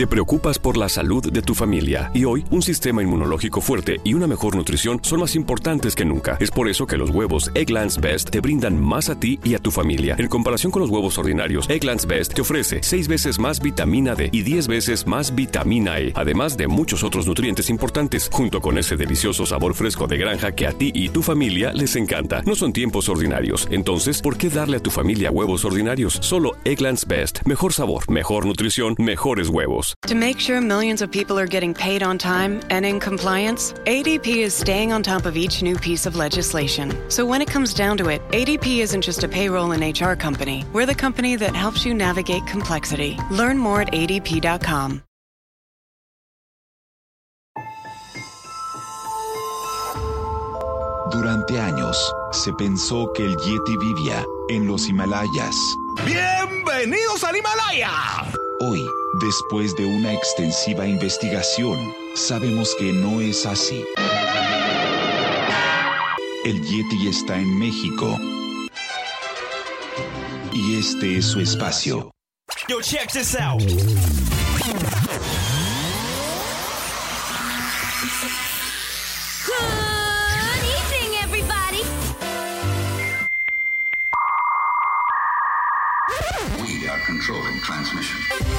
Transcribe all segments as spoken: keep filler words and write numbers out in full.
Te preocupas por la salud de tu familia y hoy un sistema inmunológico fuerte y una mejor nutrición son más importantes que nunca. Es por eso que los huevos Eggland's Best te brindan más a ti y a tu familia. En comparación con los huevos ordinarios, Eggland's Best te ofrece seis veces más vitamina D y diez veces más vitamina E, además de muchos otros nutrientes importantes, junto con ese delicioso sabor fresco de granja que a ti y tu familia les encanta. No son tiempos ordinarios, entonces, ¿por qué darle a tu familia huevos ordinarios? Solo Eggland's Best. Mejor sabor, mejor nutrición, mejores huevos. To make sure millions of people are getting paid on time and in compliance, A D P is staying on top of each new piece of legislation. So when it comes down to it, A D P isn't just a payroll and H R company. We're the company that helps you navigate complexity. Learn more at A D P dot com. Durante años, se pensó que el Yeti vivía en los Himalayas. ¡Bienvenidos al Himalaya! Hoy, después de una extensiva investigación, sabemos que no es así. El Yeti está en México. Y este es su espacio. Yo, check this out. Good evening, everybody. We are controlling transmission.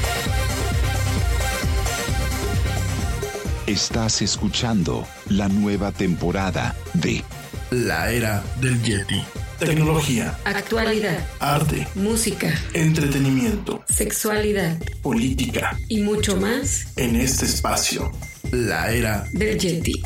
Estás escuchando la nueva temporada de La Era del Yeti. Tecnología, actualidad, arte, música, entretenimiento, sexualidad, política y mucho más en este espacio. La Era del Yeti.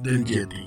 del Yeti.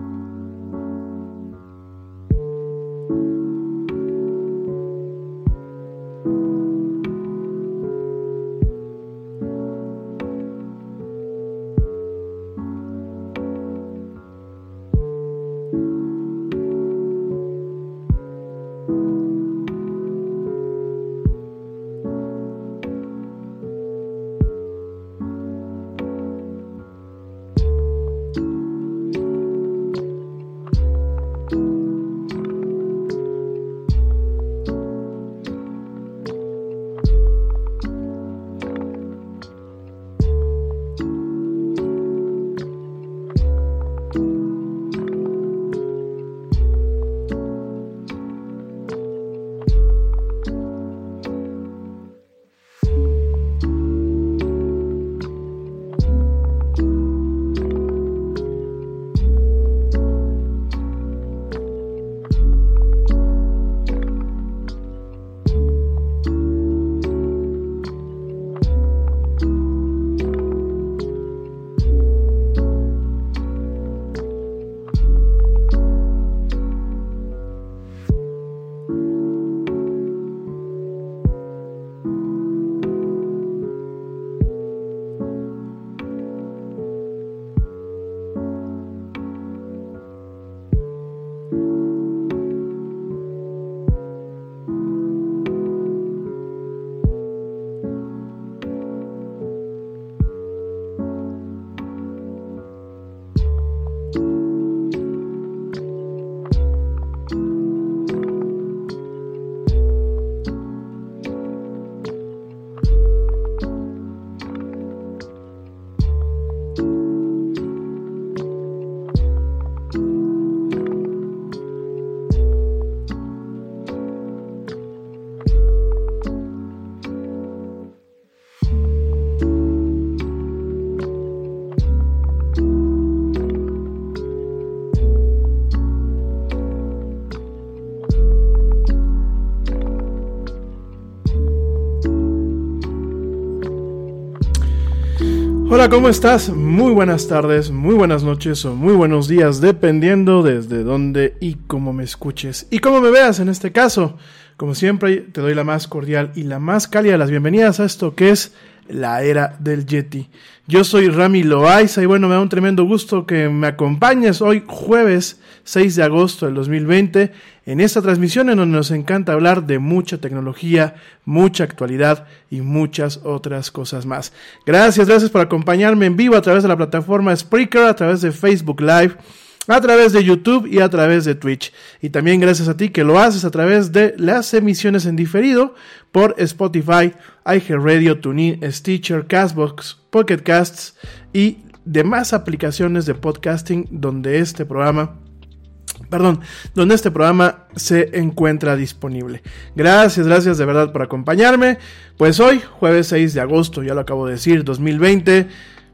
Hola, ¿cómo estás? Muy buenas tardes, muy buenas noches o muy buenos días, dependiendo desde dónde y cómo me escuches y cómo me veas en este caso. Como siempre, te doy la más cordial y la más cálida de las bienvenidas a esto que es la era del Yeti. Yo soy Rami Loaiza y bueno, me da un tremendo gusto que me acompañes hoy jueves seis de agosto del dos mil veinte en esta transmisión en donde nos encanta hablar de mucha tecnología, mucha actualidad y muchas otras cosas más. Gracias, gracias por acompañarme en vivo a través de la plataforma Spreaker, a través de Facebook Live, a través de YouTube y a través de Twitch. Y también gracias a ti que lo haces a través de las emisiones en diferido por Spotify, iHeartRadio, TuneIn, Stitcher, Castbox, Pocket Casts y demás aplicaciones de podcasting donde este programa, perdón, donde este programa se encuentra disponible. Gracias, gracias de verdad por acompañarme. Pues hoy, jueves seis de agosto, ya lo acabo de decir, dos mil veinte,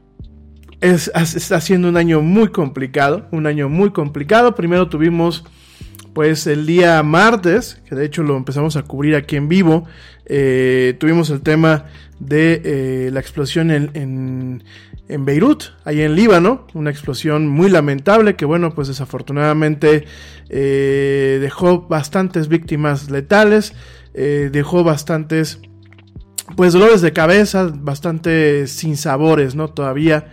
Es, está siendo un año muy complicado, un año muy complicado. Primero tuvimos pues el día martes, que de hecho lo empezamos a cubrir aquí en vivo, eh, tuvimos el tema de eh, la explosión en, en, en Beirut, ahí en Líbano, una explosión muy lamentable que bueno, pues desafortunadamente eh, dejó bastantes víctimas letales, eh, dejó bastantes pues dolores de cabeza, bastante sinsabores, ¿no? Todavía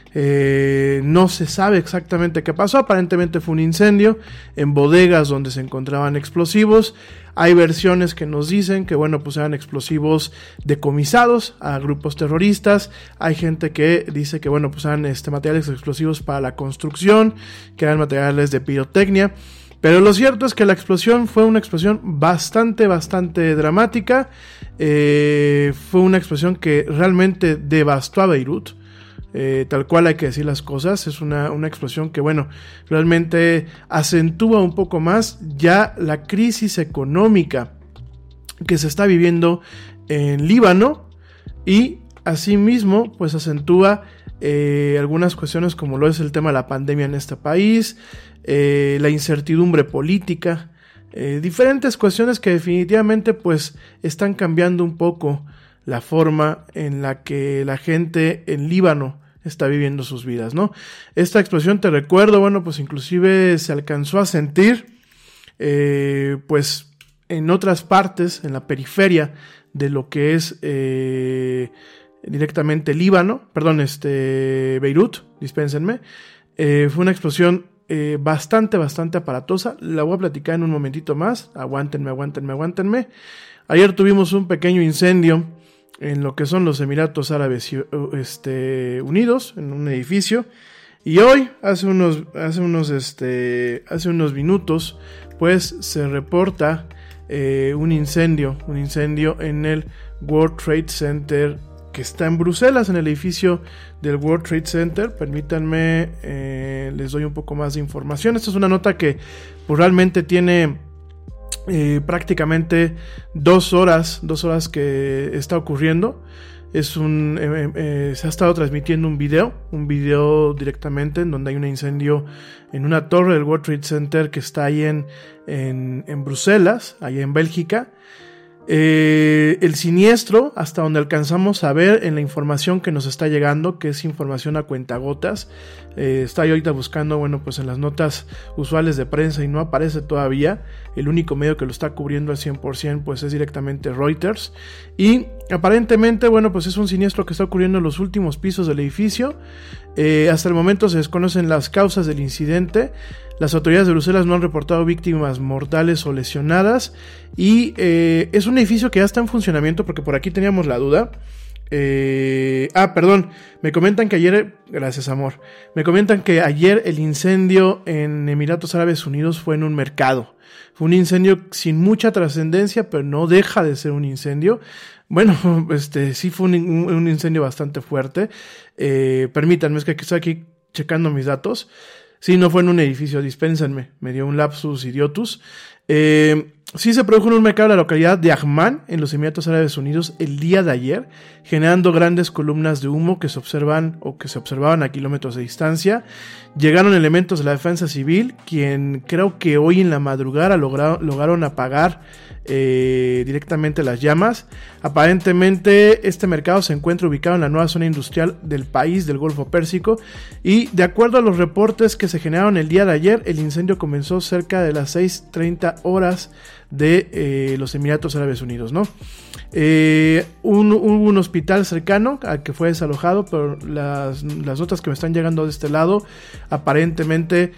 Eh, no se sabe exactamente qué pasó. Aparentemente fue un incendio en bodegas donde se encontraban explosivos. Hay versiones que nos dicen que bueno, pues eran explosivos decomisados a grupos terroristas. Hay gente que dice que bueno, pues eran este, materiales explosivos para la construcción, que eran materiales de pirotecnia. Pero lo cierto es que la explosión fue una explosión bastante, bastante dramática. Eh, fue una explosión que realmente devastó a Beirut. Eh, tal cual hay que decir las cosas, es una, una explosión que bueno, realmente acentúa un poco más ya la crisis económica que se está viviendo en Líbano y asimismo pues acentúa eh, algunas cuestiones como lo es el tema de la pandemia en este país, eh, la incertidumbre política, eh, diferentes cuestiones que definitivamente pues están cambiando un poco la forma en la que la gente en Líbano está viviendo sus vidas, ¿no? Esta explosión, te recuerdo, bueno, pues inclusive se alcanzó a sentir, eh, pues en otras partes, en la periferia de lo que es eh, directamente Líbano, perdón, este Beirut, dispénsenme, eh, fue una explosión eh, bastante, bastante aparatosa. La voy a platicar en un momentito más, aguántenme, aguántenme, aguántenme. Ayer tuvimos un pequeño incendio en lo que son los Emiratos Árabes este, Unidos, en un edificio, y hoy, hace unos, hace unos, este, hace unos minutos, pues se reporta eh, un incendio, un incendio en el World Trade Center que está en Bruselas, en el edificio del World Trade Center. Permítanme, eh, les doy un poco más de información. Esta es una nota que pues, realmente tiene eh, prácticamente dos horas, dos horas que está ocurriendo. Es un, eh, eh, se ha estado transmitiendo un video, un video directamente en donde hay un incendio en una torre del World Trade Center que está ahí en, en, en Bruselas, allá en Bélgica. Eh, el siniestro, hasta donde alcanzamos a ver en la información que nos está llegando, que es información a cuentagotas, eh, está yo ahorita buscando, bueno, pues en las notas usuales de prensa y no aparece todavía. El único medio que lo está cubriendo al cien por ciento pues es directamente Reuters, y aparentemente, bueno, pues es un siniestro que está ocurriendo en los últimos pisos del edificio. Eh, hasta el momento se desconocen las causas del incidente. Las autoridades de Bruselas no han reportado víctimas mortales o lesionadas, y eh, es un edificio que ya está en funcionamiento, porque por aquí teníamos la duda. Eh, ah, perdón, me comentan que ayer, gracias amor, me comentan que ayer el incendio en Emiratos Árabes Unidos fue en un mercado. Fue un incendio sin mucha trascendencia, pero no deja de ser un incendio. Bueno, este sí fue un, un incendio bastante fuerte. Eh, permítanme, es que estoy aquí checando mis datos. Sí, no fue en un edificio, dispénsenme, me dio un lapsus idiotus. Eh, sí se produjo en un mercado de la localidad de Ajman, en los Emiratos Árabes Unidos, el día de ayer, generando grandes columnas de humo que se observan o que se observaban a kilómetros de distancia. Llegaron elementos de la defensa civil, quien creo que hoy en la madrugada lograron, lograron apagar eh, directamente las llamas. Aparentemente este mercado se encuentra ubicado en la nueva zona industrial del país del Golfo Pérsico, y de acuerdo a los reportes que se generaron el día de ayer, el incendio comenzó cerca de las seis treinta horas de eh, los Emiratos Árabes Unidos, ¿no? Eh, un, hubo un hospital cercano al que fue desalojado, pero las, las notas que me están llegando de este lado, aparentemente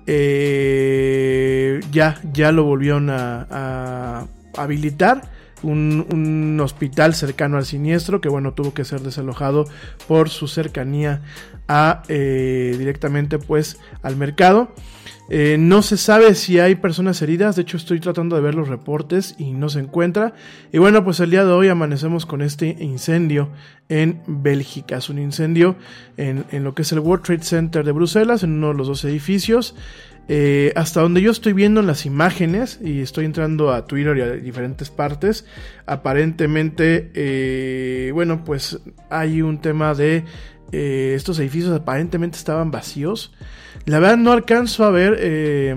eh, ya, ya lo volvieron a, a habilitar. Un, un hospital cercano al siniestro, que bueno, tuvo que ser desalojado por su cercanía a eh, directamente pues al mercado. Eh, no se sabe si hay personas heridas, de hecho estoy tratando de ver los reportes y no se encuentra. Y bueno, pues el día de hoy amanecemos con este incendio en Bélgica. Es un incendio en, en lo que es el World Trade Center de Bruselas, en uno de los dos edificios. Eh, hasta donde yo estoy viendo en las imágenes, y estoy entrando a Twitter y a diferentes partes, aparentemente, eh, bueno, pues hay un tema de eh, estos edificios aparentemente estaban vacíos. La verdad no alcanzo a ver, eh,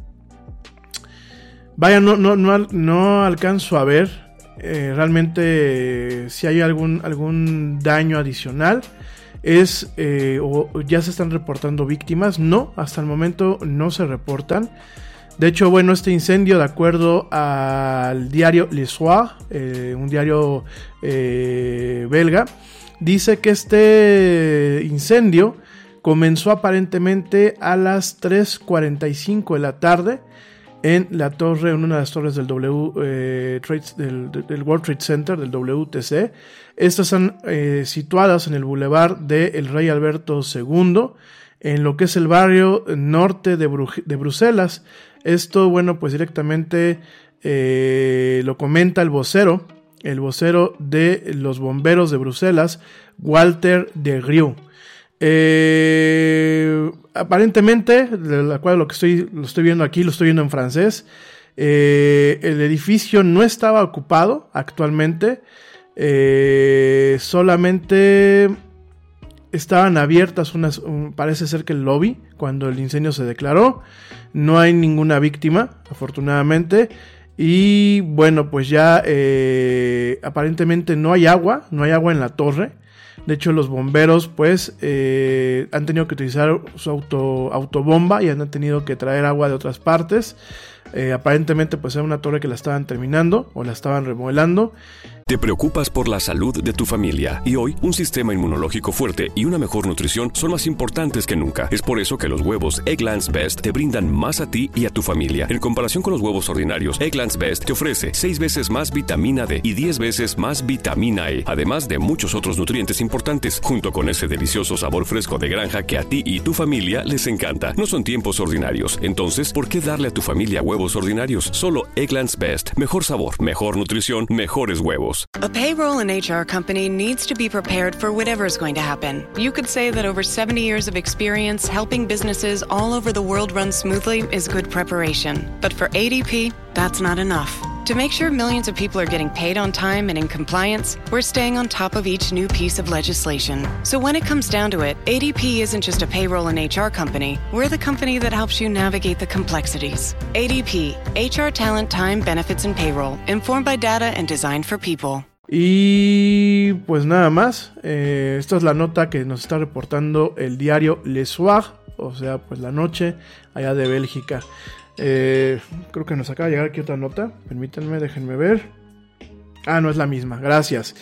vaya, no, no, no, no alcanzo a ver eh, realmente eh, si hay algún, algún daño adicional. Es eh, o ya se están reportando víctimas. No, hasta el momento no se reportan. De hecho, bueno, este incendio, de acuerdo al diario Le Soir, eh, un diario eh, belga, dice que este incendio comenzó aparentemente a las tres cuarenta y cinco de la tarde en la torre, en una de las torres del, w, eh, Trade, del, del World Trade Center, del W T C. Estas están eh, situadas en el Boulevard del Rey Alberto segundo, en lo que es el barrio norte de, Bru- de Bruselas. Esto, bueno, pues directamente eh, lo comenta el vocero, el vocero de los bomberos de Bruselas, Walter de Grieux. Eh, aparentemente, de acuerdo a lo que estoy, lo estoy viendo aquí, lo estoy viendo en francés, eh, el edificio no estaba ocupado actualmente, eh, solamente estaban abiertas unas, un, parece ser que el lobby, cuando el incendio se declaró. No hay ninguna víctima, afortunadamente. Y bueno, pues ya eh, aparentemente no hay agua, no hay agua en la torre. De hecho, los bomberos pues eh, han tenido que utilizar su auto, autobomba y han tenido que traer agua de otras partes. Eh, aparentemente pues era una torre que la estaban terminando o la estaban remodelando. Te preocupas por la salud de tu familia y hoy un sistema inmunológico fuerte y una mejor nutrición son más importantes que nunca. Es por eso que los huevos Egglands Best te brindan más a ti y a tu familia. En comparación con los huevos ordinarios, Egglands Best te ofrece seis veces más vitamina D y diez veces más vitamina E, además de muchos otros nutrientes importantes, junto con ese delicioso sabor fresco de granja que a ti y tu familia les encanta. No son tiempos ordinarios, entonces, ¿por qué darle a tu familia huevos ordinarios? Solo Egglands Best. Mejor sabor, mejor nutrición, mejores huevos. A payroll and H R company needs to be prepared for whatever's going to happen. You could say that over seventy years of experience helping businesses all over the world run smoothly is good preparation. But for A D P, that's not enough. To make sure millions of people are getting paid on time and in compliance, we're staying on top of each new piece of legislation. So when it comes down to it, A D P isn't just a payroll and H R company. We're the company that helps you navigate the complexities. A D P, H R talent, time, benefits, and payroll, informed by data and designed for people. Y pues nada más, eh, esta es la nota que nos está reportando el diario Le Soir, o sea, pues la noche allá de Bélgica. Eh, creo que nos acaba de llegar aquí otra nota. Permítanme, déjenme ver. Ah, no es la misma, gracias.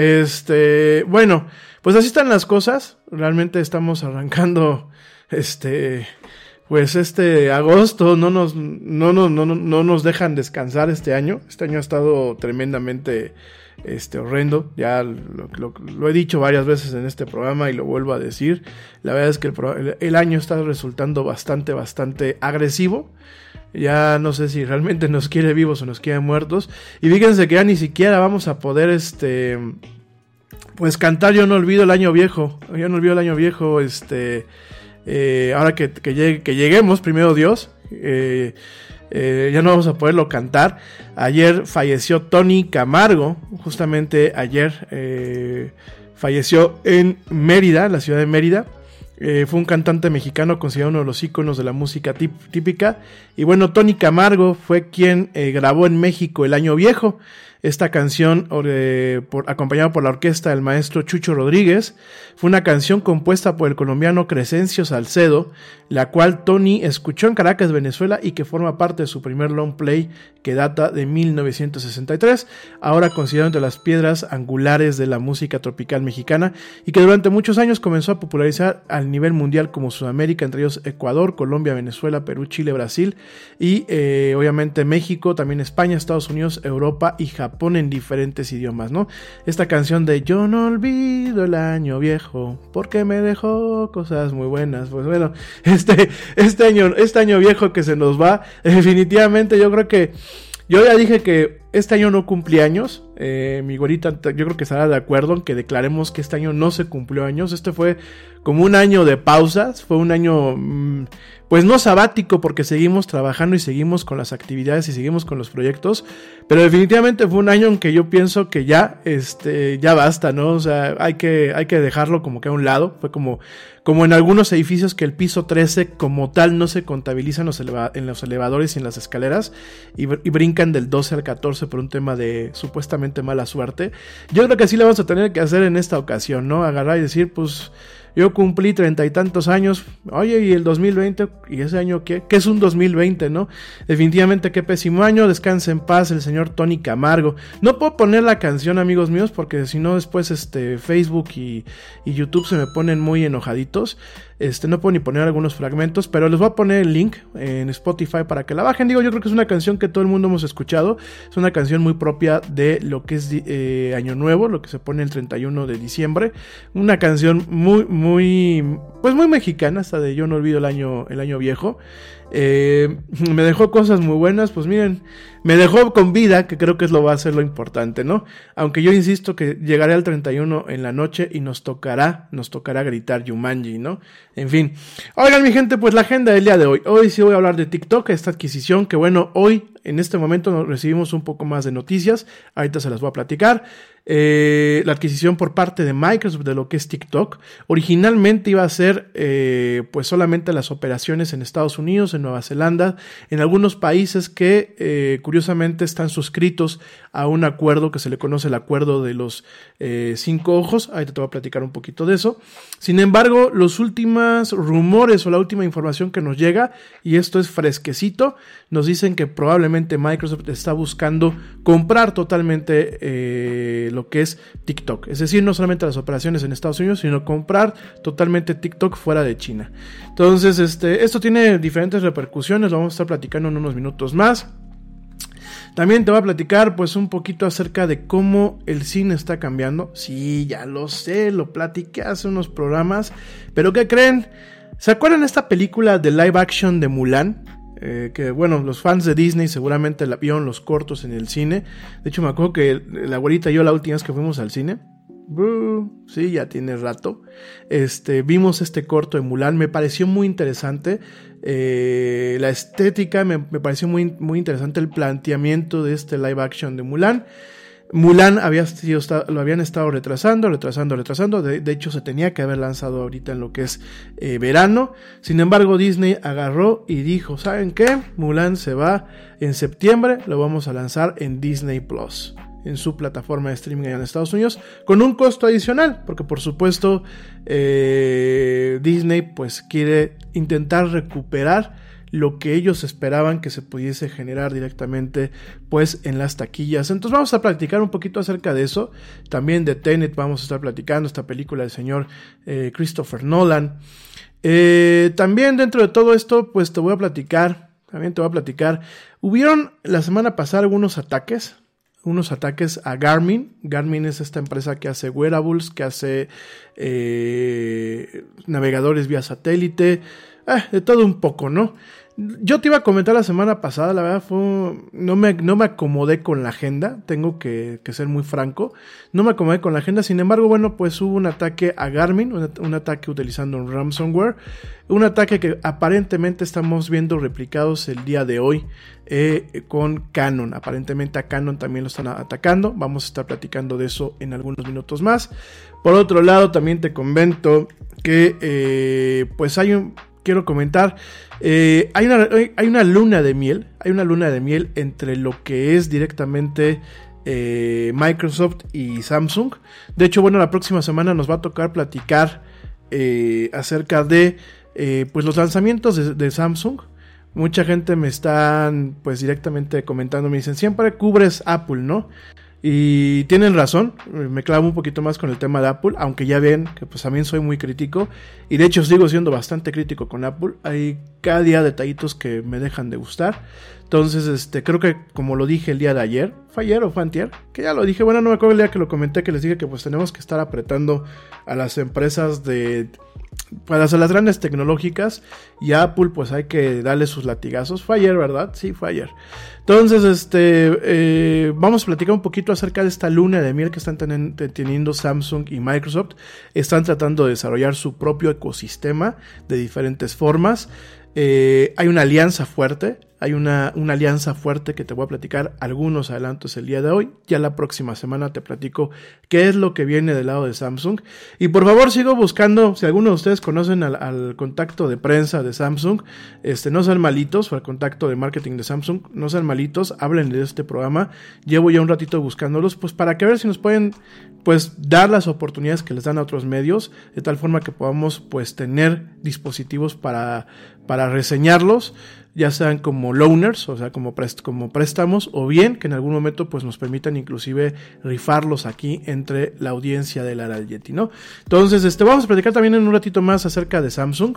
Este, bueno, pues así están las cosas. Realmente estamos arrancando este, pues este agosto. No nos, no, no, no, no nos dejan descansar este año. Este año ha estado tremendamente este, horrendo. Ya lo, lo, lo he dicho varias veces en este programa y lo vuelvo a decir. La verdad es que el, el año está resultando bastante, bastante agresivo. Ya no sé si realmente nos quiere vivos o nos quiere muertos. Y fíjense que ya ni siquiera vamos a poder este pues cantar Yo no olvido el año viejo. Yo no olvido el año viejo. Este eh, ahora que, que, llegue, que lleguemos, primero Dios. Eh, eh, ya no vamos a poderlo cantar. Ayer falleció Tony Camargo. Justamente ayer eh, falleció en Mérida, la ciudad de Mérida. Eh, fue un cantante mexicano considerado uno de los íconos de la música tip, típica. Y bueno, Tony Camargo fue quien eh, grabó en México El Año Viejo. Esta canción, eh, por, acompañada por la orquesta del maestro Chucho Rodríguez, fue una canción compuesta por el colombiano Crescencio Salcedo, la cual Tony escuchó en Caracas, Venezuela, y que forma parte de su primer long play, que data de mil novecientos sesenta y tres, ahora considerado entre las piedras angulares de la música tropical mexicana, y que durante muchos años comenzó a popularizar al nivel mundial como Sudamérica, entre ellos Ecuador, Colombia, Venezuela, Perú, Chile, Brasil, y eh, obviamente México, también España, Estados Unidos, Europa y Japón. Ponen diferentes idiomas, ¿no? Esta canción de Yo no olvido el año viejo porque me dejó cosas muy buenas. Pues bueno, este, este año, este año viejo que se nos va, definitivamente yo creo que yo ya dije que este año no cumplí años. Eh, mi güerita yo creo que estará de acuerdo en que declaremos que este año no se cumplió años. Este fue como un año de pausas, fue un año mmm, pues no sabático porque seguimos trabajando y seguimos con las actividades y seguimos con los proyectos, pero definitivamente fue un año en que yo pienso que ya este ya basta, ¿no? O sea, hay que hay que dejarlo como que a un lado. Fue como como en algunos edificios que el piso trece como tal no se contabiliza en los, eleva- en los elevadores y en las escaleras y, y brincan del doce al catorce por un tema de supuestamente mala suerte. Yo creo que así lo vamos a tener que hacer en esta ocasión, ¿no? Agarrar y decir, pues yo cumplí treinta y tantos años, oye, y el dos mil veinte, ¿y ese año qué? ¿Qué es un dos mil veinte, no? Definitivamente qué pésimo año, descanse en paz el señor Tony Camargo. No puedo poner la canción, amigos míos, porque si no después este Facebook y, y YouTube se me ponen muy enojaditos. Este, no puedo ni poner algunos fragmentos, pero les voy a poner el link en Spotify para que la bajen. Digo, yo creo que es una canción que todo el mundo hemos escuchado. Es una canción muy propia de lo que es eh, Año Nuevo, lo que se pone el treinta y uno de diciembre. Una canción muy, muy, pues muy mexicana, hasta de Yo no olvido el año, el año viejo. Eh, me dejó cosas muy buenas, pues miren, me dejó con vida, que creo que es lo va a ser lo importante, ¿no? Aunque yo insisto que llegaré al treinta y uno en la noche y nos tocará, nos tocará gritar Yumanji, ¿no? En fin, oigan mi gente, pues la agenda del día de hoy, hoy sí voy a hablar de TikTok, esta adquisición que bueno, hoy en este momento recibimos un poco más de noticias, ahorita se las voy a platicar. Eh, la adquisición por parte de Microsoft de lo que es TikTok, originalmente iba a ser eh, pues solamente las operaciones en Estados Unidos, en en Nueva Zelanda, en algunos países que eh, curiosamente están suscritos a un acuerdo que se le conoce el acuerdo de los eh, cinco ojos. Ahí te voy a platicar un poquito de eso. Sin embargo, los últimos rumores o la última información que nos llega, y esto es fresquecito, nos dicen que probablemente Microsoft está buscando comprar totalmente eh, lo que es TikTok. Es decir, no solamente las operaciones en Estados Unidos, sino comprar totalmente TikTok fuera de China. Entonces, este, esto tiene diferentes repercusiones, lo vamos a estar platicando en unos minutos más. También te voy a platicar pues un poquito acerca de cómo el cine está cambiando. Sí, ya lo sé, lo platiqué hace unos programas, pero ¿qué creen? ¿Se acuerdan de esta película de live action de Mulan? Eh, que bueno, los fans de Disney seguramente la vieron los cortos en el cine. De hecho me acuerdo que la abuelita y yo la última vez que fuimos al cine, uh, sí, ya tiene rato, este, vimos este corto de Mulan. Me pareció muy interesante eh, la estética, me, me pareció muy, muy interesante el planteamiento de este live action de Mulan. Mulan había sido, lo habían estado retrasando, retrasando, retrasando. De, de hecho, se tenía que haber lanzado ahorita en lo que es eh, verano. Sin embargo, Disney agarró y dijo, ¿saben qué? Mulan se va en septiembre, lo vamos a lanzar en Disney Plus, en su plataforma de streaming allá en Estados Unidos, con un costo adicional, porque por supuesto eh, Disney pues quiere intentar recuperar lo que ellos esperaban que se pudiese generar directamente pues en las taquillas. Entonces vamos a platicar un poquito acerca de eso. También de Tenet vamos a estar platicando, esta película del señor eh, Christopher Nolan. Eh, también dentro de todo esto pues te voy a platicar, también te voy a platicar, hubieron la semana pasada algunos ataques, unos ataques a Garmin. Garmin es esta empresa que hace wearables, que hace eh, navegadores vía satélite, eh, de todo un poco, ¿no? Yo te iba a comentar la semana pasada, la verdad fue, no me, no me acomodé con la agenda, tengo que, que ser muy franco, no me acomodé con la agenda. Sin embargo, bueno, pues hubo un ataque a Garmin, un, un ataque utilizando un ransomware, un ataque que aparentemente estamos viendo replicados el día de hoy eh, con Canon. Aparentemente a Canon también lo están atacando, vamos a estar platicando de eso en algunos minutos más. Por otro lado, también te comento que eh, pues hay un... Quiero comentar, eh, hay, una, hay una luna de miel, hay una luna de miel entre lo que es directamente eh, Microsoft y Samsung. De hecho, bueno, la próxima semana nos va a tocar platicar eh, acerca de eh, pues los lanzamientos de, de Samsung. Mucha gente me están pues directamente comentando, me dicen, siempre cubres Apple, ¿no? Y tienen razón, me clavo un poquito más con el tema de Apple, aunque ya ven que pues también soy muy crítico, y de hecho sigo siendo bastante crítico con Apple. Hay cada día detallitos que me dejan de gustar. Entonces, este, creo que como lo dije el día de ayer, ¿fue ayer o fue antier? Que ya lo dije, bueno, no me acuerdo el día que lo comenté, que les dije que pues tenemos que estar apretando a las empresas de... para hacer las grandes tecnológicas, y a Apple pues hay que darle sus latigazos. Fue ayer, ¿verdad? Sí, fue ayer. Entonces, este eh, vamos a platicar un poquito acerca de esta luna de miel que están ten- teniendo Samsung y Microsoft. Están tratando de desarrollar su propio ecosistema de diferentes formas. Eh, hay una alianza fuerte, hay una, una alianza fuerte que te voy a platicar algunos adelantos el día de hoy. Ya la próxima semana te platico qué es lo que viene del lado de Samsung. Y por favor sigo buscando, si alguno de ustedes conocen al, al contacto de prensa de Samsung, este, no sean malitos, o al contacto de marketing de Samsung, no sean malitos, hablen de este programa. Llevo ya un ratito buscándolos, pues para que ver si nos pueden pues dar las oportunidades que les dan a otros medios, de tal forma que podamos pues tener dispositivos para, para reseñarlos, ya sean como loaners, o sea, como, prest- como préstamos, o bien que en algún momento pues nos permitan inclusive rifarlos aquí entre la audiencia del Ara del Yeti, ¿no? Entonces, este, vamos a platicar también en un ratito más acerca de Samsung.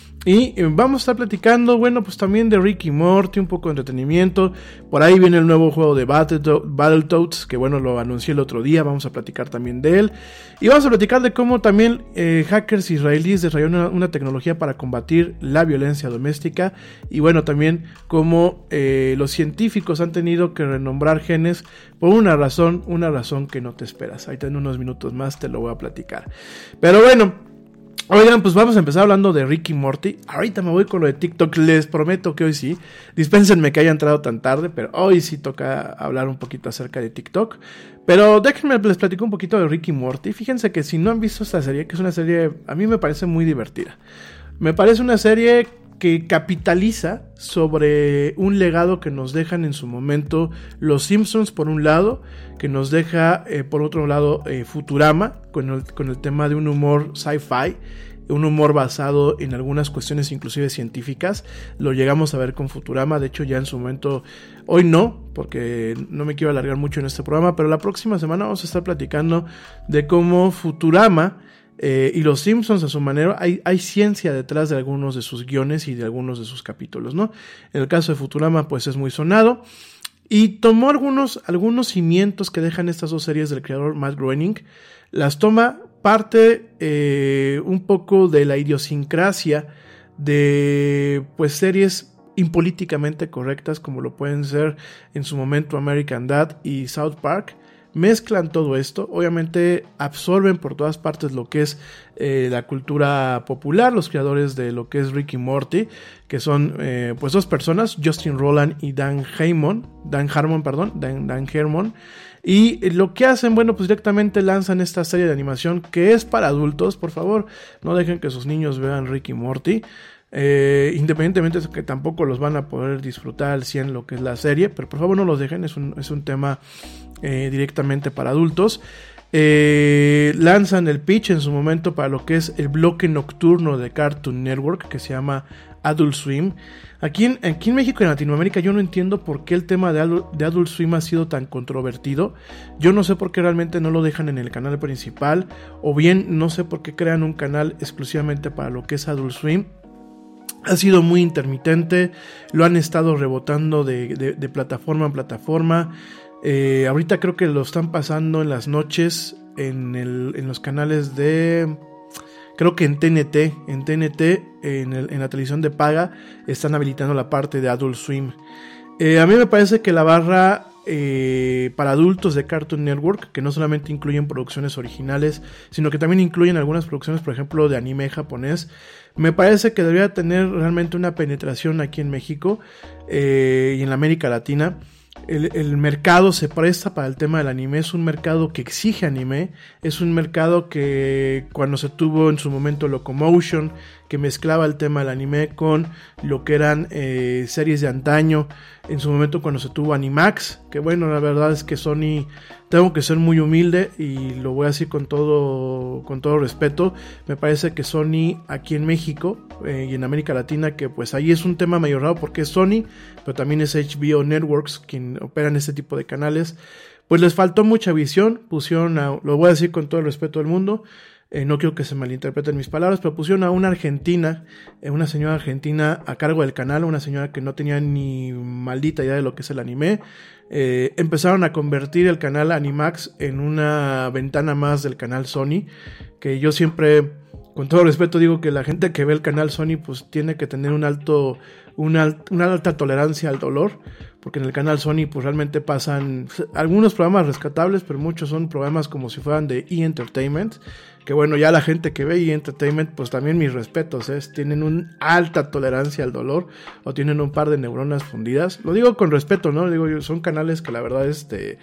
Y vamos a estar platicando, bueno, pues también de Rick y Morty, un poco de entretenimiento. Por ahí viene el nuevo juego de Battletoads, que bueno, lo anuncié el otro día, vamos a platicar también de él. Y vamos a platicar de cómo también eh, hackers israelíes desarrollaron una, una tecnología para combatir la violencia doméstica. Y bueno, también cómo eh, los científicos han tenido que renombrar genes por una razón, una razón que no te esperas. Ahí en unos minutos más te lo voy a platicar. Pero bueno, oigan, pues vamos a empezar hablando de Rick y Morty. Ahorita me voy con lo de TikTok, les prometo que hoy sí. Dispénsenme que haya entrado tan tarde, pero hoy sí toca hablar un poquito acerca de TikTok. Pero déjenme, les platico un poquito de Rick y Morty. Fíjense que si no han visto esta serie, que es una serie, a mí me parece muy divertida. Me parece una serie que capitaliza sobre un legado que nos dejan en su momento los Simpsons por un lado, que nos deja eh, por otro lado eh, Futurama con el, con el tema de un humor sci-fi, un humor basado en algunas cuestiones inclusive científicas. Lo llegamos a ver con Futurama, de hecho ya en su momento, hoy no, porque no me quiero alargar mucho en este programa, pero la próxima semana vamos a estar platicando de cómo Futurama Eh, y los Simpsons a su manera, hay, hay ciencia detrás de algunos de sus guiones y de algunos de sus capítulos, ¿no? En el caso de Futurama, pues es muy sonado y tomó algunos, algunos cimientos que dejan estas dos series del creador Matt Groening, las toma parte eh, un poco de la idiosincrasia de pues series impolíticamente correctas como lo pueden ser en su momento American Dad y South Park. Mezclan todo esto, obviamente absorben por todas partes lo que es eh, la cultura popular, los creadores de lo que es Rick y Morty, que son eh, pues dos personas, Justin Roiland y Dan Harmon, Dan Harmon, perdón, Dan, Dan Harmon, y lo que hacen, bueno, pues directamente lanzan esta serie de animación que es para adultos. Por favor, no dejen que sus niños vean Rick y Morty. Eh, independientemente de que tampoco los van a poder disfrutar al cien lo que es la serie, pero por favor no los dejen, es un, es un tema eh, directamente para adultos. Eh, lanzan el pitch en su momento para lo que es el bloque nocturno de Cartoon Network, que se llama Adult Swim. Aquí en, aquí en México y en Latinoamérica yo no entiendo por qué el tema de Adult, de Adult Swim ha sido tan controvertido. Yo no sé por qué realmente no lo dejan en el canal principal, o bien no sé por qué crean un canal exclusivamente para lo que es Adult Swim. Ha sido muy intermitente, lo han estado rebotando de, de, de plataforma en plataforma. Eh, ahorita creo que lo están pasando en las noches en, el, en los canales de... Creo que en T N T, en T N T, en, el, en la televisión de paga, están habilitando la parte de Adult Swim. Eh, a mí me parece que la barra eh, para adultos de Cartoon Network, que no solamente incluyen producciones originales, sino que también incluyen algunas producciones, por ejemplo, de anime japonés, me parece que debería tener realmente una penetración aquí en México eh, y en la América Latina. El, el mercado se presta para el tema del anime, es un mercado que exige anime, es un mercado que cuando se tuvo en su momento Locomotion, que mezclaba el tema del anime con lo que eran eh, series de antaño, en su momento cuando se tuvo Animax, que bueno, la verdad es que Sony, tengo que ser muy humilde y lo voy a decir con todo, con todo respeto, me parece que Sony aquí en México eh, y en América Latina, que pues ahí es un tema medio raro porque es Sony, pero también es H B O Networks quien operan este tipo de canales, pues les faltó mucha visión, pusieron a, lo voy a decir con todo el respeto del mundo, Eh, no quiero que se malinterpreten mis palabras, pero pusieron a una argentina, eh, una señora argentina a cargo del canal, una señora que no tenía ni maldita idea de lo que es el anime. Eh, empezaron a convertir el canal Animax en una ventana más del canal Sony, que yo siempre, con todo respeto, digo que la gente que ve el canal Sony pues tiene que tener un alto, una, una alta tolerancia al dolor, porque en el canal Sony pues realmente pasan algunos programas rescatables, pero muchos son programas como si fueran de E! Entertainment, que bueno, ya la gente que ve E! Entertainment pues también mis respetos, ¿eh? Tienen una alta tolerancia al dolor o tienen un par de neuronas fundidas, lo digo con respeto, ¿no? Digo, son canales que la verdad este...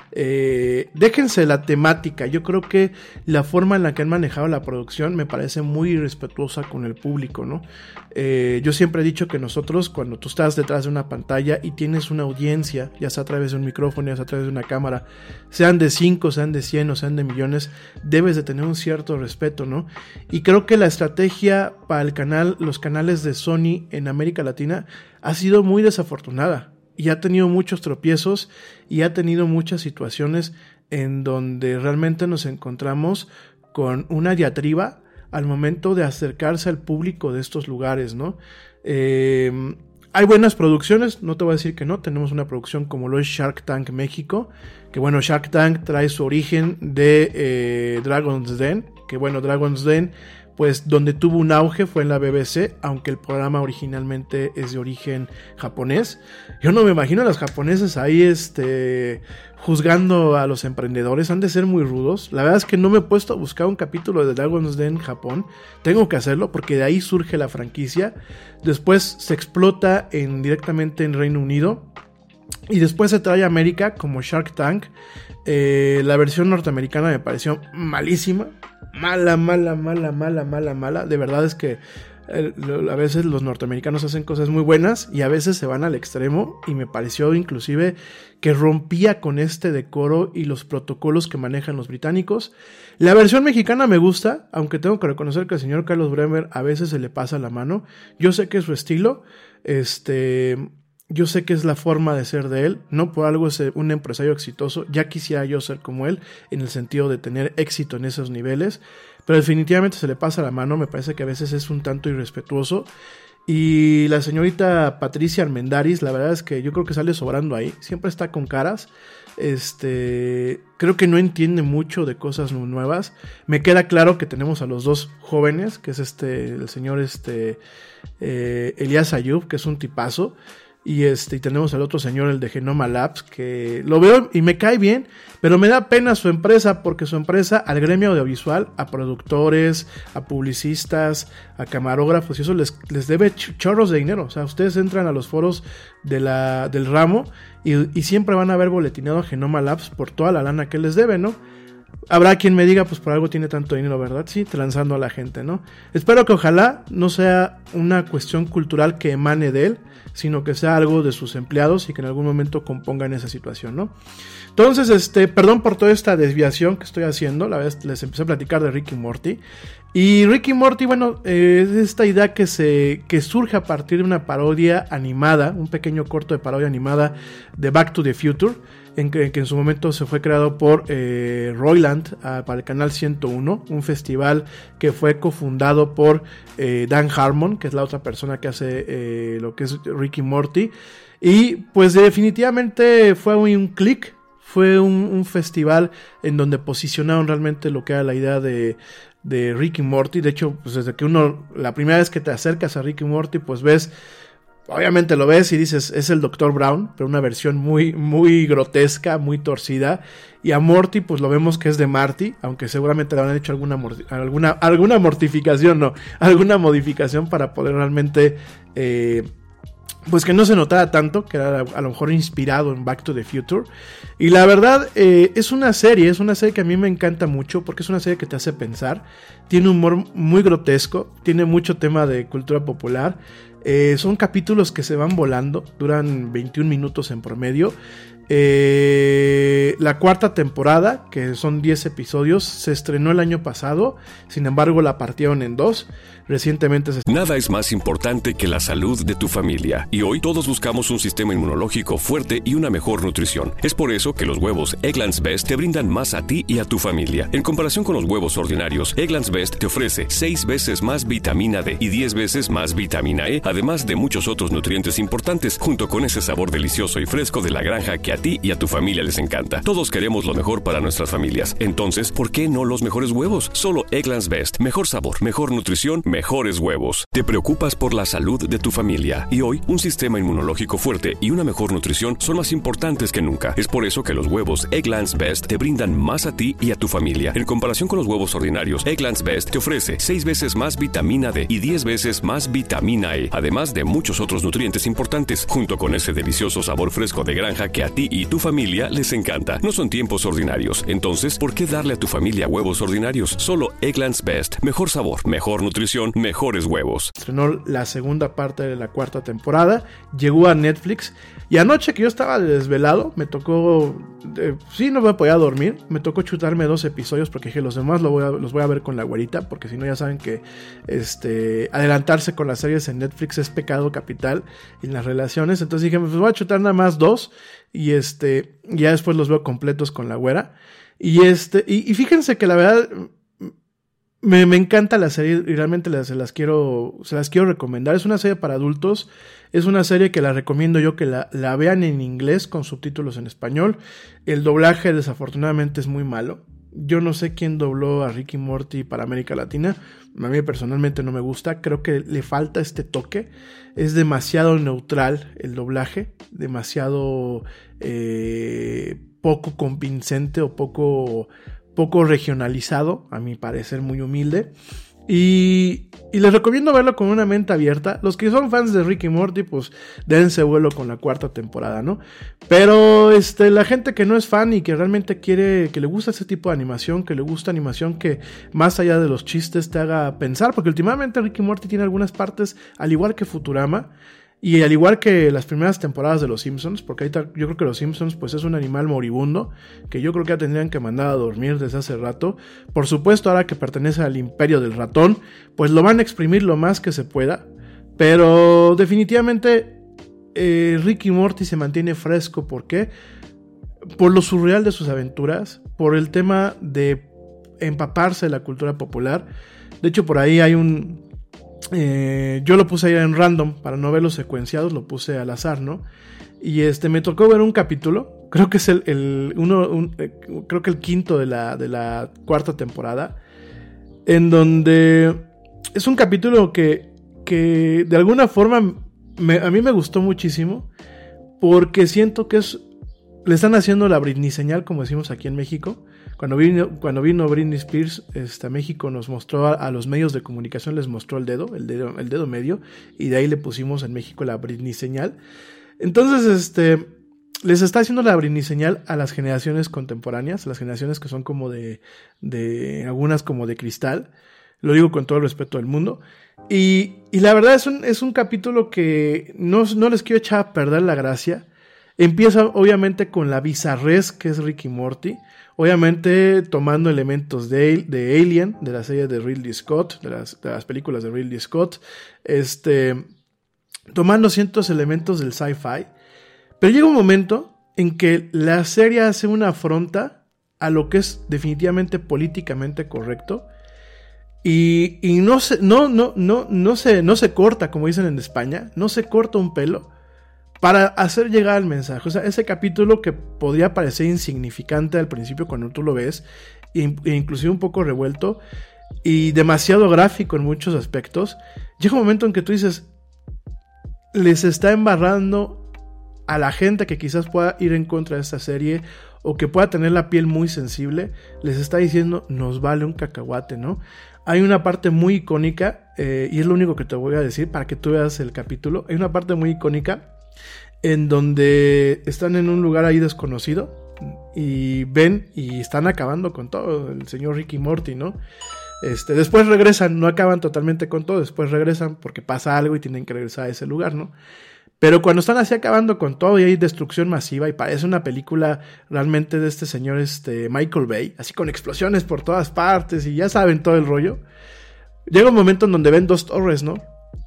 Eh, déjense la temática. Yo creo que la forma en la que han manejado la producción me parece muy irrespetuosa con el público, ¿no? Eh, yo siempre he dicho que nosotros, cuando tú estás detrás de una pantalla y tienes una audiencia, ya sea a través de un micrófono, ya sea a través de una cámara, sean de cinco, sean de cien o sean de millones, debes de tener un cierto respeto, ¿no? Y creo que la estrategia para el canal, los canales de Sony en América Latina ha sido muy desafortunada. Y ha tenido muchos tropiezos y ha tenido muchas situaciones en donde realmente nos encontramos con una diatriba al momento de acercarse al público de estos lugares, ¿no? Eh, hay buenas producciones, no te voy a decir que no, tenemos una producción como lo es Shark Tank México, que bueno, Shark Tank trae su origen de eh, Dragon's Den, que bueno, Dragon's Den pues donde tuvo un auge fue en la B B C, aunque el programa originalmente es de origen japonés. Yo no me imagino a los japoneses ahí este, juzgando a los emprendedores, han de ser muy rudos. La verdad es que no me he puesto a buscar un capítulo de Dragon's Den Japón, tengo que hacerlo porque de ahí surge la franquicia. Después se explota en, directamente en Reino Unido y después se trae a América como Shark Tank. Eh, la versión norteamericana me pareció malísima. Mala, mala, mala, mala, mala, mala. De verdad es que eh, a veces los norteamericanos hacen cosas muy buenas y a veces se van al extremo, y me pareció inclusive que rompía con este decoro y los protocolos que manejan los británicos. La versión mexicana me gusta, aunque tengo que reconocer que al señor Carlos Bremer a veces se le pasa la mano. Yo sé que es su estilo, este... Yo sé que es la forma de ser de él, no por algo es un empresario exitoso, ya quisiera yo ser como él, en el sentido de tener éxito en esos niveles, pero definitivamente se le pasa la mano, me parece que a veces es un tanto irrespetuoso, y la señorita Patricia Armendáriz, la verdad es que yo creo que sale sobrando ahí, siempre está con caras, este, creo que no entiende mucho de cosas nuevas. Me queda claro que tenemos a los dos jóvenes, que es este, el señor este, eh, Elías Ayub, que es un tipazo, y este y tenemos al otro señor, el de Genoma Labs, que lo veo y me cae bien, pero me da pena su empresa, porque su empresa al gremio audiovisual, a productores, a publicistas, a camarógrafos, y eso les, les debe chorros de dinero. O sea, ustedes entran a los foros de la, del ramo y, y siempre van a ver boletinado a Genoma Labs por toda la lana que les debe, ¿no? Habrá quien me diga, pues por algo tiene tanto dinero, ¿verdad? Sí, transando a la gente, ¿no? Espero que ojalá no sea una cuestión cultural que emane de él, sino que sea algo de sus empleados y que en algún momento compongan esa situación, ¿no? Entonces, este, perdón por toda esta desviación que estoy haciendo, la vez les empecé a platicar de Rick y Morty. Y Rick y Morty, bueno, eh, es esta idea que se que surge a partir de una parodia animada, un pequeño corto de parodia animada de Back to the Future, en que, que en su momento se fue creado por eh, Roiland uh, para el canal ciento uno, un festival que fue cofundado por eh, Dan Harmon, que es la otra persona que hace eh, lo que es Rick y Morty, y pues definitivamente fue un click, fue un, un festival en donde posicionaron realmente lo que era la idea de de Rick y Morty. De hecho, pues desde que uno, la primera vez que te acercas a Rick y Morty, pues ves, obviamente lo ves y dices, es el doctor Brown, pero una versión muy, muy grotesca, muy torcida. Y a Morty, pues lo vemos que es de Marty, aunque seguramente le habrán hecho alguna, alguna, alguna mortificación, no, alguna modificación para poder realmente, eh, pues que no se notara tanto, que era a lo mejor inspirado en Back to the Future. Y la verdad, eh, es una serie, es una serie que a mí me encanta mucho, porque es una serie que te hace pensar, tiene un humor muy grotesco, tiene mucho tema de cultura popular, eh, son capítulos que se van volando, duran veintiún minutos en promedio. Eh, la cuarta temporada, que son diez episodios, se estrenó el año pasado, sin embargo la partieron en dos. Recientemente se... Nada es más importante que la salud de tu familia, y hoy todos buscamos un sistema inmunológico fuerte y una mejor nutrición. Es por eso que los huevos Eggland's Best te brindan más a ti y a tu familia. En comparación con los huevos ordinarios, Eggland's Best te ofrece seis veces más vitamina D y diez veces más vitamina E, además de muchos otros nutrientes importantes, junto con ese sabor delicioso y fresco de la granja que a ti y a tu familia les encanta. Todos queremos lo mejor para nuestras familias. Entonces, ¿por qué no los mejores huevos? Solo Eggland's Best. Mejor sabor, mejor nutrición, mejores huevos. Te preocupas por la salud de tu familia, y hoy un sistema inmunológico fuerte y una mejor nutrición son más importantes que nunca. Es por eso que los huevos Eggland's Best te brindan más a ti y a tu familia. En comparación con los huevos ordinarios, Eggland's Best te ofrece seis veces más vitamina D y diez veces más vitamina E, además de muchos otros nutrientes importantes, junto con ese delicioso sabor fresco de granja que a ti y tu familia les encanta. No son tiempos ordinarios, entonces, ¿por qué darle a tu familia huevos ordinarios? Solo Eggland's Best. Mejor sabor, mejor nutrición, mejores huevos. Estrenó la segunda parte de la cuarta temporada, llegó a Netflix, y anoche que yo estaba desvelado, me tocó, eh, sí, no me podía dormir, me tocó chutarme dos episodios, porque dije, los demás lo voy a, los voy a ver con la güerita, porque si no ya saben que este adelantarse con las series en Netflix es pecado capital en las relaciones. Entonces dije, pues voy a chutar nada más dos, y este ya después los veo completos con la güera. Y este y, y fíjense que la verdad me, me encanta la serie, y realmente las, se las quiero se las quiero recomendar. Es una serie para adultos, es una serie que la recomiendo yo que la, la vean en inglés con subtítulos en español. El doblaje desafortunadamente es muy malo. Yo no sé quién dobló a Rick y Morty para América Latina. A mí personalmente no me gusta. Creo que le falta este toque. Es demasiado neutral el doblaje. Demasiado eh, poco convincente o poco, poco regionalizado. A mi parecer, muy humilde. Y, y les recomiendo verlo con una mente abierta. Los que son fans de Rick y Morty, pues dense vuelo con la cuarta temporada, ¿no? Pero este, la gente que no es fan y que realmente quiere, que le gusta ese tipo de animación, que le gusta animación que más allá de los chistes te haga pensar, porque últimamente Rick y Morty tiene algunas partes, al igual que Futurama, y al igual que las primeras temporadas de Los Simpsons, porque ahorita yo creo que Los Simpsons pues es un animal moribundo, que yo creo que ya tendrían que mandar a dormir desde hace rato. Por supuesto, ahora que pertenece al imperio del ratón, pues lo van a exprimir lo más que se pueda. Pero definitivamente eh, Rick y Morty se mantiene fresco. ¿Por qué? Por lo surreal de sus aventuras, por el tema de empaparse de la cultura popular. De hecho, por ahí hay un... Eh, yo lo puse ahí en random para no verlos secuenciados, lo puse al azar, ¿no? Y este me tocó ver un capítulo, creo que es el, el uno, un, eh, creo que el quinto de la, de la cuarta temporada, en donde es un capítulo que, que de alguna forma me, a mí me gustó muchísimo, porque siento que es, le están haciendo la Britney señal, como decimos aquí en México. Cuando vino, cuando vino Britney Spears este, a México, nos mostró a, a los medios de comunicación, les mostró el dedo, el dedo, el dedo medio, y de ahí le pusimos en México la Britney señal. Entonces, este, les está haciendo la Britney señal a las generaciones contemporáneas, a las generaciones que son como de, de algunas como de cristal. Lo digo con todo el respeto del mundo. Y, y la verdad es un, es un capítulo que no, no les quiero echar a perder la gracia. Empieza obviamente con la bizarrez que es Rick y Morty. Obviamente tomando elementos de, de Alien, de la serie de Ridley Scott, de las, de las películas de Ridley Scott, este, tomando ciertos elementos del sci-fi. Pero llega un momento en que la serie hace una afronta a lo que es definitivamente políticamente correcto. Y, y no, se, no, no, no, no, se, no se corta, como dicen en España, no se corta un pelo para hacer llegar el mensaje. O sea, ese capítulo que podría parecer insignificante al principio cuando tú lo ves, e inclusive un poco revuelto y demasiado gráfico en muchos aspectos, llega un momento en que tú dices, les está embarrando a la gente que quizás pueda ir en contra de esta serie o que pueda tener la piel muy sensible, les está diciendo, nos vale un cacahuate, ¿no? Hay una parte muy icónica, eh, y es lo único que te voy a decir para que tú veas el capítulo. Hay una parte muy icónica en donde están en un lugar ahí desconocido y ven y están acabando con todo, el señor Rick y Morty, ¿no? Este, después regresan, no acaban totalmente con todo, después regresan porque pasa algo y tienen que regresar a ese lugar, ¿no? Pero cuando están así acabando con todo y hay destrucción masiva y parece una película realmente de este señor este, Michael Bay, así con explosiones por todas partes y ya saben todo el rollo, llega un momento en donde ven dos torres, ¿no?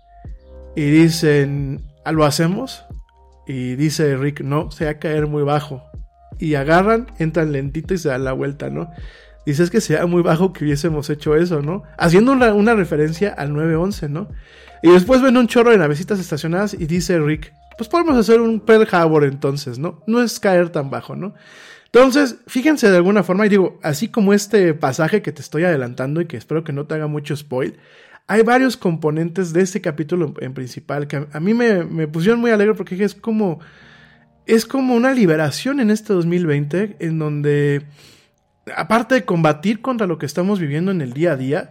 Y dicen, ¿lo hacemos? Y dice Rick, no, se va a caer muy bajo. Y agarran, entran lentito y se dan la vuelta, ¿no? Dice, es que sea muy bajo que hubiésemos hecho eso, ¿no? Haciendo una, una referencia al nueve once, ¿no? Y después ven un chorro de navecitas estacionadas y dice Rick, pues podemos hacer un Pearl Harbor entonces, ¿no? No es caer tan bajo, ¿no? Entonces, fíjense de alguna forma, y digo, así como este pasaje que te estoy adelantando y que espero que no te haga mucho spoil, hay varios componentes de este capítulo en principal que a, a mí me, me pusieron muy alegre porque es como, es como una liberación en este dos mil veinte en donde, aparte de combatir contra lo que estamos viviendo en el día a día,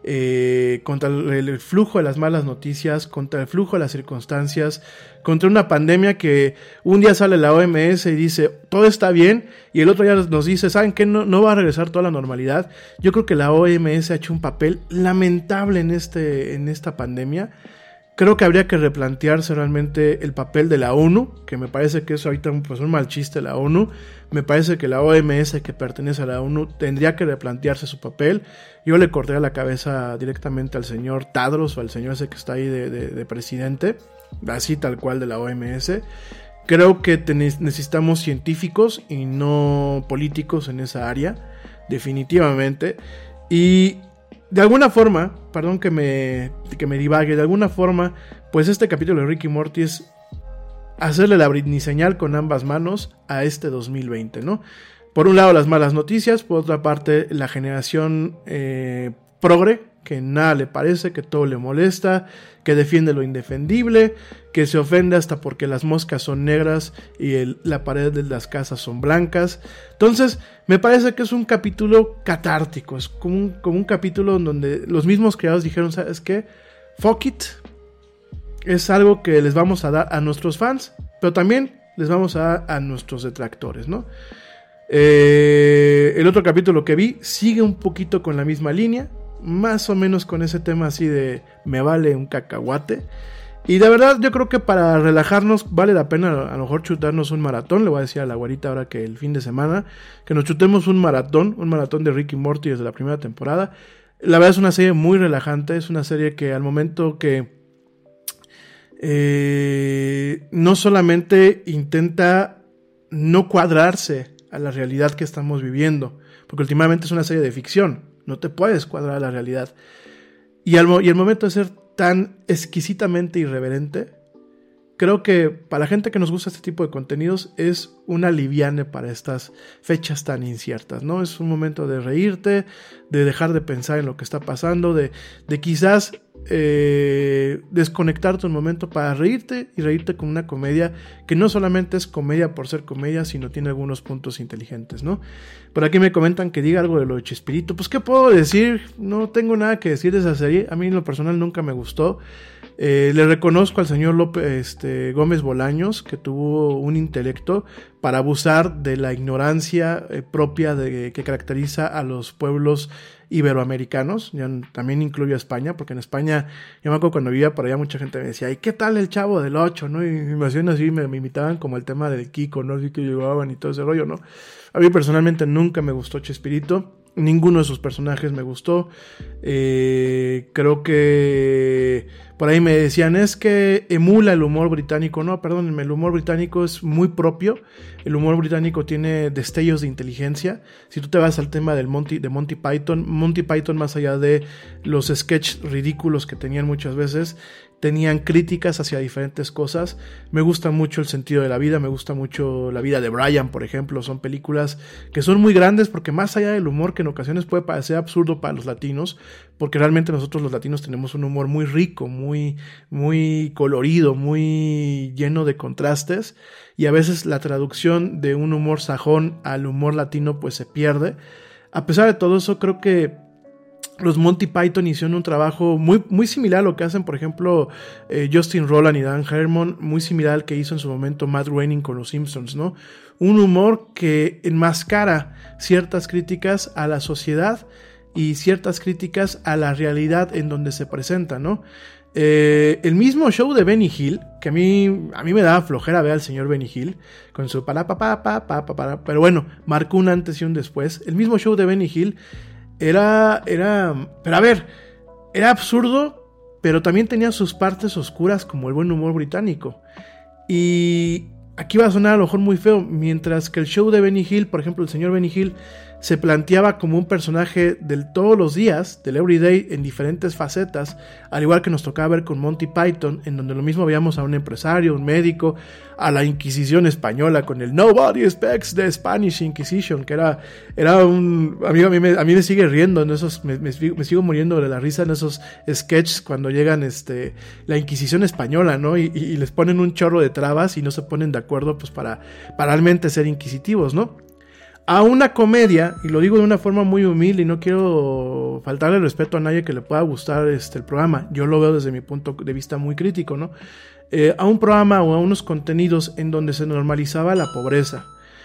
eh, contra el, el flujo de las malas noticias, contra el flujo de las circunstancias, contra una pandemia que un día sale la O M S y dice todo está bien y el otro día nos dice, ¿saben qué? No, no va a regresar toda la normalidad. Yo creo que la O M S ha hecho un papel lamentable en, este, en esta pandemia. Creo que habría que replantearse realmente el papel de la ONU, que me parece que es ahorita un, pues un mal chiste la ONU. Me parece que la O M S, que pertenece a la ONU, tendría que replantearse su papel. Yo le corté la cabeza directamente al señor Tadros o al señor ese que está ahí de, de, de presidente, así tal cual de la O M S. Creo que ten- necesitamos científicos y no políticos en esa área, definitivamente. Y de alguna forma, perdón que me, que me divague, de alguna forma, pues este capítulo de Rick y Morty es hacerle la Britney señal con ambas manos a este dos mil veinte, ¿no? Por un lado las malas noticias, por otra parte la generación eh, progre, que nada le parece, que todo le molesta, que defiende lo indefendible, que se ofende hasta porque las moscas son negras y el, la pared de las casas son blancas. Entonces, me parece que es un capítulo catártico, es como un, como un capítulo en donde los mismos creadores dijeron, ¿sabes qué? Fuck it. Es algo que les vamos a dar a nuestros fans, pero también les vamos a dar a nuestros detractores, ¿no? Eh, el otro capítulo que vi sigue un poquito con la misma línea, más o menos con ese tema así de me vale un cacahuate. Y de verdad yo creo que para relajarnos vale la pena a lo mejor chutarnos un maratón. Le voy a decir a la güerita ahora que el fin de semana que nos chutemos un maratón, un maratón de Rick y Morty desde la primera temporada. La verdad es una serie muy relajante, es una serie que al momento que eh, no solamente intenta no cuadrarse a la realidad que estamos viviendo, porque últimamente es una serie de ficción, no te puedes cuadrar a la realidad, y al, y al momento de ser tan exquisitamente irreverente, creo que para la gente que nos gusta este tipo de contenidos es un aliviane para estas fechas tan inciertas, ¿no? Es un momento de reírte, de dejar de pensar en lo que está pasando, de, de quizás eh, desconectarte un momento para reírte y reírte con una comedia que no solamente es comedia por ser comedia, sino tiene algunos puntos inteligentes, ¿no? Por aquí me comentan que diga algo de lo de Chespirito. Pues, ¿qué puedo decir? No tengo nada que decir de esa serie. A mí en lo personal nunca me gustó. Eh, le reconozco al señor López, este, Gómez Bolaños, que tuvo un intelecto para abusar de la ignorancia eh, propia de, que caracteriza a los pueblos iberoamericanos. Ya también incluyo a España, porque en España, yo me acuerdo cuando vivía por allá, mucha gente me decía, ¿y qué tal el Chavo del Ocho? ¿No? Y me hacían así, me, me imitaban como el tema del Kiko, ¿no? Así que llegaban y todo ese rollo, ¿no? A mí personalmente nunca me gustó Chespirito. Ninguno de sus personajes me gustó. Eh, creo que por ahí me decían, es que emula el humor británico. No, perdónenme, el humor británico es muy propio. El humor británico tiene destellos de inteligencia. Si tú te vas al tema del Monty, de Monty Python, Monty Python, más allá de los sketches ridículos que tenían muchas veces, tenían críticas hacia diferentes cosas. Me gusta mucho El sentido de la vida, me gusta mucho La vida de Brian, por ejemplo. Son películas que son muy grandes porque más allá del humor que en ocasiones puede parecer absurdo para los latinos, porque realmente nosotros los latinos tenemos un humor muy rico, muy, muy colorido, muy lleno de contrastes, y a veces la traducción de un humor sajón al humor latino pues se pierde. A pesar de todo eso, creo que los Monty Python hicieron un trabajo muy, muy similar a lo que hacen, por ejemplo, eh, Justin Roiland y Dan Harmon, muy similar al que hizo en su momento Matt Groening con los Simpsons, ¿no? Un humor que enmascara ciertas críticas a la sociedad y ciertas críticas a la realidad en donde se presenta, ¿no? Eh, el mismo show de Benny Hill, que a mí, a mí me daba flojera ver al señor Benny Hill con su para pa pa pa pa pa pa, pero bueno, marcó un antes y un después. El mismo show de Benny Hill Era, era, pero a ver, era absurdo, pero también tenía sus partes oscuras como el buen humor británico. Y aquí va a sonar a lo mejor muy feo, mientras que el show de Benny Hill, por ejemplo, el señor Benny Hill, se planteaba como un personaje del todos los días, del everyday, en diferentes facetas, al igual que nos tocaba ver con Monty Python, en donde lo mismo veíamos a un empresario, un médico, a la Inquisición española con el Nobody Expects the Spanish Inquisition, que era, era un... A mí, a mí, me, a mí me sigue riendo en esos... Me, me, me sigo muriendo de la risa en esos sketches cuando llegan este, la Inquisición española, ¿no? Y, y, y les ponen un chorro de trabas y no se ponen de acuerdo pues para, para realmente ser inquisitivos, ¿no? A una comedia, y lo digo de una forma muy humilde y no quiero faltarle el respeto a nadie que le pueda gustar este, el programa, yo lo veo desde mi punto de vista muy crítico, ¿no? Eh, a un programa o a unos contenidos en donde se normalizaba la pobreza.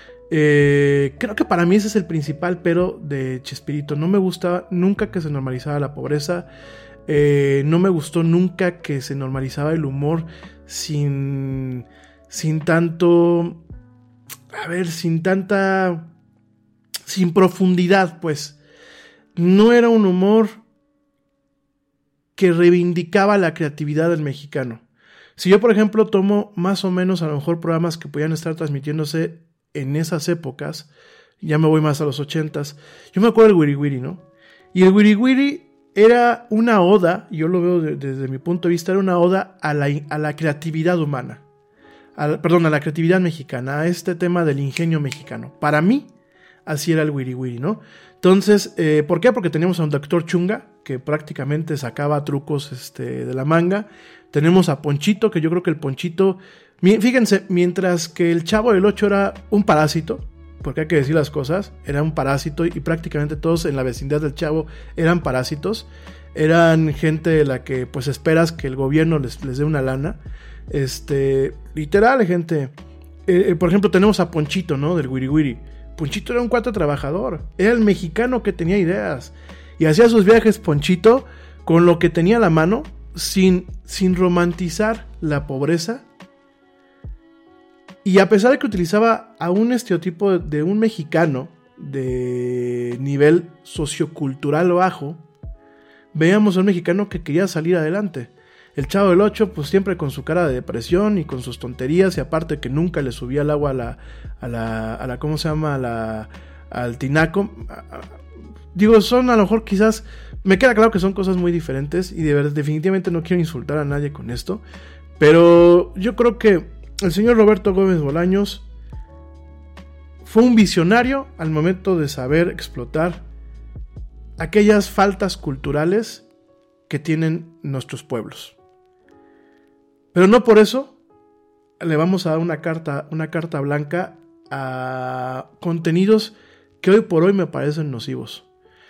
Eh, creo que para mí ese es el principal pero de Chespirito. No me gustaba nunca que se normalizaba la pobreza, eh, no me gustó nunca que se normalizaba el humor sin, sin tanto, a ver, sin tanta... sin profundidad, pues. No era un humor que reivindicaba la creatividad del mexicano. Si yo, por ejemplo, tomo más o menos a lo mejor programas que podían estar transmitiéndose en esas épocas, ya me voy más a los ochentas, yo me acuerdo del Wiri Wiri, ¿no? Y el Wiri Wiri era una oda, yo lo veo de, desde mi punto de vista, era una oda a la, a la creatividad humana, a, perdón, a la creatividad mexicana, a este tema del ingenio mexicano. Para mí, así era el wiri wiri, ¿no? Entonces, eh, ¿por qué? Porque teníamos a un doctor Chunga, que prácticamente sacaba trucos este, de la manga. Tenemos a Ponchito, que yo creo que el Ponchito, fíjense, mientras que el Chavo del Ocho era un parásito, porque hay que decir las cosas, era un parásito y prácticamente todos en la vecindad del Chavo eran parásitos, eran gente de la que pues esperas que el gobierno les, les dé una lana, este, literal, gente, eh, por ejemplo tenemos a Ponchito, ¿no? Del wiri wiri. Ponchito era un cuate trabajador, era el mexicano que tenía ideas y hacía sus viajes Ponchito con lo que tenía a la mano, sin, sin romantizar la pobreza. Y a pesar de que utilizaba a un estereotipo de un mexicano de nivel sociocultural bajo, veíamos a un mexicano que quería salir adelante. El Chavo del Ocho, pues siempre con su cara de depresión y con sus tonterías, y aparte que nunca le subía el agua a la, a la, a la ¿cómo se llama? A la, al tinaco. Digo, son a lo mejor quizás, me queda claro que son cosas muy diferentes y de verdad, definitivamente no quiero insultar a nadie con esto, pero yo creo que el señor Roberto Gómez Bolaños fue un visionario al momento de saber explotar aquellas faltas culturales que tienen nuestros pueblos. Pero no por eso le vamos a dar una carta, una carta blanca a contenidos que hoy por hoy me parecen nocivos.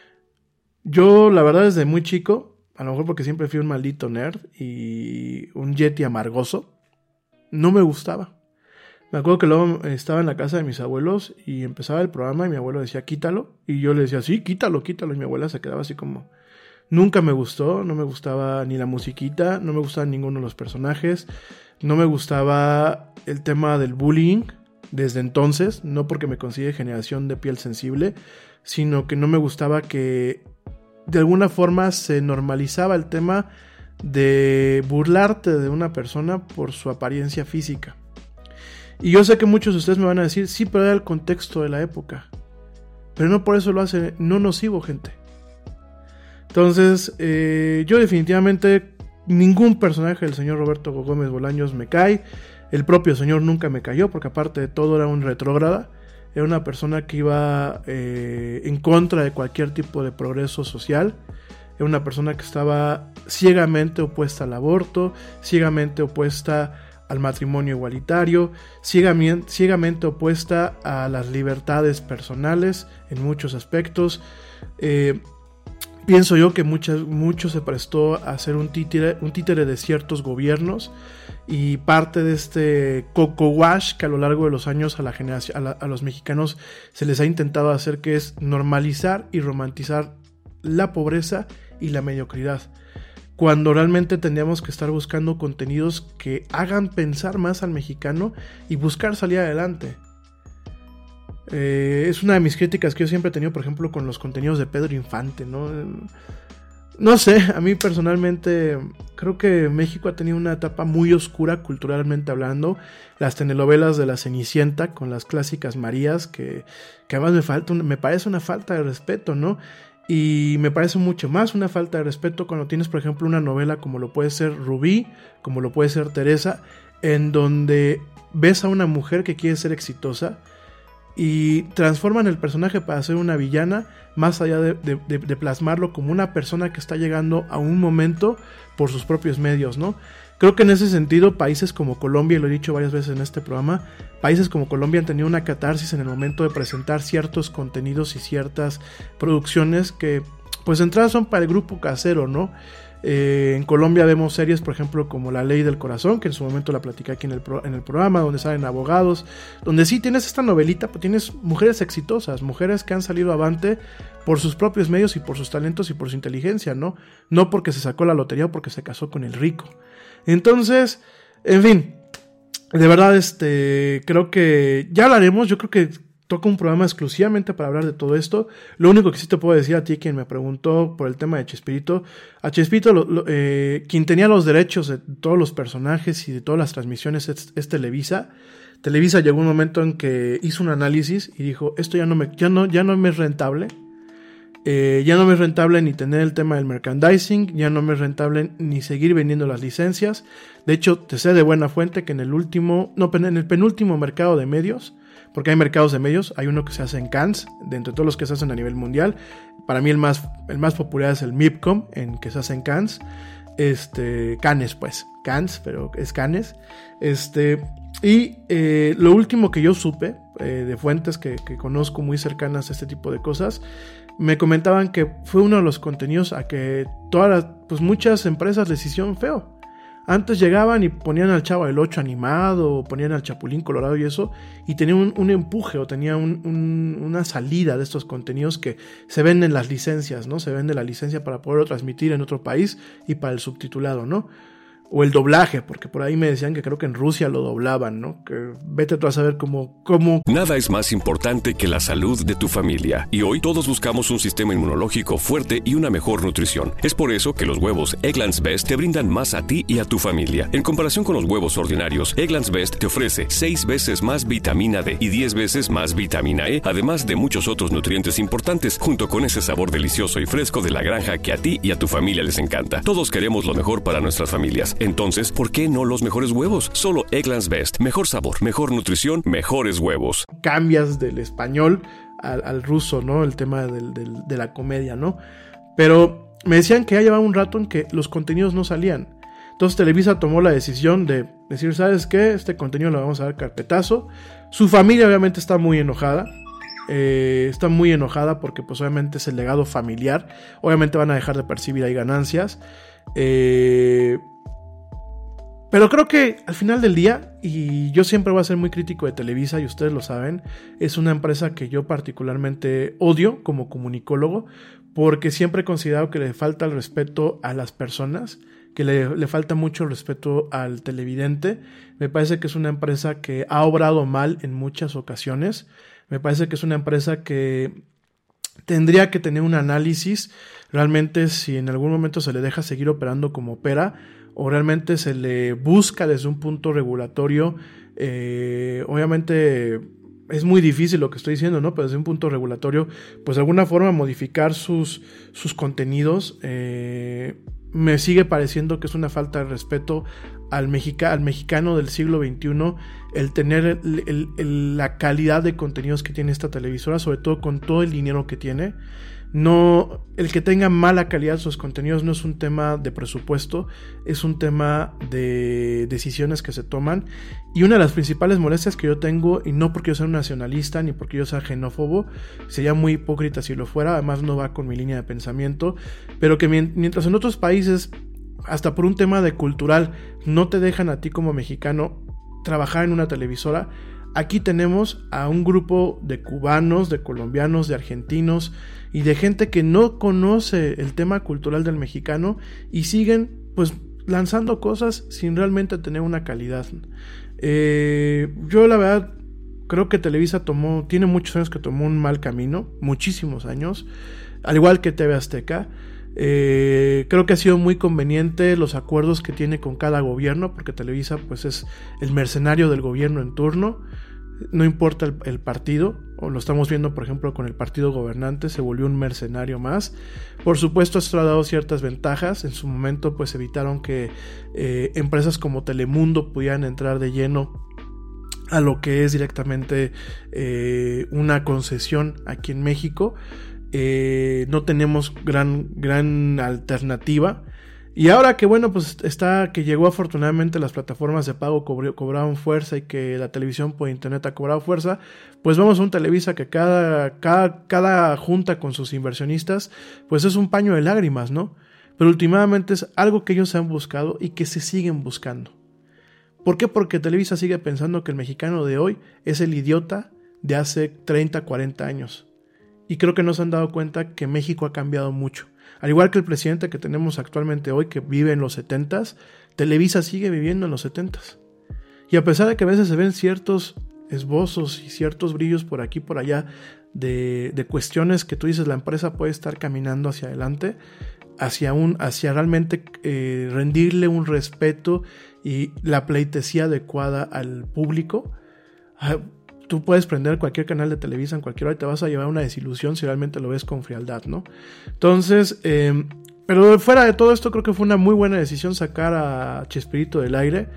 Yo, la verdad, desde muy chico, a lo mejor porque siempre fui un maldito nerd y un yeti amargoso, no me gustaba. Me acuerdo que luego estaba en la casa de mis abuelos y empezaba el programa y mi abuelo decía, quítalo. Y yo le decía, sí, quítalo, quítalo. Y mi abuela se quedaba así como... Nunca me gustó, no me gustaba ni la musiquita, no me gustaba ninguno de los personajes, no me gustaba el tema del bullying desde entonces, no porque me considere generación de piel sensible, sino que no me gustaba que de alguna forma se normalizaba el tema de burlarte de una persona por su apariencia física. Y yo sé que muchos de ustedes me van a decir, sí, pero era el contexto de la época, pero no por eso lo hace no nocivo, gente. Entonces, eh, yo definitivamente, ningún personaje del señor Roberto Gómez Bolaños me cae. El propio señor nunca me cayó, porque aparte de todo era un retrógrada. Era una persona que iba eh, en contra de cualquier tipo de progreso social. Era una persona que estaba ciegamente opuesta al aborto, ciegamente opuesta al matrimonio igualitario, ciegamente, ciegamente opuesta a las libertades personales en muchos aspectos. Eh, Pienso yo que muchas, mucho se prestó a ser un títere, un títere de ciertos gobiernos, y parte de este coco wash que a lo largo de los años a, la generación, a, la, a los mexicanos se les ha intentado hacer, que es normalizar y romantizar la pobreza y la mediocridad, cuando realmente tendríamos que estar buscando contenidos que hagan pensar más al mexicano y buscar salir adelante. Eh, es una de mis críticas que yo siempre he tenido, por ejemplo, con los contenidos de Pedro Infante, ¿no? No sé, a mí personalmente creo que México ha tenido una etapa muy oscura culturalmente hablando. Las telenovelas de la Cenicienta con las clásicas Marías, que, que además me, falta, me parece una falta de respeto, ¿no? Y me parece mucho más una falta de respeto cuando tienes, por ejemplo, una novela como lo puede ser Rubí, como lo puede ser Teresa, en donde ves a una mujer que quiere ser exitosa y transforman el personaje para ser una villana, más allá de, de, de, de plasmarlo como una persona que está llegando a un momento por sus propios medios, ¿no? Creo que en ese sentido países como Colombia, y lo he dicho varias veces en este programa, países como Colombia han tenido una catarsis en el momento de presentar ciertos contenidos y ciertas producciones que pues de entrada son para el grupo casero, ¿no? Eh, en Colombia vemos series, por ejemplo, como La Ley del Corazón, que en su momento la platicé aquí en el, pro, en el programa, donde salen abogados, donde sí tienes esta novelita, pues tienes mujeres exitosas, mujeres que han salido avante por sus propios medios y por sus talentos y por su inteligencia, ¿no? No porque se sacó la lotería o porque se casó con el rico. Entonces, en fin, de verdad, este, creo que ya hablaremos, yo creo que toca un programa exclusivamente para hablar de todo esto. Lo único que sí te puedo decir a ti, quien me preguntó por el tema de Chespirito, a Chespirito, lo, lo, eh, quien tenía los derechos de todos los personajes y de todas las transmisiones es, es Televisa. Televisa llegó un momento en que hizo un análisis y dijo, esto ya no me, ya no, ya no me es rentable. Eh, ya no me es rentable ni tener el tema del merchandising, ya no me es rentable ni seguir vendiendo las licencias. De hecho, te sé de buena fuente que en el último, no, en el penúltimo mercado de medios, porque hay mercados de medios. Hay uno que se hace en Cannes, de entre todos los que se hacen a nivel mundial. Para mí el más, el más popular es el MIPCOM, en que se hace en Cannes. Este, Cannes pues, Cannes, pero es Cannes. Este, y eh, lo último que yo supe, eh, de fuentes que, que conozco muy cercanas a este tipo de cosas, me comentaban que fue uno de los contenidos a que todas las, pues muchas empresas les hicieron feo. Antes llegaban y ponían al Chavo del ocho animado, o ponían al Chapulín Colorado y eso, y tenían un, un empuje o tenía un, un, una salida de estos contenidos que se venden las licencias, ¿no? Se vende la licencia para poderlo transmitir en otro país y para el subtitulado, ¿no? O el doblaje, porque por ahí me decían que creo que en Rusia lo doblaban, ¿no? Que vete tú a saber cómo, cómo... Nada es más importante que la salud de tu familia. Y hoy todos buscamos un sistema inmunológico fuerte y una mejor nutrición. Es por eso que los huevos Eggland's Best te brindan más a ti y a tu familia. En comparación con los huevos ordinarios, Eggland's Best te ofrece seis veces más vitamina D y diez veces más vitamina E, además de muchos otros nutrientes importantes, junto con ese sabor delicioso y fresco de la granja que a ti y a tu familia les encanta. Todos queremos lo mejor para nuestras familias. Entonces, ¿por qué no los mejores huevos? Solo Eggland's Best. Mejor sabor, mejor nutrición, mejores huevos. Cambias del español al, al ruso, ¿no? El tema del, del, de la comedia, ¿no? Pero me decían que ya llevaba un rato en que los contenidos no salían. Entonces Televisa tomó la decisión de decir, ¿sabes qué? Este contenido lo vamos a dar carpetazo. Su familia obviamente está muy enojada. Eh, está muy enojada porque pues obviamente es el legado familiar. Obviamente van a dejar de percibir ahí ganancias. Eh... Pero creo que al final del día, y yo siempre voy a ser muy crítico de Televisa, y ustedes lo saben, es una empresa que yo particularmente odio como comunicólogo, porque siempre he considerado que le falta el respeto a las personas, que le, le falta mucho el respeto al televidente. Me parece que es una empresa que ha obrado mal en muchas ocasiones. Me parece que es una empresa que tendría que tener un análisis realmente si en algún momento se le deja seguir operando como opera, o realmente se le busca desde un punto regulatorio. Eh, obviamente es muy difícil lo que estoy diciendo, ¿no? Pero desde un punto regulatorio, pues de alguna forma modificar sus, sus contenidos. Eh, me sigue pareciendo que es una falta de respeto al, mexica, al mexicano del siglo veintiuno el tener el, el, el, la calidad de contenidos que tiene esta televisora, sobre todo con todo el dinero que tiene. No, el que tenga mala calidad sus contenidos no es un tema de presupuesto, es un tema de decisiones que se toman. Y una de las principales molestias que yo tengo, y no porque yo sea un nacionalista ni porque yo sea xenófobo, sería muy hipócrita si lo fuera, además no va con mi línea de pensamiento, pero que mientras en otros países, hasta por un tema de cultural, no te dejan a ti como mexicano trabajar en una televisora, aquí tenemos a un grupo de cubanos, de colombianos, de argentinos y de gente que no conoce el tema cultural del mexicano y siguen pues lanzando cosas sin realmente tener una calidad. Eh, yo la verdad creo que Televisa tomó, tiene muchos años que tomó un mal camino, muchísimos años, al igual que T V Azteca. Eh, creo que ha sido muy conveniente los acuerdos que tiene con cada gobierno, porque Televisa pues es el mercenario del gobierno en turno, no importa el, el partido, o lo estamos viendo por ejemplo con el partido gobernante, se volvió un mercenario más. Por supuesto esto ha dado ciertas ventajas, en su momento pues evitaron que eh, empresas como Telemundo pudieran entrar de lleno a lo que es directamente eh, una concesión aquí en México. Eh, no tenemos gran, gran alternativa. Y ahora que bueno, pues está, que llegó afortunadamente las plataformas de pago cobró, cobraron fuerza y que la televisión por internet ha cobrado fuerza, pues vamos a un Televisa que cada, cada, cada junta con sus inversionistas, pues es un paño de lágrimas, ¿no? Pero últimamente es algo que ellos han buscado y que se siguen buscando. ¿Por qué? Porque Televisa sigue pensando que el mexicano de hoy es el idiota de hace treinta, cuarenta años. Y creo que no se han dado cuenta que México ha cambiado mucho. Al igual que el presidente que tenemos actualmente hoy, que vive en los setentas, Televisa sigue viviendo en los setentas. Y a pesar de que a veces se ven ciertos esbozos y ciertos brillos por aquí y por allá de, de cuestiones que tú dices, la empresa puede estar caminando hacia adelante, hacia, un, hacia realmente eh, rendirle un respeto y la pleitesía adecuada al público. Ah, tú puedes prender cualquier canal de Televisa en cualquier hora y te vas a llevar una desilusión si realmente lo ves con frialdad, ¿no? Entonces, eh, pero fuera de todo esto, creo que fue una muy buena decisión sacar a Chespirito del aire.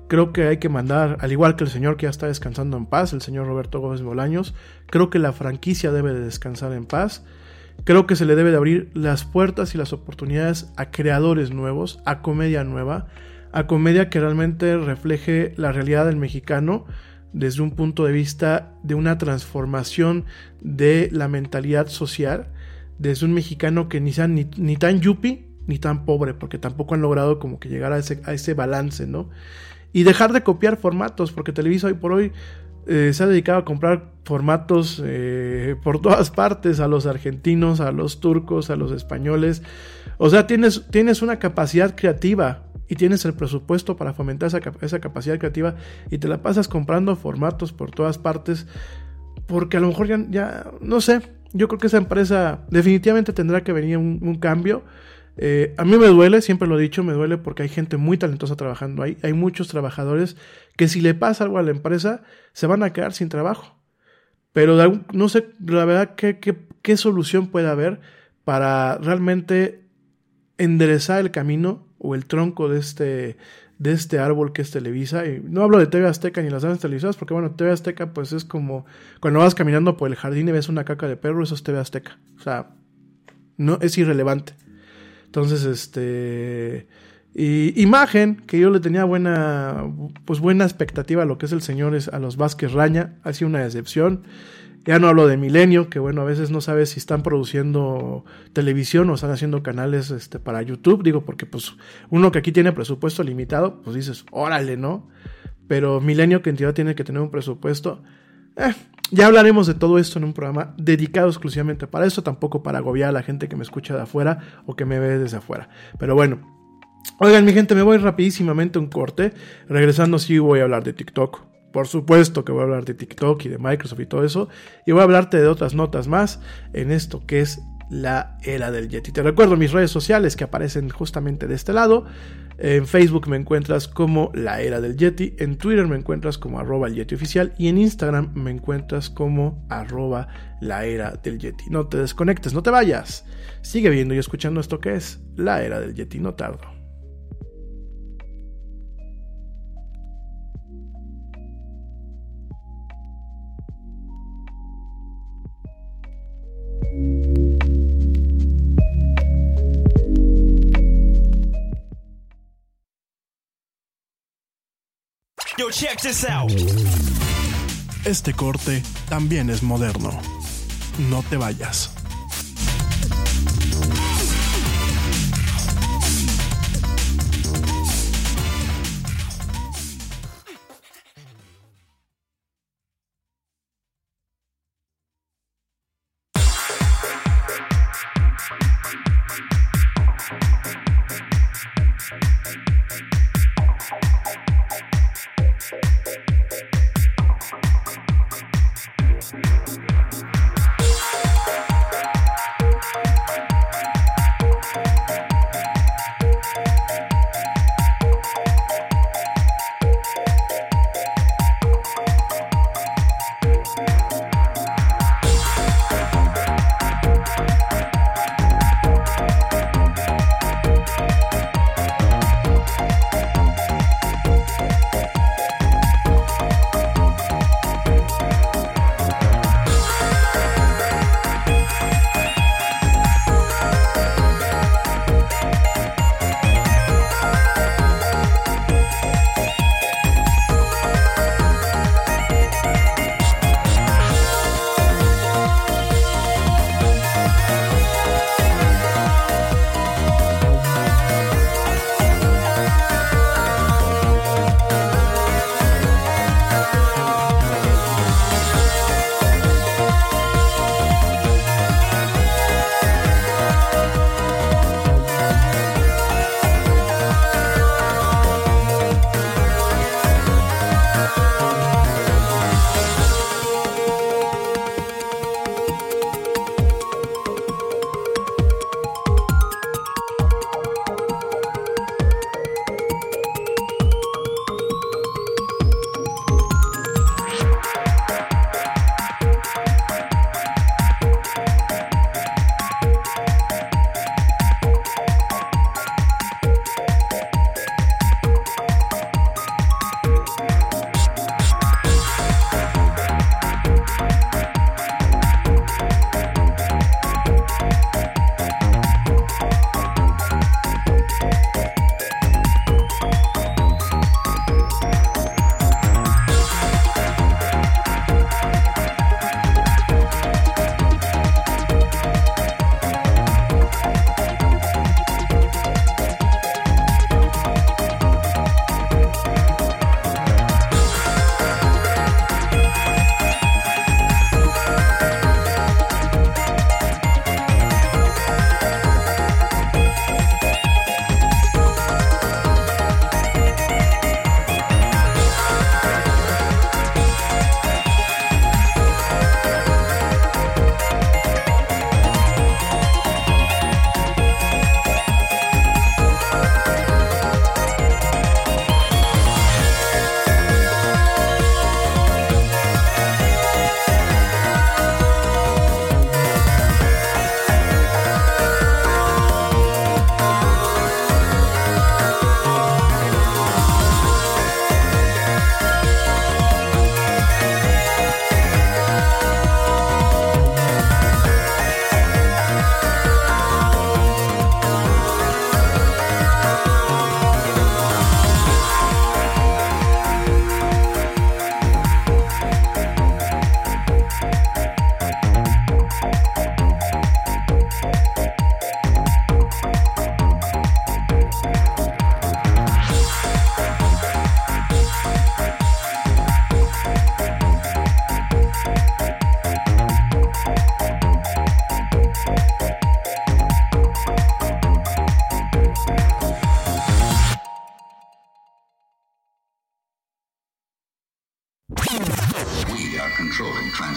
Creo que hay que mandar, al igual que el señor que ya está descansando en paz, el señor Roberto Gómez Bolaños, creo que la franquicia debe de descansar en paz. Creo que se le debe de abrir las puertas y las oportunidades a creadores nuevos, a comedia nueva, a comedia que realmente refleje la realidad del mexicano desde un punto de vista de una transformación de la mentalidad social, desde un mexicano que ni sea ni, ni tan yuppie ni tan pobre, porque tampoco han logrado como que llegar a ese, a ese balance, ¿no? Y dejar de copiar formatos, porque Televisa hoy por hoy eh, se ha dedicado a comprar formatos eh, por todas partes, a los argentinos, a los turcos, a los españoles. O sea, tienes, tienes una capacidad creativa y tienes el presupuesto para fomentar esa, esa capacidad creativa y te la pasas comprando formatos por todas partes, porque a lo mejor ya, ya no sé, yo creo que esa empresa definitivamente tendrá que venir un, un cambio. Eh, a mí me duele, siempre lo he dicho, me duele porque hay gente muy talentosa trabajando ahí. Hay muchos trabajadores que si le pasa algo a la empresa se van a quedar sin trabajo. Pero no sé, la verdad, qué, qué, qué solución puede haber para realmente enderezar el camino o el tronco de este, de este árbol que es Televisa. Y no hablo de T V Azteca ni las grandes televisoras, porque bueno, T V Azteca pues es como cuando vas caminando por el jardín y ves una caca de perro, eso es T V Azteca. O sea, no, es irrelevante. Entonces, este... Y Imagen, que yo le tenía buena, pues buena expectativa a lo que es el señor, a los Vázquez Raña, ha sido una decepción. Ya no hablo de Milenio, que bueno, a veces no sabes si están produciendo televisión o están haciendo canales este, para YouTube, digo, porque pues uno que aquí tiene presupuesto limitado, pues dices, órale, ¿no? Pero Milenio, que en teoría tiene que tener un presupuesto, eh, ya hablaremos de todo esto en un programa dedicado exclusivamente para eso, tampoco para agobiar a la gente que me escucha de afuera o que me ve desde afuera. Pero bueno, oigan mi gente, me voy rapidísimamente a un corte. Regresando sí voy a hablar de TikTok. Por supuesto que voy a hablar de TikTok y de Microsoft y todo eso. Y voy a hablarte de otras notas más en esto que es la era del Yeti. Te recuerdo mis redes sociales que aparecen justamente de este lado. En Facebook me encuentras como La Era del Yeti, en Twitter me encuentras como arroba el Yeti oficial y en Instagram me encuentras como arroba La Era del Yeti. No te desconectes, no te vayas. Sigue viendo y escuchando esto que es La Era del Yeti, no tardo. Yo, check this out. Este corte también es moderno. No te vayas.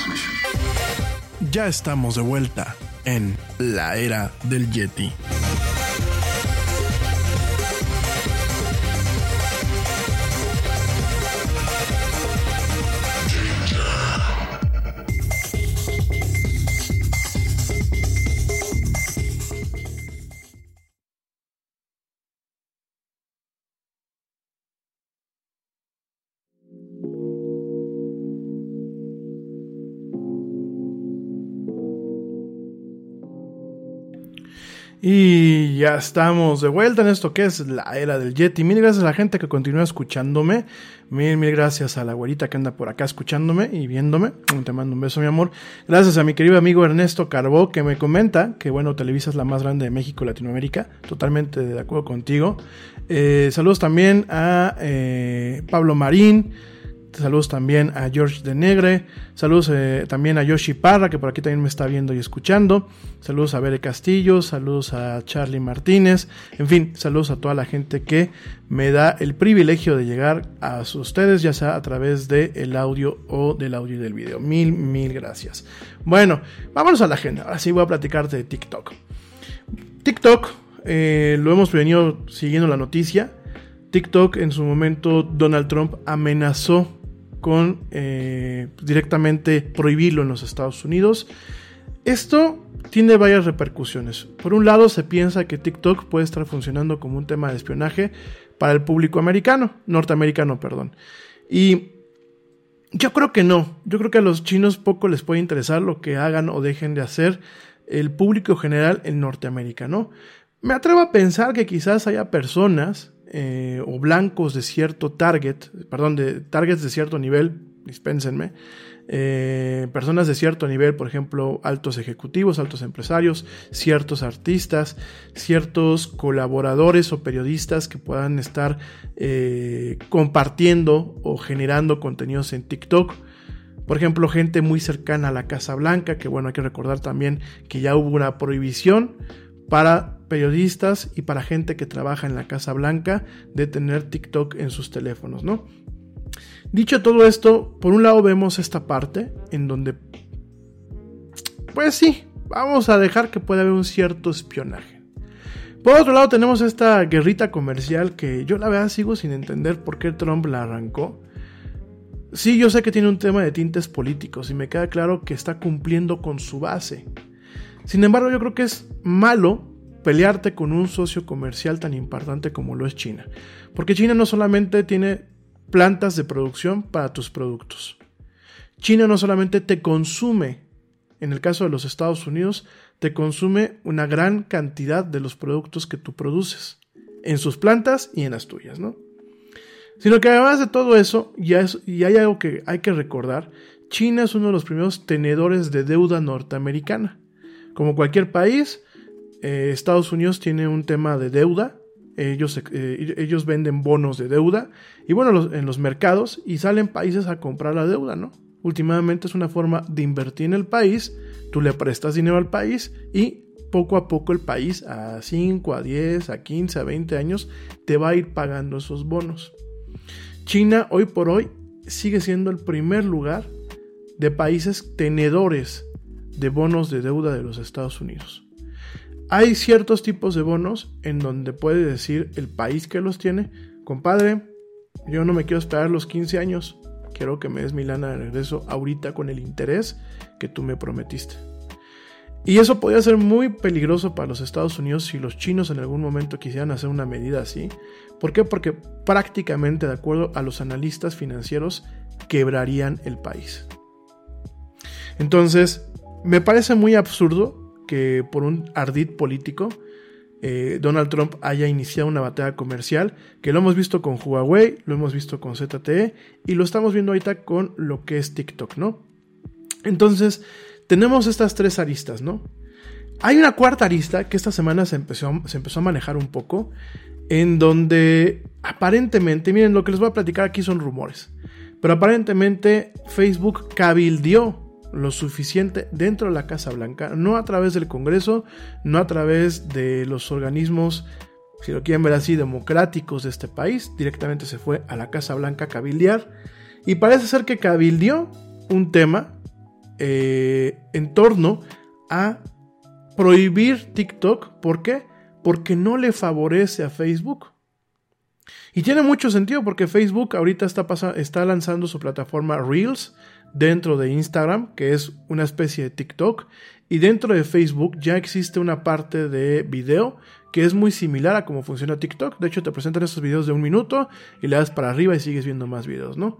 transmission. Ya estamos de vuelta en la era del Yeti. Y ya estamos de vuelta en esto que es la era del Yeti. Mil gracias a la gente que continúa escuchándome. Mil, mil gracias a la güerita que anda por acá escuchándome y viéndome. Te mando un beso, mi amor. Gracias a mi querido amigo Ernesto Carbó, que me comenta que, bueno, Televisa es la más grande de México y Latinoamérica. Totalmente de acuerdo contigo. Eh, saludos también a eh, Pablo Marín. Saludos también a George de Negre. Saludos eh, también a Yoshi Parra, que por aquí también me está viendo y escuchando. Saludos a Bere Castillo. Saludos a Charlie Martínez. En fin, saludos a toda la gente que me da el privilegio de llegar a ustedes, ya sea a través del audio o del audio y del video. Mil, mil gracias. Bueno, vámonos a la agenda. Ahora sí voy a platicarte de TikTok. TikTok, eh, lo hemos venido siguiendo la noticia. TikTok, en su momento, Donald Trump amenazó con eh, directamente prohibirlo en los Estados Unidos. Esto tiene varias repercusiones. Por un lado, se piensa que TikTok puede estar funcionando como un tema de espionaje para el público americano, norteamericano, perdón. Y yo creo que no. Yo creo que a los chinos poco les puede interesar lo que hagan o dejen de hacer el público general en Norteamérica, ¿no? Me atrevo a pensar que quizás haya personas Eh, o blancos de cierto target, perdón, de targets de cierto nivel, dispénsenme, eh, personas de cierto nivel, por ejemplo, altos ejecutivos, altos empresarios, ciertos artistas, ciertos colaboradores o periodistas que puedan estar eh, compartiendo o generando contenidos en TikTok. Por ejemplo, gente muy cercana a la Casa Blanca, que bueno, hay que recordar también que ya hubo una prohibición para periodistas y para gente que trabaja en la Casa Blanca de tener TikTok en sus teléfonos, ¿no? Dicho todo esto, por un lado vemos esta parte en donde, pues sí, vamos a dejar que pueda haber un cierto espionaje. Por otro lado tenemos esta guerrita comercial que yo la verdad sigo sin entender por qué Trump la arrancó. Sí, yo sé que tiene un tema de tintes políticos y me queda claro que está cumpliendo con su base. Sin embargo, yo creo que es malo pelearte con un socio comercial tan importante como lo es China. Porque China no solamente tiene plantas de producción para tus productos. China no solamente te consume, en el caso de los Estados Unidos, te consume una gran cantidad de los productos que tú produces, en sus plantas y en las tuyas, ¿no? Sino que además de todo eso, ya es, y hay algo que hay que recordar, China es uno de los primeros tenedores de deuda norteamericana. Como cualquier país, eh, Estados Unidos tiene un tema de deuda. Ellos, eh, ellos venden bonos de deuda y bueno, los, en los mercados y salen países a comprar la deuda, ¿no? Últimamente es una forma de invertir en el país. Tú le prestas dinero al país y poco a poco el país a cinco, a diez, a quince, a veinte años te va a ir pagando esos bonos. China hoy por hoy sigue siendo el primer lugar de países tenedores de bonos de deuda de los Estados Unidos. Hay ciertos tipos de bonos en donde puede decir el país que los tiene: compadre, yo no me quiero esperar los quince años, quiero que me des mi lana de regreso ahorita con el interés que tú me prometiste. Y eso podría ser muy peligroso para los Estados Unidos si los chinos en algún momento quisieran hacer una medida así. ¿Por qué? Porque prácticamente, de acuerdo a los analistas financieros, quebrarían el país. Entonces, me parece muy absurdo que por un ardid político eh, Donald Trump haya iniciado una batalla comercial, que lo hemos visto con Huawei, lo hemos visto con Z T E y lo estamos viendo ahorita con lo que es TikTok, ¿no? Entonces, tenemos estas tres aristas, ¿no? Hay una cuarta arista que esta semana se empezó, se empezó a manejar un poco, en donde aparentemente, miren, lo que les voy a platicar aquí son rumores, pero aparentemente Facebook cabildeó lo suficiente dentro de la Casa Blanca, no a través del Congreso, no a través de los organismos, si lo quieren ver así, democráticos de este país, directamente se fue a la Casa Blanca a cabildear, y parece ser que cabildeó un tema eh, en torno a prohibir TikTok. ¿Por qué? Porque no le favorece a Facebook. Y tiene mucho sentido porque Facebook ahorita está, pasa- está lanzando su plataforma Reels dentro de Instagram, que es una especie de TikTok, y dentro de Facebook ya existe una parte de video que es muy similar a cómo funciona TikTok. De hecho, te presentan esos videos de un minuto y le das para arriba y sigues viendo más videos, ¿no?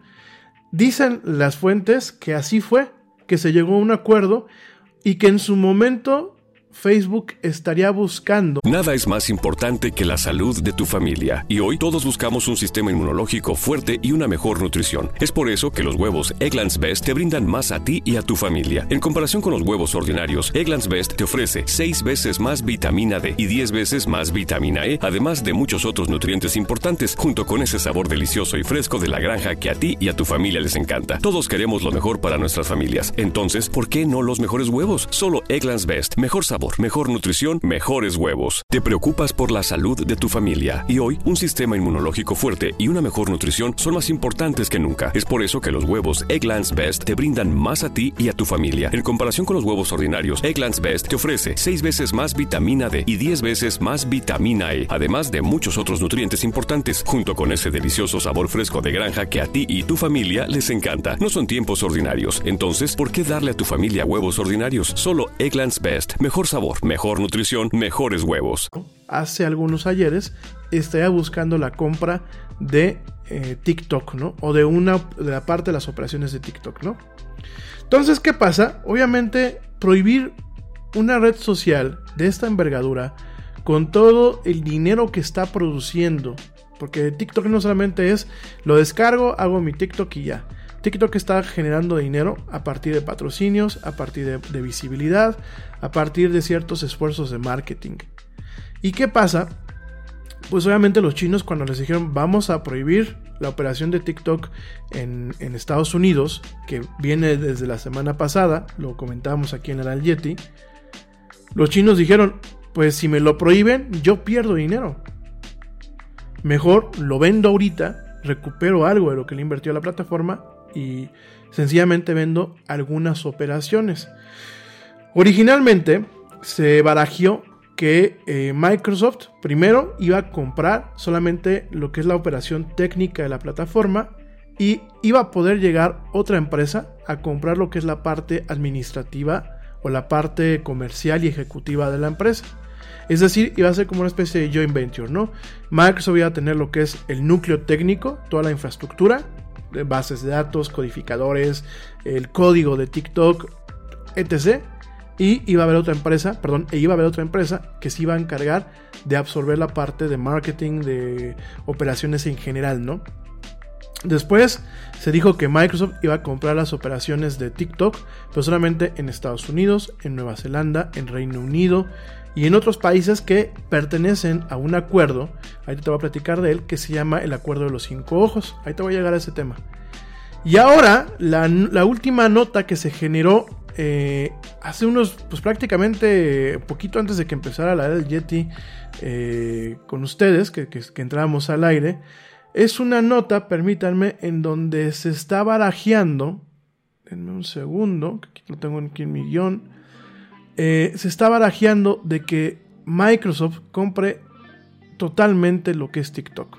Dicen las fuentes que así fue, que se llegó a un acuerdo y que en su momento Facebook estaría buscando. Nada es más importante que la salud de tu familia. Y hoy todos buscamos un sistema inmunológico fuerte y una mejor nutrición. Es por eso que los huevos Eggland's Best te brindan más a ti y a tu familia. En comparación con los huevos ordinarios, Eggland's Best te ofrece seis veces más vitamina D y diez veces más vitamina E, además de muchos otros nutrientes importantes, junto con ese sabor delicioso y fresco de la granja que a ti y a tu familia les encanta. Todos queremos lo mejor para nuestras familias. Entonces, ¿por qué no los mejores huevos? Solo Eggland's Best. Mejor sabor, mejor nutrición, mejores huevos. Te preocupas por la salud de tu familia y hoy un sistema inmunológico fuerte y una mejor nutrición son más importantes que nunca. Es por eso que los huevos Eggland's Best te brindan más a ti y a tu familia. En comparación con los huevos ordinarios, Eggland's Best te ofrece seis veces más vitamina D y diez veces más vitamina E, además de muchos otros nutrientes importantes, junto con ese delicioso sabor fresco de granja que a ti y tu familia les encanta. No son tiempos ordinarios, entonces, ¿por qué darle a tu familia huevos ordinarios? Solo Eggland's Best. Mejor sabor, mejor nutrición, mejores huevos. Hace algunos ayeres estaría buscando la compra de eh, TikTok, ¿no? O de una de la parte de las operaciones de TikTok, ¿no? Entonces, ¿qué pasa? Obviamente, prohibir una red social de esta envergadura con todo el dinero que está produciendo, porque TikTok no solamente es lo descargo, hago mi TikTok y ya. TikTok está generando dinero a partir de patrocinios, a partir de, de visibilidad, a partir de ciertos esfuerzos de marketing. ¿Y qué pasa? Pues obviamente los chinos, cuando les dijeron vamos a prohibir la operación de TikTok en, en Estados Unidos, que viene desde la semana pasada, lo comentábamos aquí en el Al Yeti, los chinos dijeron, pues si me lo prohíben, yo pierdo dinero. Mejor lo vendo ahorita, recupero algo de lo que le invirtió a la plataforma y sencillamente vendo algunas operaciones. Originalmente se barajeó que eh, Microsoft primero iba a comprar solamente lo que es la operación técnica de la plataforma y iba a poder llegar otra empresa a comprar lo que es la parte administrativa o la parte comercial y ejecutiva de la empresa. Es decir, iba a ser como una especie de joint venture, ¿no? Microsoft iba a tener lo que es el núcleo técnico, toda la infraestructura, bases de datos, codificadores, el código de TikTok, etcétera. Y iba a haber otra empresa, perdón, e iba a haber otra empresa que se iba a encargar de absorber la parte de marketing, de operaciones en general, ¿no? Después se dijo que Microsoft iba a comprar las operaciones de TikTok, pero solamente en Estados Unidos, en Nueva Zelanda, en Reino Unido y en otros países que pertenecen a un acuerdo, ahí te voy a platicar de él, que se llama el Acuerdo de los Cinco Ojos. Ahí te voy a llegar a ese tema. Y ahora, la, la última nota que se generó eh, hace unos, pues prácticamente poquito antes de que empezara la era del Yeti eh, con ustedes, que, que, que entrábamos al aire, es una nota, permítanme, en donde se está barajeando, denme un segundo, que aquí lo tengo aquí en mi guión, eh, se está barajeando de que Microsoft compre totalmente lo que es TikTok.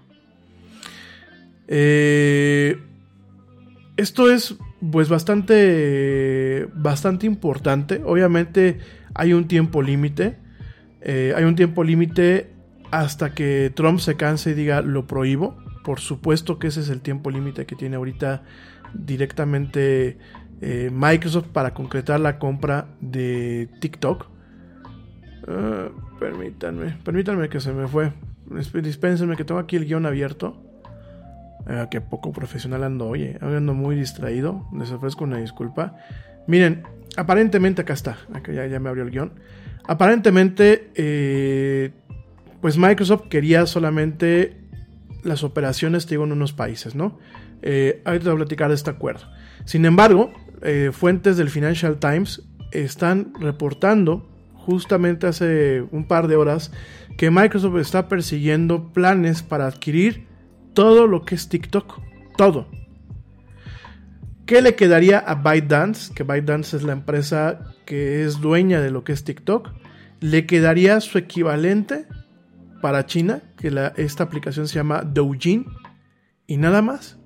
Eh, esto es pues bastante, bastante importante. Obviamente hay un tiempo límite, eh, hay un tiempo límite hasta que Trump se canse y diga lo prohíbo. Por supuesto que ese es el tiempo límite que tiene ahorita directamente eh, Microsoft para concretar la compra de TikTok. Uh, permítanme, permítanme que se me fue. Dispénsenme que tengo aquí el guión abierto. Uh, que poco profesional ando hoy, eh. ando muy distraído. Les ofrezco una disculpa. Miren, aparentemente acá está. Acá ya, ya me abrió el guión. Aparentemente, eh, pues Microsoft quería solamente las operaciones, te digo, en unos países, ¿no? Eh, ahorita te voy a platicar de este acuerdo. Sin embargo, eh, fuentes del Financial Times están reportando justamente hace un par de horas que Microsoft está persiguiendo planes para adquirir todo lo que es TikTok. Todo. ¿Qué le quedaría a ByteDance? Que ByteDance es la empresa que es dueña de lo que es TikTok. Le quedaría su equivalente para China, que la, esta aplicación se llama Douyin, y nada más.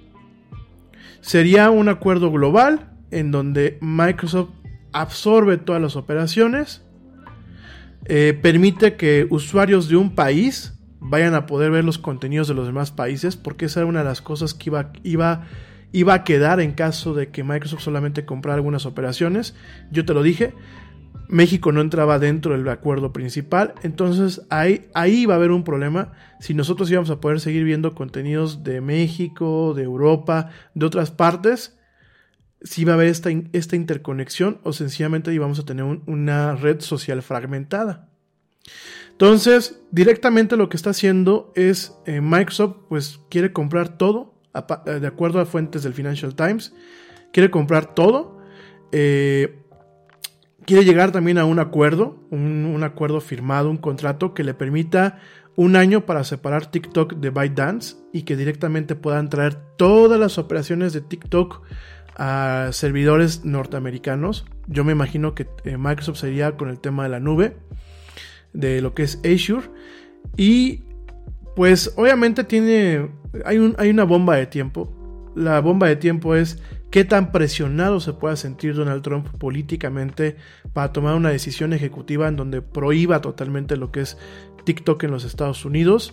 Sería un acuerdo global en donde Microsoft absorbe todas las operaciones, eh, permite que usuarios de un país vayan a poder ver los contenidos de los demás países, porque esa era una de las cosas que iba, iba, iba a quedar en caso de que Microsoft solamente comprara algunas operaciones. Yo te lo dije, México no entraba dentro del acuerdo principal, entonces ahí, ahí va a haber un problema. Si nosotros íbamos a poder seguir viendo contenidos de México, de Europa, de otras partes, si va a haber esta, esta interconexión, o sencillamente íbamos a tener un, una red social fragmentada. Entonces, directamente lo que está haciendo es eh, Microsoft pues quiere comprar todo, de acuerdo a fuentes del Financial Times, quiere comprar todo, eh, quiere llegar también a un acuerdo, un, un acuerdo firmado, un contrato que le permita un año para separar TikTok de ByteDance y que directamente puedan traer todas las operaciones de TikTok a servidores norteamericanos. Yo me imagino que eh, Microsoft sería con el tema de la nube, de lo que es Azure, y pues obviamente tiene, hay, un, hay una bomba de tiempo. La bomba de tiempo es qué tan presionado se pueda sentir Donald Trump políticamente para tomar una decisión ejecutiva en donde prohíba totalmente lo que es TikTok en los Estados Unidos.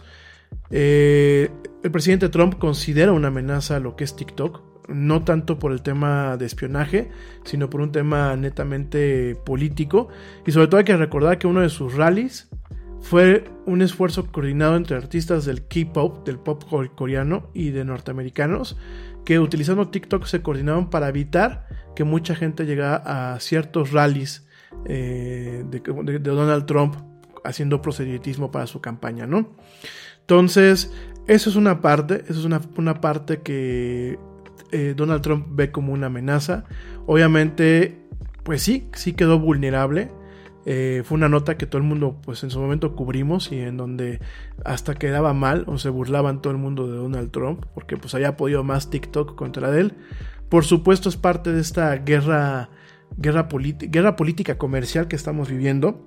Eh, el presidente Trump considera una amenaza lo que es TikTok, no tanto por el tema de espionaje, sino por un tema netamente político. Y sobre todo hay que recordar que uno de sus rallies fue un esfuerzo coordinado entre artistas del K-pop, del pop coreano y de norteamericanos, que utilizando TikTok se coordinaban para evitar que mucha gente llegara a ciertos rallies eh, de, de, de Donald Trump haciendo proselitismo para su campaña, ¿no? Entonces, eso es una parte, eso es una, una parte que eh, Donald Trump ve como una amenaza. Obviamente, pues sí, sí quedó vulnerable. Eh, fue una nota que todo el mundo pues en su momento cubrimos y en donde hasta quedaba mal o se burlaban todo el mundo de Donald Trump porque pues había podido más TikTok contra él. Por supuesto es parte de esta guerra guerra, guerra política comercial que estamos viviendo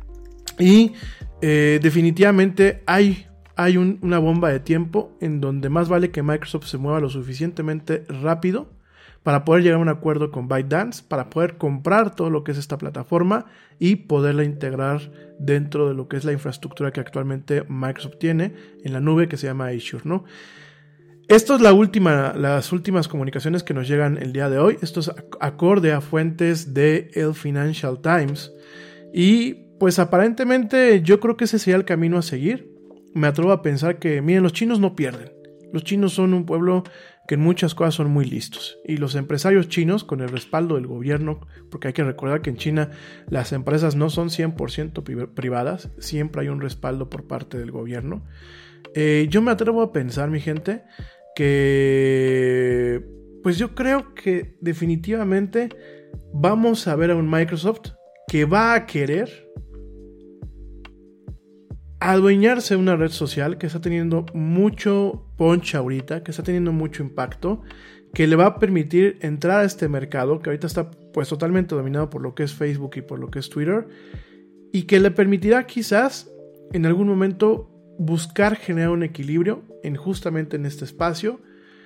y eh, definitivamente hay, hay un, una bomba de tiempo en donde más vale que Microsoft se mueva lo suficientemente rápido para poder llegar a un acuerdo con ByteDance, para poder comprar todo lo que es esta plataforma y poderla integrar dentro de lo que es la infraestructura que actualmente Microsoft tiene en la nube que se llama Azure, ¿no? Esto es la última, las últimas comunicaciones que nos llegan el día de hoy. Esto es acorde a fuentes de el Financial Times y pues aparentemente yo creo que ese sería el camino a seguir. Me atrevo a pensar que, miren, los chinos no pierden. Los chinos son un pueblo que en muchas cosas son muy listos. Y los empresarios chinos, con el respaldo del gobierno, porque hay que recordar que en China las empresas no son cien por ciento privadas, siempre hay un respaldo por parte del gobierno. Eh, yo me atrevo a pensar, mi gente, que pues yo creo que definitivamente vamos a ver a un Microsoft que va a querer adueñarse de una red social que está teniendo mucho punch ahorita, que está teniendo mucho impacto, que le va a permitir entrar a este mercado que ahorita está pues totalmente dominado por lo que es Facebook y por lo que es Twitter, y que le permitirá quizás en algún momento buscar generar un equilibrio en justamente en este espacio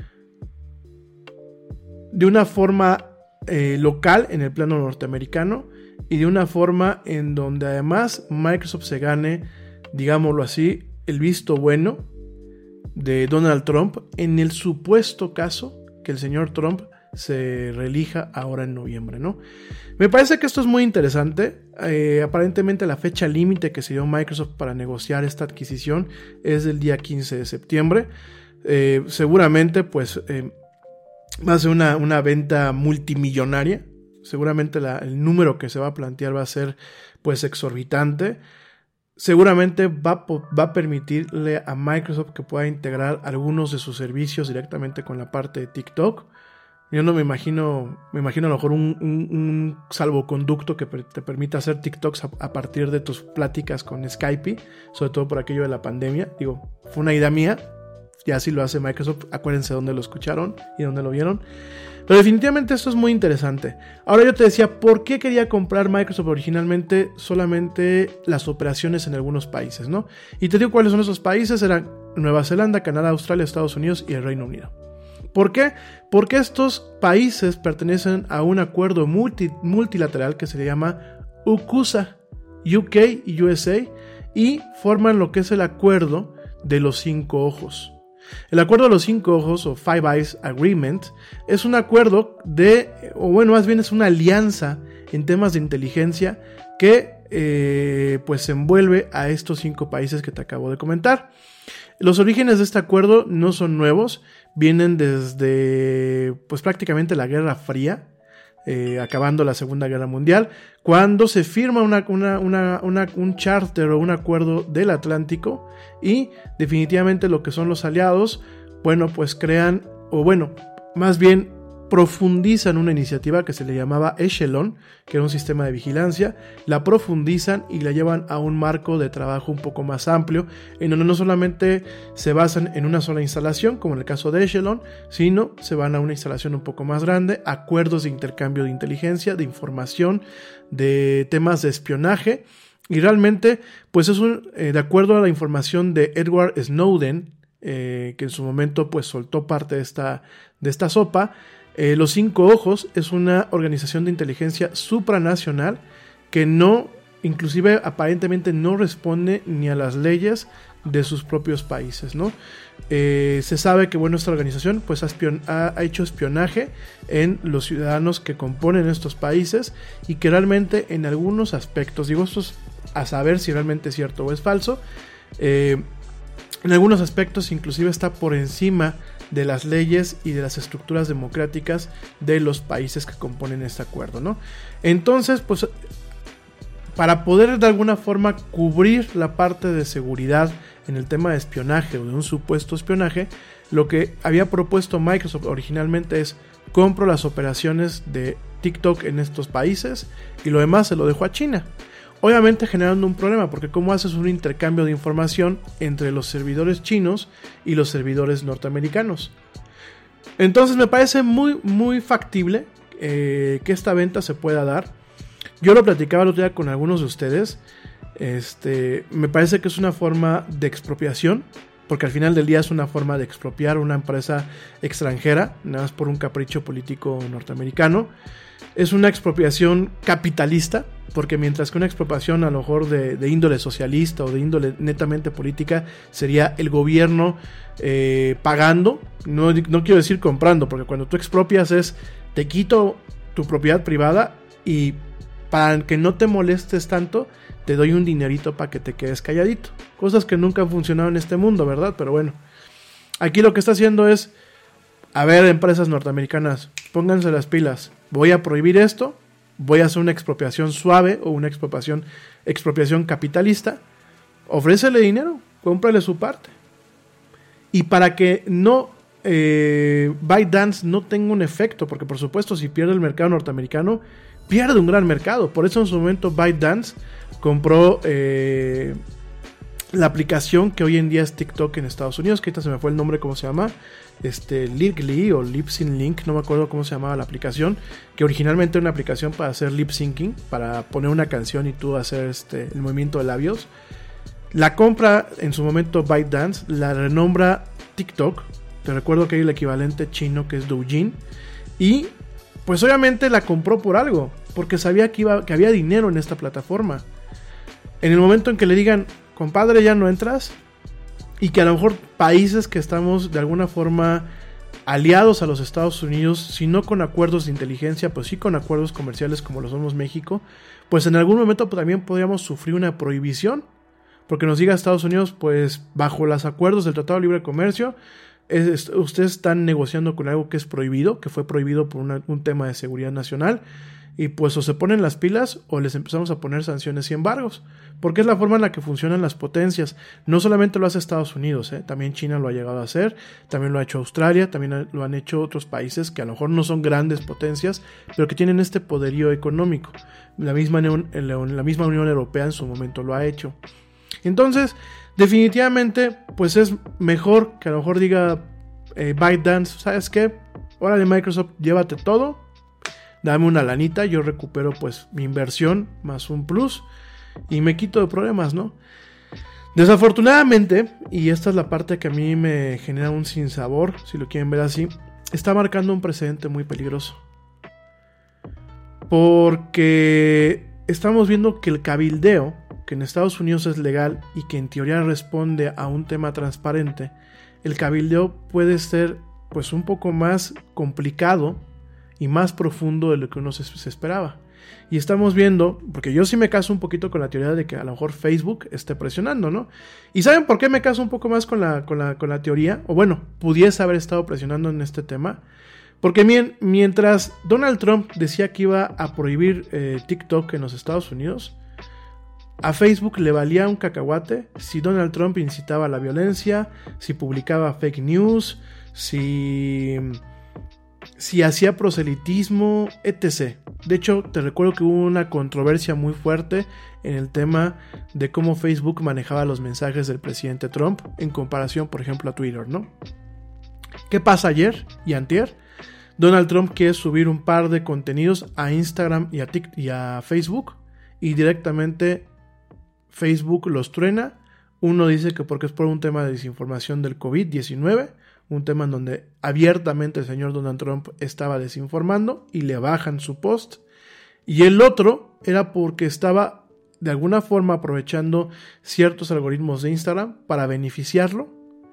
de una forma eh, local en el plano norteamericano y de una forma en donde además Microsoft se gane, digámoslo así, el visto bueno de Donald Trump en el supuesto caso que el señor Trump se reelija ahora en noviembre, ¿no? Me parece que esto es muy interesante. Eh, aparentemente la fecha límite que se dio Microsoft para negociar esta adquisición es el día quince de septiembre. Eh, seguramente pues eh, va a ser una, una venta multimillonaria. Seguramente la, el número que se va a plantear va a ser pues exorbitante. Seguramente va, va a permitirle a Microsoft que pueda integrar algunos de sus servicios directamente con la parte de TikTok. Yo no me imagino, me imagino a lo mejor un, un, un salvoconducto que te permita hacer TikToks a, a partir de tus pláticas con Skype, sobre todo por aquello de la pandemia. Digo, fue una idea mía, Ya si lo hace Microsoft, acuérdense dónde lo escucharon y dónde lo vieron. Pero definitivamente esto es muy interesante. Ahora yo te decía, ¿por qué quería comprar Microsoft originalmente solamente las operaciones en algunos países, ¿no? Y te digo cuáles son esos países. Eran Nueva Zelanda, Canadá, Australia, Estados Unidos y el Reino Unido. ¿Por qué? Porque estos países pertenecen a un acuerdo multi, multilateral que se le llama U K U S A, U K y U S A, y forman lo que es el acuerdo de los cinco ojos. El acuerdo de los cinco ojos, o Five Eyes Agreement, es un acuerdo de, o bueno, más bien es una alianza en temas de inteligencia que eh, pues envuelve a estos cinco países que te acabo de comentar. Los orígenes de este acuerdo no son nuevos, vienen desde pues prácticamente la Guerra Fría, eh, acabando la Segunda Guerra Mundial, cuando se firma una, una, una, una, un charter o un acuerdo del Atlántico, y definitivamente lo que son los aliados, bueno, pues crean, o bueno, más bien profundizan una iniciativa que se le llamaba Echelon, que era un sistema de vigilancia, la profundizan y la llevan a un marco de trabajo un poco más amplio, en donde no solamente se basan en una sola instalación, como en el caso de Echelon, sino se van a una instalación un poco más grande, acuerdos de intercambio de inteligencia, de información, de temas de espionaje, y realmente, pues es un, eh, de acuerdo a la información de Edward Snowden, eh, que en su momento pues soltó parte de esta, de esta sopa. Eh, los Cinco Ojos es una organización de inteligencia supranacional que no, inclusive aparentemente no responde ni a las leyes de sus propios países, ¿no? Eh, se sabe que, bueno, esta organización pues ha, espion- ha, ha hecho espionaje en los ciudadanos que componen estos países, y que realmente en algunos aspectos, digo, esto es a saber si realmente es cierto o es falso, eh, en algunos aspectos inclusive está por encima de las leyes y de las estructuras democráticas de los países que componen este acuerdo, ¿no? Entonces, pues, para poder de alguna forma cubrir la parte de seguridad en el tema de espionaje o de un supuesto espionaje, lo que había propuesto Microsoft originalmente es: compro las operaciones de TikTok en estos países y lo demás se lo dejo a China. Obviamente generando un problema, porque ¿cómo haces un intercambio de información entre los servidores chinos y los servidores norteamericanos? Entonces me parece muy, muy factible eh, que esta venta se pueda dar. Yo lo platicaba el otro día con algunos de ustedes. Este, me parece que es una forma de expropiación, porque al final del día es una forma de expropiar una empresa extranjera, nada más por un capricho político norteamericano. Es una expropiación capitalista, porque mientras que una expropiación a lo mejor de, de índole socialista o de índole netamente política sería el gobierno eh, pagando, no, no quiero decir comprando, porque cuando tú expropias es: te quito tu propiedad privada y para que no te molestes tanto, te doy un dinerito para que te quedes calladito. Cosas que nunca han funcionado en este mundo, ¿verdad? Pero bueno, aquí lo que está haciendo es: a ver, empresas norteamericanas, pónganse las pilas. Voy a prohibir esto, voy a hacer una expropiación suave o una expropiación, expropiación capitalista. Ofrécele dinero, cómprale su parte. Y para que no eh, ByteDance no tenga un efecto, porque por supuesto si pierde el mercado norteamericano, pierde un gran mercado. Por eso en su momento ByteDance compró eh, la aplicación que hoy en día es TikTok en Estados Unidos, que ahorita se me fue el nombre, ¿cómo se llama? Este, Leakly o Lip Sync Link, no me acuerdo cómo se llamaba la aplicación, que originalmente era una aplicación para hacer lip syncing, para poner una canción y tú hacer este, el movimiento de labios. La compra en su momento ByteDance, la renombra TikTok. Te recuerdo que hay el equivalente chino que es Douyin, y pues obviamente la compró por algo, porque sabía que, iba, que había dinero en esta plataforma. En el momento en que le digan: compadre, ya no entras, y que a lo mejor países que estamos de alguna forma aliados a los Estados Unidos, si no con acuerdos de inteligencia, pues sí con acuerdos comerciales como lo somos México, pues en algún momento también podríamos sufrir una prohibición, porque nos diga Estados Unidos: pues bajo los acuerdos del Tratado de Libre Comercio, es, ustedes están negociando con algo que es prohibido, que fue prohibido por una, un tema de seguridad nacional, y pues o se ponen las pilas o les empezamos a poner sanciones y embargos, porque es la forma en la que funcionan las potencias. No solamente lo hace Estados Unidos, ¿eh? También China lo ha llegado a hacer, también lo ha hecho Australia, también lo han hecho otros países que a lo mejor no son grandes potencias, pero que tienen este poderío económico. La misma, la misma Unión Europea en su momento lo ha hecho. Entonces, definitivamente pues es mejor que a lo mejor diga eh, ByteDance, ¿sabes qué? Órale Microsoft, llévate todo, dame una lanita, yo recupero pues mi inversión más un plus y me quito de problemas, ¿no? Desafortunadamente, y esta es la parte que a mí me genera un sinsabor, si lo quieren ver así, está marcando un precedente muy peligroso. Porque estamos viendo que el cabildeo, que en Estados Unidos es legal y que en teoría responde a un tema transparente, el cabildeo puede ser pues un poco más complicado y más profundo de lo que uno se, se esperaba. Y estamos viendo, porque yo sí me caso un poquito con la teoría de que a lo mejor Facebook esté presionando, ¿no? ¿Y saben por qué me caso un poco más con la, con la, con la teoría? O bueno, pudiese haber estado presionando en este tema. Porque mien, mientras Donald Trump decía que iba a prohibir eh, TikTok en los Estados Unidos, a Facebook le valía un cacahuate si Donald Trump incitaba a la violencia, si publicaba fake news, si... si hacía proselitismo, etcétera. De hecho, te recuerdo que hubo una controversia muy fuerte en el tema de cómo Facebook manejaba los mensajes del presidente Trump en comparación, por ejemplo, a Twitter, ¿no? ¿Qué pasa ayer y antier? Donald Trump quiere subir un par de contenidos a Instagram y a, TikTok y a Facebook y directamente Facebook los truena. Uno dice que porque es por un tema de desinformación del covid diecinueve, un tema en donde abiertamente el señor Donald Trump estaba desinformando y le bajan su post. Y el otro era porque estaba de alguna forma aprovechando ciertos algoritmos de Instagram para beneficiarlo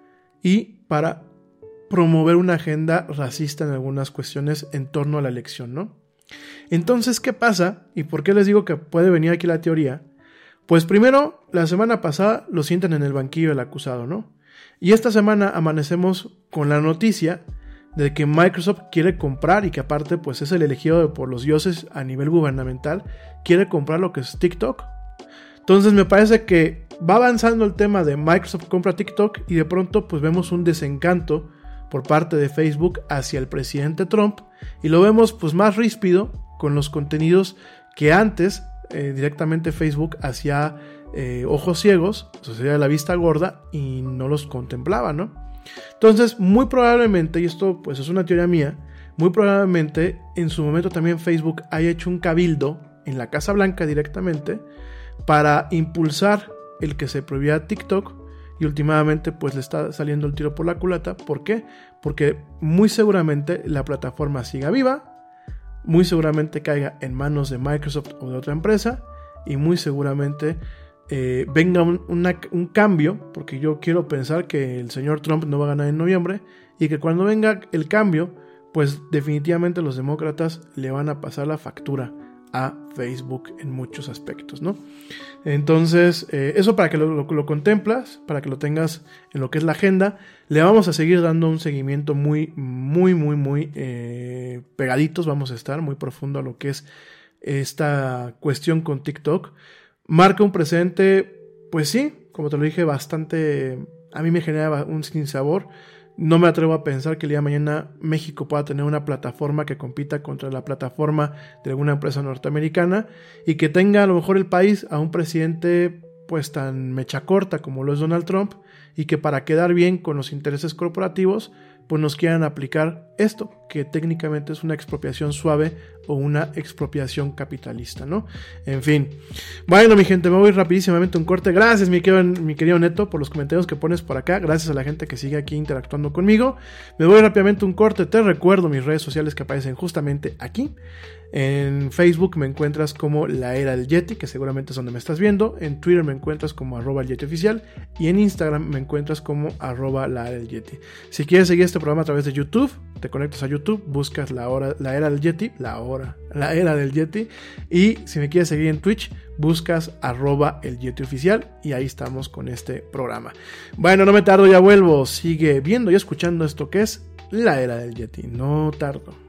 y para promover una agenda racista en algunas cuestiones en torno a la elección, ¿no? Entonces, ¿qué pasa? ¿Y por qué les digo que puede venir aquí la teoría? Pues primero, la semana pasada lo sientan en el banquillo del acusado, ¿no? Y esta semana amanecemos con la noticia de que Microsoft quiere comprar y que aparte pues es el elegido por los dioses a nivel gubernamental, quiere comprar lo que es TikTok. Entonces me parece que va avanzando el tema de Microsoft compra TikTok y de pronto pues vemos un desencanto por parte de Facebook hacia el presidente Trump y lo vemos pues más ríspido con los contenidos que antes eh, directamente Facebook hacía eh, ojos ciegos, o sea, sería la vista gorda y no los contemplaba, ¿no? Entonces muy probablemente, y esto pues es una teoría mía, muy probablemente en su momento también Facebook haya hecho un cabildo en la Casa Blanca directamente para impulsar el que se prohibía TikTok. Y últimamente pues le está saliendo el tiro por la culata. ¿Por qué? Porque muy seguramente la plataforma siga viva, muy seguramente caiga en manos de Microsoft o de otra empresa y muy seguramente eh, venga un, una, un cambio, porque yo quiero pensar que el señor Trump no va a ganar en noviembre y que cuando venga el cambio pues definitivamente los demócratas le van a pasar la factura a Facebook en muchos aspectos, ¿no? Entonces, eh, eso para que lo, lo, lo contemplas, para que lo tengas en lo que es la agenda. Le vamos a seguir dando un seguimiento muy, muy, muy, muy eh, pegaditos. Vamos a estar muy profundo a lo que es esta cuestión con TikTok. Marca un precedente, pues sí, como te lo dije, bastante, a mí me genera un sinsabor. No me atrevo a pensar que el día de mañana México pueda tener una plataforma que compita contra la plataforma de alguna empresa norteamericana y que tenga a lo mejor el país a un presidente pues tan mecha corta como lo es Donald Trump y que para quedar bien con los intereses corporativos pues nos quieran aplicar esto, que técnicamente es una expropiación suave o una expropiación capitalista, ¿no? En fin. Bueno, mi gente, me voy rapidísimamente a un corte. Gracias, mi querido, mi querido Neto, por los comentarios que pones por acá. Gracias a la gente que sigue aquí interactuando conmigo. Me voy rápidamente a un corte. Te recuerdo mis redes sociales que aparecen justamente aquí. En Facebook me encuentras como La Era del Yeti, que seguramente es donde me estás viendo. En Twitter me encuentras como arroba el Yeti Oficial. Y en Instagram me encuentras como arroba La Era del Yeti. Si quieres seguir este programa a través de YouTube, te conectas a YouTube, buscas la, hora, la Era del Yeti, la hora, la Era del Yeti. Y si me quieres seguir en Twitch, buscas arroba el Yeti Oficial. Y ahí estamos con este programa. Bueno, no me tardo, ya vuelvo. Sigue viendo y escuchando esto que es La Era del Yeti. No tardo.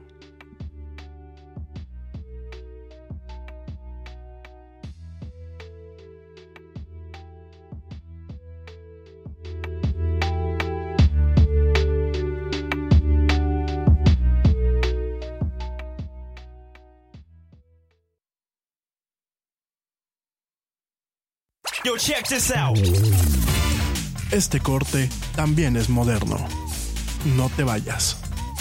Yo, check this out. Este corte también es moderno. No te vayas.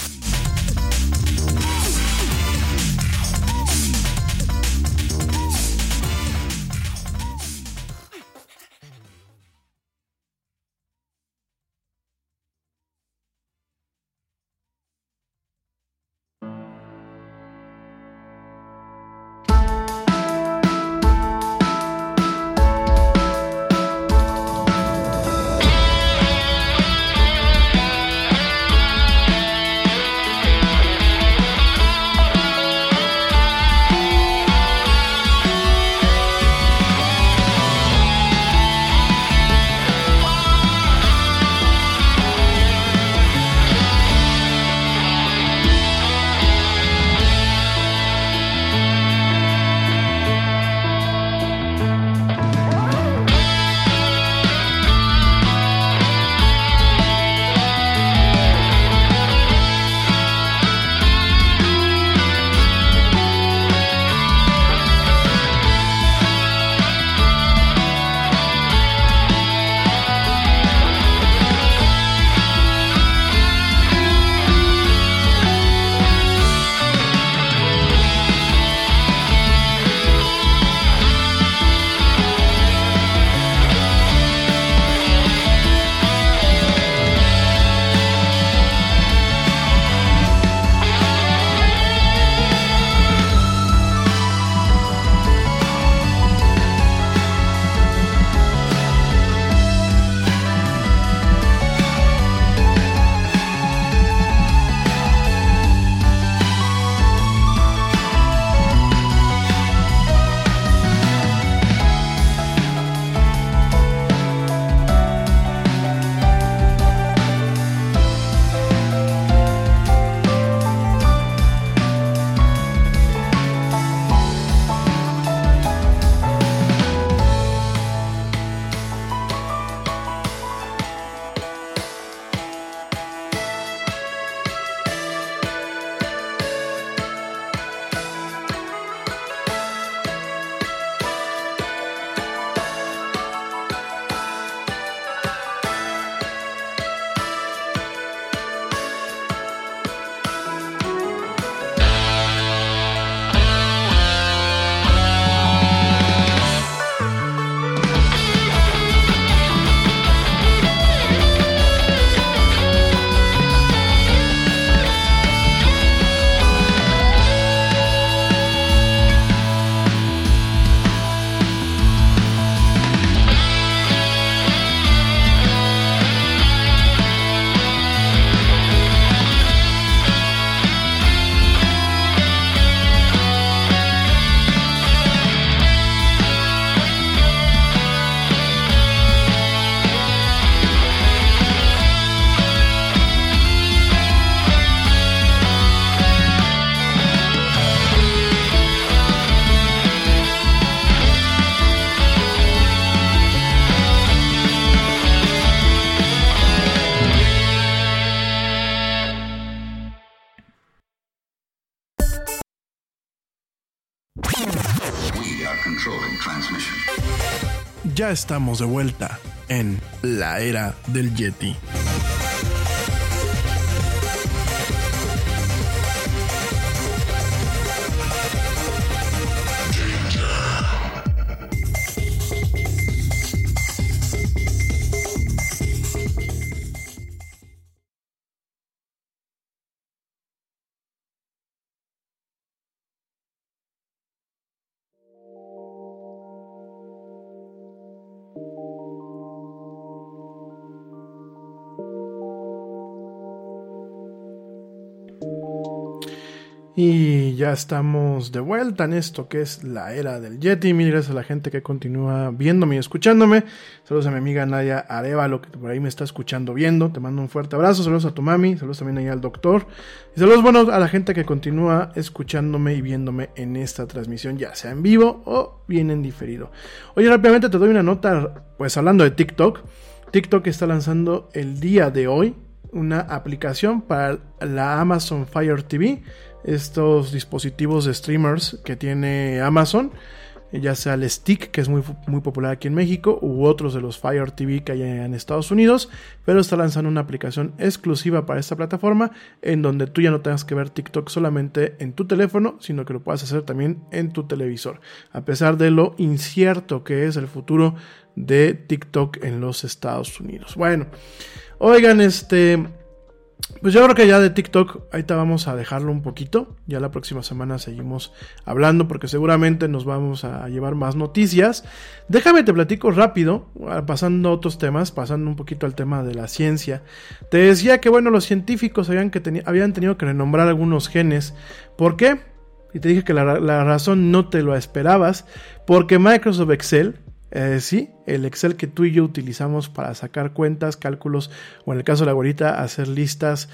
Ya estamos de vuelta en la era del Yeti. Y ya estamos de vuelta en esto que es la era del Yeti. Mil gracias a la gente que continúa viéndome y escuchándome. Saludos a mi amiga Nadia Arevalo, que por ahí me está escuchando, viendo. Te mando un fuerte abrazo. Saludos a tu mami. Saludos también ahí al doctor. Y saludos buenos a la gente que continúa escuchándome y viéndome en esta transmisión, ya sea en vivo o bien en diferido. Oye, rápidamente te doy una nota, pues hablando de TikTok. TikTok está lanzando el día de hoy una aplicación para la Amazon Fire T V. Estos dispositivos de streamers que tiene Amazon, ya sea el Stick, que es muy, muy popular aquí en México, u otros de los Fire T V que hay en Estados Unidos, pero está lanzando una aplicación exclusiva para esta plataforma, en donde tú ya no tengas que ver TikTok solamente en tu teléfono, sino que lo puedas hacer también en tu televisor, a pesar de lo incierto que es el futuro de TikTok en los Estados Unidos. Bueno, oigan, este... pues yo creo que ya de TikTok ahorita vamos a dejarlo un poquito. Ya la próxima semana seguimos hablando porque seguramente nos vamos a llevar más noticias. Déjame te platico rápido, pasando a otros temas, pasando un poquito al tema de la ciencia. Te decía que bueno, los científicos habían, que teni- habían tenido que renombrar algunos genes. ¿Por qué? Y te dije que la, la razón no te lo esperabas. Porque Microsoft Excel... Eh, sí, el Excel que tú y yo utilizamos para sacar cuentas, cálculos, o en el caso de la güerita, hacer listas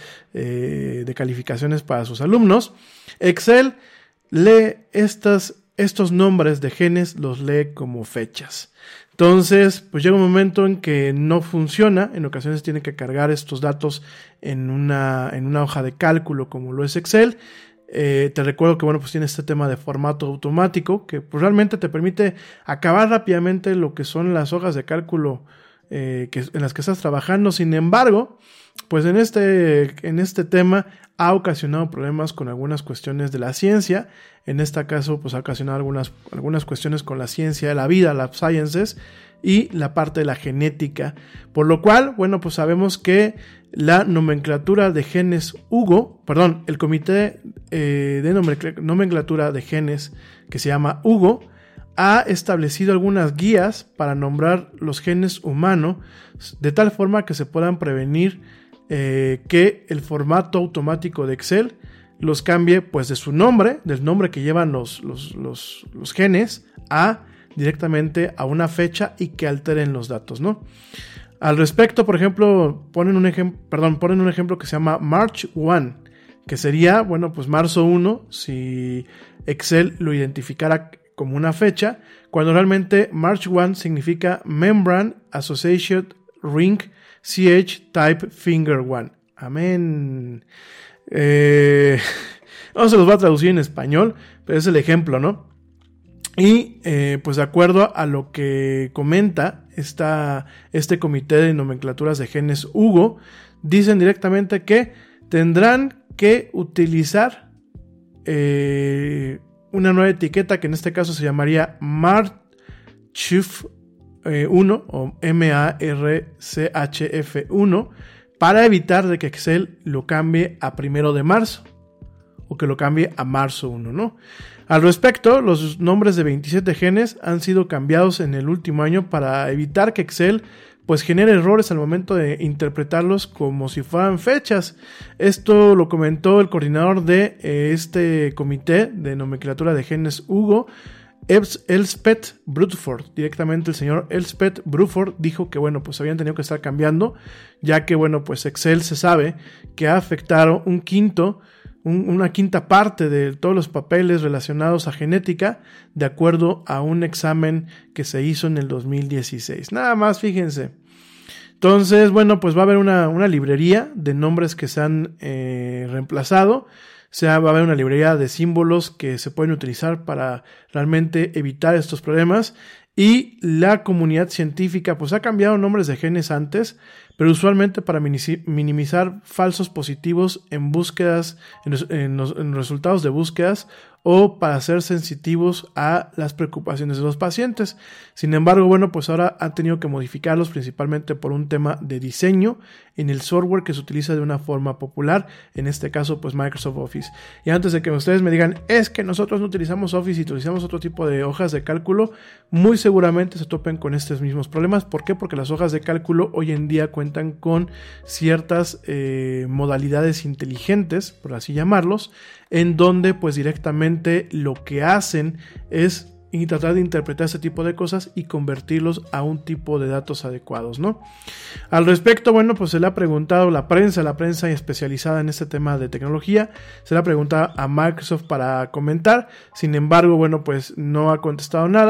eh, de calificaciones para sus alumnos. Excel lee estas, estos nombres de genes, los lee como fechas. Entonces, pues llega un momento en que no funciona, en ocasiones tiene que cargar estos datos en una, en una hoja de cálculo como lo es Excel. Eh, te recuerdo que bueno, pues tiene este tema de formato automático que pues, realmente te permite acabar rápidamente lo que son las hojas de cálculo eh, que, en las que estás trabajando. Sin embargo, pues en este, en este tema ha ocasionado problemas con algunas cuestiones de la ciencia. En este caso, pues ha ocasionado algunas, algunas cuestiones con la ciencia de la vida, las sciences, y la parte de la genética. Por lo cual, bueno, pues sabemos que la nomenclatura de genes Hugo, perdón, el comité eh, de nomenclatura de genes que se llama Hugo, ha establecido algunas guías para nombrar los genes humanos de tal forma que se puedan prevenir eh, que el formato automático de Excel los cambie pues de su nombre, del nombre que llevan los, los, los, los genes, a directamente a una fecha y que alteren los datos, ¿no? Al respecto, por ejemplo, ponen un ejemplo, perdón, ponen un ejemplo que se llama March uno, que sería, bueno, pues marzo uno, si Excel lo identificara como una fecha, cuando realmente March uno significa Membrane Associated Ring C H Type Finger uno. Amén. Eh, no se los va a traducir en español, pero es el ejemplo, ¿no? Y eh, pues de acuerdo a lo que comenta esta, este comité de nomenclaturas de genes Hugo, dicen directamente que tendrán que utilizar eh, una nueva etiqueta que en este caso se llamaría Marchf uno o M A R C H F uno para evitar de que Excel lo cambie a primero de marzo o que lo cambie a marzo uno, ¿no? Al respecto, los nombres de veintisiete genes han sido cambiados en el último año para evitar que Excel pues genere errores al momento de interpretarlos como si fueran fechas. Esto lo comentó el coordinador de eh, este comité de nomenclatura de genes Hugo, Elspeth Bruford. Directamente el señor Elspeth Bruford dijo que bueno, pues habían tenido que estar cambiando, ya que bueno, pues Excel se sabe que ha afectado un quinto Un, una quinta parte de todos los papeles relacionados a genética de acuerdo a un examen que se hizo en el dos mil dieciséis. Nada más, fíjense. Entonces, bueno, pues va a haber una, una librería de nombres que se han eh, reemplazado. O sea, va a haber una librería de símbolos que se pueden utilizar para realmente evitar estos problemas. Y la comunidad científica pues ha cambiado nombres de genes antes, pero usualmente para minimizar falsos positivos en búsquedas, en los, en los, en los resultados de búsquedas, o para ser sensitivos a las preocupaciones de los pacientes. Sin embargo, bueno, pues ahora han tenido que modificarlos principalmente por un tema de diseño en el software que se utiliza de una forma popular, en este caso pues Microsoft Office. Y antes de que ustedes me digan, es que nosotros no utilizamos Office y utilizamos otro tipo de hojas de cálculo, muy seguramente se topen con estos mismos problemas. ¿Por qué? Porque las hojas de cálculo hoy en día cuentan con ciertas eh, modalidades inteligentes, por así llamarlos, en donde pues directamente lo que hacen es y tratar de interpretar este tipo de cosas y convertirlos a un tipo de datos adecuados, ¿no? Al respecto, bueno, pues se le ha preguntado a la prensa, la prensa especializada en este tema de tecnología, se le ha preguntado a Microsoft para comentar. Sin embargo, bueno, pues no ha contestado nada.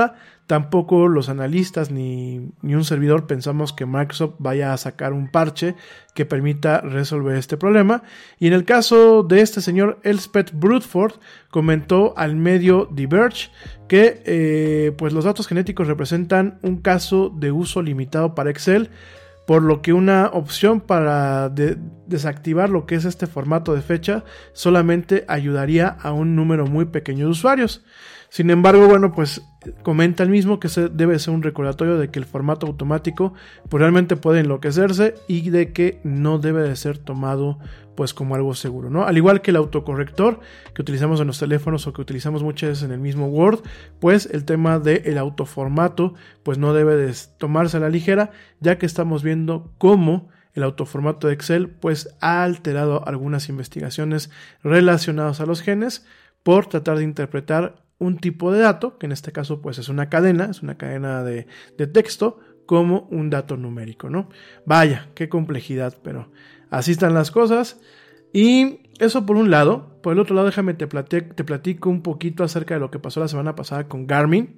tampoco los analistas ni, ni un servidor pensamos que Microsoft vaya a sacar un parche que permita resolver este problema. Y en el caso de este señor Elspeth Bruford, comentó al medio The Verge que eh, pues los datos genéticos representan un caso de uso limitado para Excel, por lo que una opción para de- desactivar lo que es este formato de fecha solamente ayudaría a un número muy pequeño de usuarios. Sin embargo, bueno, pues comenta el mismo que se debe ser un recordatorio de que el formato automático pues realmente puede enloquecerse y de que no debe de ser tomado pues como algo seguro, ¿no? Al igual que el autocorrector que utilizamos en los teléfonos o que utilizamos muchas veces en el mismo Word, pues el tema del autoformato pues no debe de tomarse a la ligera, ya que estamos viendo cómo el autoformato de Excel pues ha alterado algunas investigaciones relacionadas a los genes por tratar de interpretar un tipo de dato, que en este caso pues es una cadena, es una cadena de, de texto, como un dato numérico, ¿no? Vaya, qué complejidad, pero así están las cosas. Y eso por un lado. Por el otro lado, déjame te platico, te platico un poquito acerca de lo que pasó la semana pasada con Garmin.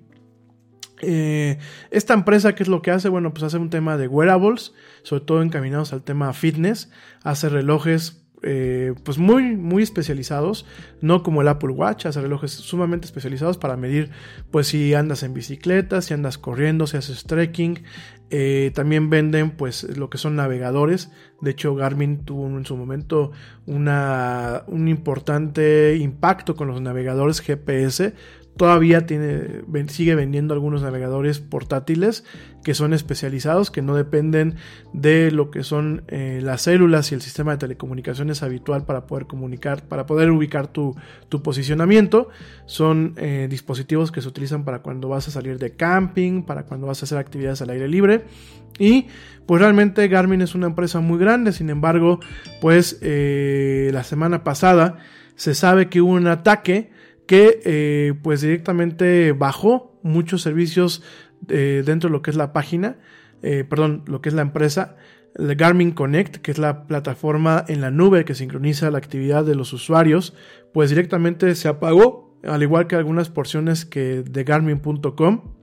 Eh, esta empresa, ¿qué es lo que hace? Bueno, pues hace un tema de wearables, sobre todo encaminados al tema fitness. Hace relojes Eh, pues muy muy especializados, no como el Apple Watch, hace relojes sumamente especializados para medir pues si andas en bicicleta, si andas corriendo, si haces trekking. Eh, también venden pues lo que son navegadores. De hecho, Garmin tuvo en su momento una, un importante impacto con los navegadores G P S. Todavía tiene, sigue vendiendo algunos navegadores portátiles que son especializados, que no dependen de lo que son eh, las células y el sistema de telecomunicaciones habitual para poder comunicar, para poder ubicar tu, tu posicionamiento. Son eh, dispositivos que se utilizan para cuando vas a salir de camping, para cuando vas a hacer actividades al aire libre. Y pues realmente Garmin es una empresa muy grande. Sin embargo, pues eh, la semana pasada se sabe que hubo un ataque que eh, pues directamente bajó muchos servicios eh, dentro de lo que es la página, eh, perdón, lo que es la empresa, el Garmin Connect, que es la plataforma en la nube que sincroniza la actividad de los usuarios, pues directamente se apagó, al igual que algunas porciones que de Garmin punto com.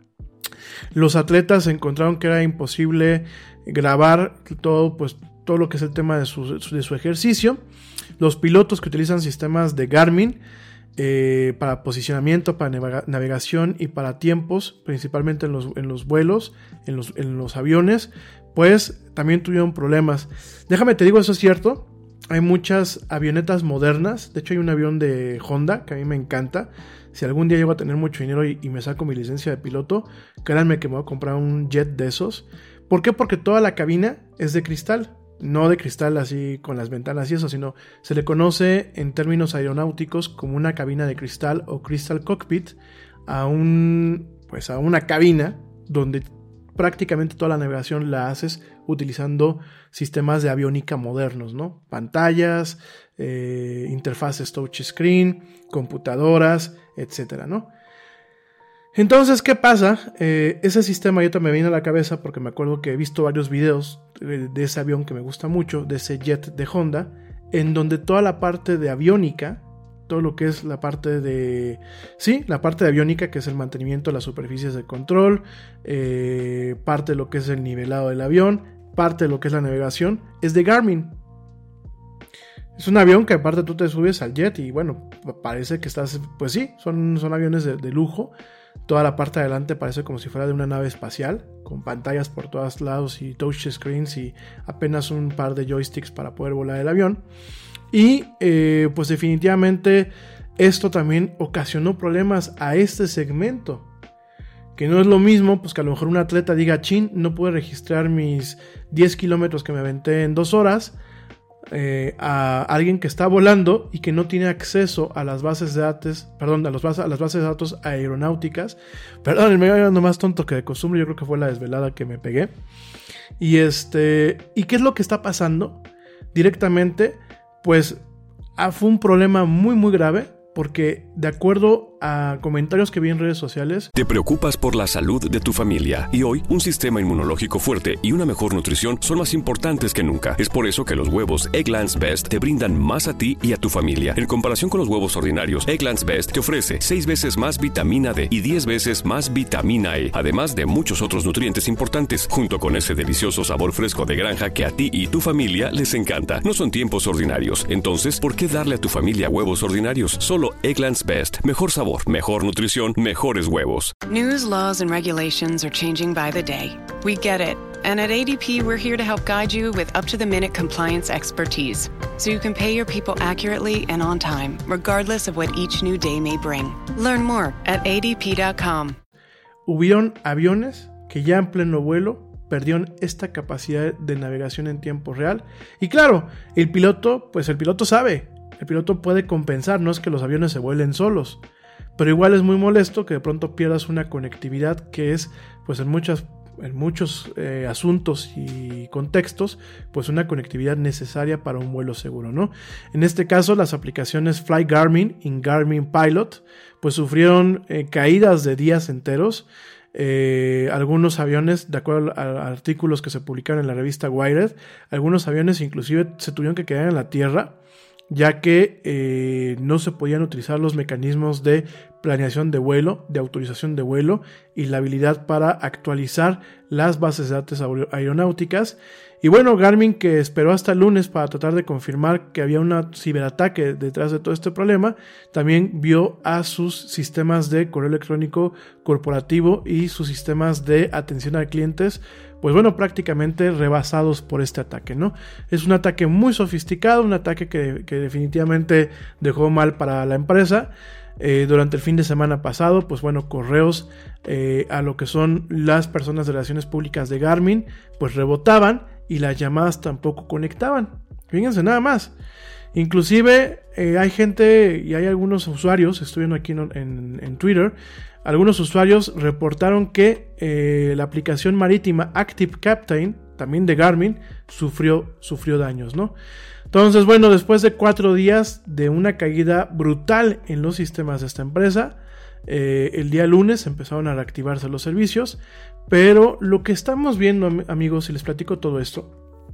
Los atletas encontraron que era imposible grabar todo, pues, todo lo que es el tema de su, de su ejercicio. Los pilotos que utilizan sistemas de Garmin Eh, para posicionamiento, para navega- navegación y para tiempos, principalmente en los, en los vuelos, en los, en los aviones, pues también tuvieron problemas. Déjame te digo, eso es cierto. Hay muchas avionetas modernas. De hecho, hay un avión de Honda que a mí me encanta. Si algún día llego a tener mucho dinero y, y me saco mi licencia de piloto, créanme que me voy a comprar un jet de esos. ¿Por qué? Porque toda la cabina es de cristal. No de cristal así con las ventanas y eso, sino se le conoce en términos aeronáuticos como una cabina de cristal o crystal cockpit a un pues a una cabina donde prácticamente toda la navegación la haces utilizando sistemas de aviónica modernos, ¿no? Pantallas, eh, interfaces touchscreen, computadoras, etcétera, ¿no? Entonces, ¿qué pasa? Eh, ese sistema ahorita me viene a la cabeza porque me acuerdo que he visto varios videos de, de ese avión que me gusta mucho, de ese jet de Honda, en donde toda la parte de aviónica, todo lo que es la parte de... Sí, la parte de aviónica, que es el mantenimiento de las superficies de control, eh, parte de lo que es el nivelado del avión, parte de lo que es la navegación, es de Garmin. Es un avión que aparte tú te subes al jet y bueno, parece que estás... Pues sí, son, son aviones de, de lujo. Toda la parte de adelante parece como si fuera de una nave espacial, con pantallas por todos lados y touch screens y apenas un par de joysticks para poder volar el avión. Y eh, pues definitivamente esto también ocasionó problemas a este segmento. Que no es lo mismo, pues que a lo mejor un atleta diga, chin, no pude registrar mis diez kilómetros que me aventé en dos horas. Eh, a alguien que está volando y que no tiene acceso a las bases de datos, perdón, a, los base, a las bases de datos aeronáuticas. Perdón, el medio ando más tonto que de costumbre, yo creo que fue la desvelada que me pegué. Y este, ¿y qué es lo que está pasando? Directamente, pues ah, fue un problema muy muy grave, porque de acuerdo debido a comentarios que vi en redes sociales. Te preocupas por la salud de tu familia y hoy un sistema inmunológico fuerte y una mejor nutrición son más importantes que nunca. Es por eso que los huevos Egglands Best te brindan más a ti y a tu familia. En comparación con los huevos ordinarios, Egglands Best te ofrece seis veces más vitamina D y diez veces más vitamina E, además de muchos otros nutrientes importantes, junto con ese delicioso sabor fresco de granja que a ti y tu familia les encanta. No son tiempos ordinarios, entonces, ¿por qué darle a tu familia huevos ordinarios? Solo Egglands Best. Mejor sabor, mejor nutrición, mejores huevos. News, laws, and regulations are changing by the day. We get it. And at A D P, we're here to help guide you with up-to-the-minute compliance expertise, so you can pay your people accurately and on time, regardless of what each new day may bring. Learn more at A D P dot com. Hubieron aviones que ya en pleno vuelo perdieron esta capacidad de navegación en tiempo real. Y claro, el piloto, pues el piloto sabe, el piloto puede compensar, no es que los aviones se vuelen solos, pero igual es muy molesto que de pronto pierdas una conectividad que es, pues en muchas en muchos eh, asuntos y contextos, pues una conectividad necesaria para un vuelo seguro, ¿no? En este caso, las aplicaciones Fly Garmin y Garmin Pilot, pues sufrieron eh, caídas de días enteros. Eh, algunos aviones, de acuerdo a, a artículos que se publicaron en la revista Wired, algunos aviones inclusive se tuvieron que quedar en la tierra, ya que eh, no se podían utilizar los mecanismos de planeación de vuelo, de autorización de vuelo y la habilidad para actualizar las bases de datos aeronáuticas. Y bueno, Garmin, que esperó hasta el lunes para tratar de confirmar que había un ciberataque detrás de todo este problema, también vio a sus sistemas de correo electrónico corporativo y sus sistemas de atención a clientes, pues bueno, prácticamente rebasados por este ataque, ¿no? Es un ataque muy sofisticado, un ataque que, que definitivamente dejó mal para la empresa. Eh, durante el fin de semana pasado, pues bueno, correos eh, a lo que son las personas de relaciones públicas de Garmin, pues rebotaban y las llamadas tampoco conectaban. Fíjense nada más. Inclusive eh, hay gente y hay algunos usuarios, estoy viendo aquí en, en, en Twitter, algunos usuarios reportaron que eh, la aplicación marítima Active Captain, también de Garmin, sufrió, sufrió daños, ¿no? Entonces, bueno, después de cuatro días de una caída brutal en los sistemas de esta empresa, eh, el día lunes empezaron a reactivarse los servicios, pero lo que estamos viendo, amigos, y les platico todo esto,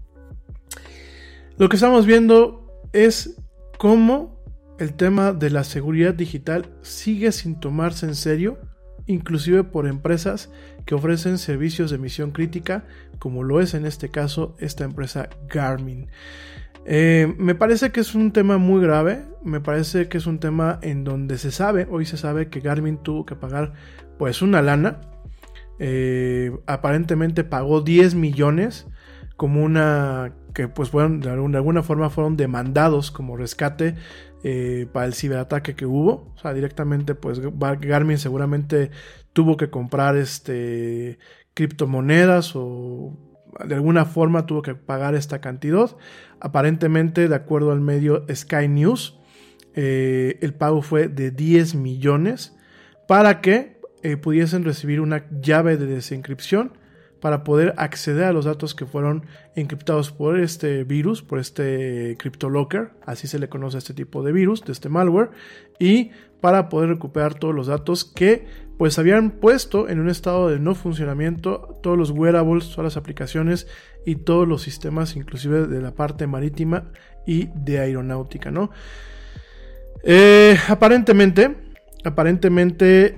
lo que estamos viendo es cómo el tema de la seguridad digital sigue sin tomarse en serio, inclusive por empresas que ofrecen servicios de misión crítica, como lo es en este caso esta empresa Garmin. Eh, me parece que es un tema muy grave, me parece que es un tema en donde se sabe, hoy se sabe que Garmin tuvo que pagar pues una lana, eh, aparentemente pagó diez millones como una, que pues fueron, de alguna forma fueron demandados como rescate eh, para el ciberataque que hubo, o sea directamente pues Garmin seguramente tuvo que comprar este criptomonedas o de alguna forma tuvo que pagar esta cantidad. Aparentemente, de acuerdo al medio Sky News, eh, el pago fue de diez millones para que eh, pudiesen recibir una llave de desencripción para poder acceder a los datos que fueron encriptados por este virus, por este CryptoLocker, así se le conoce a este tipo de virus, de este malware, y para poder recuperar todos los datos que pues habían puesto en un estado de no funcionamiento todos los wearables, todas las aplicaciones y todos los sistemas, inclusive de la parte marítima y de aeronáutica, ¿no? Eh, aparentemente, aparentemente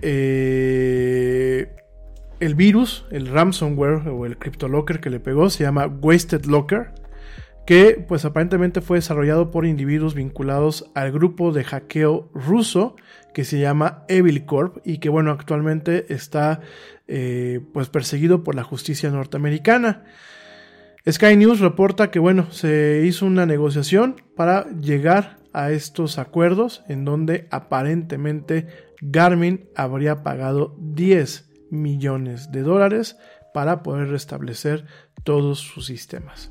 eh, el virus, el ransomware o el CryptoLocker que le pegó se llama Wasted Locker, que pues aparentemente fue desarrollado por individuos vinculados al grupo de hackeo ruso que se llama Evil Corp y que bueno actualmente está eh, pues perseguido por la justicia norteamericana. Sky News reporta que bueno se hizo una negociación para llegar a estos acuerdos en donde aparentemente Garmin habría pagado diez millones de dólares para poder restablecer todos sus sistemas.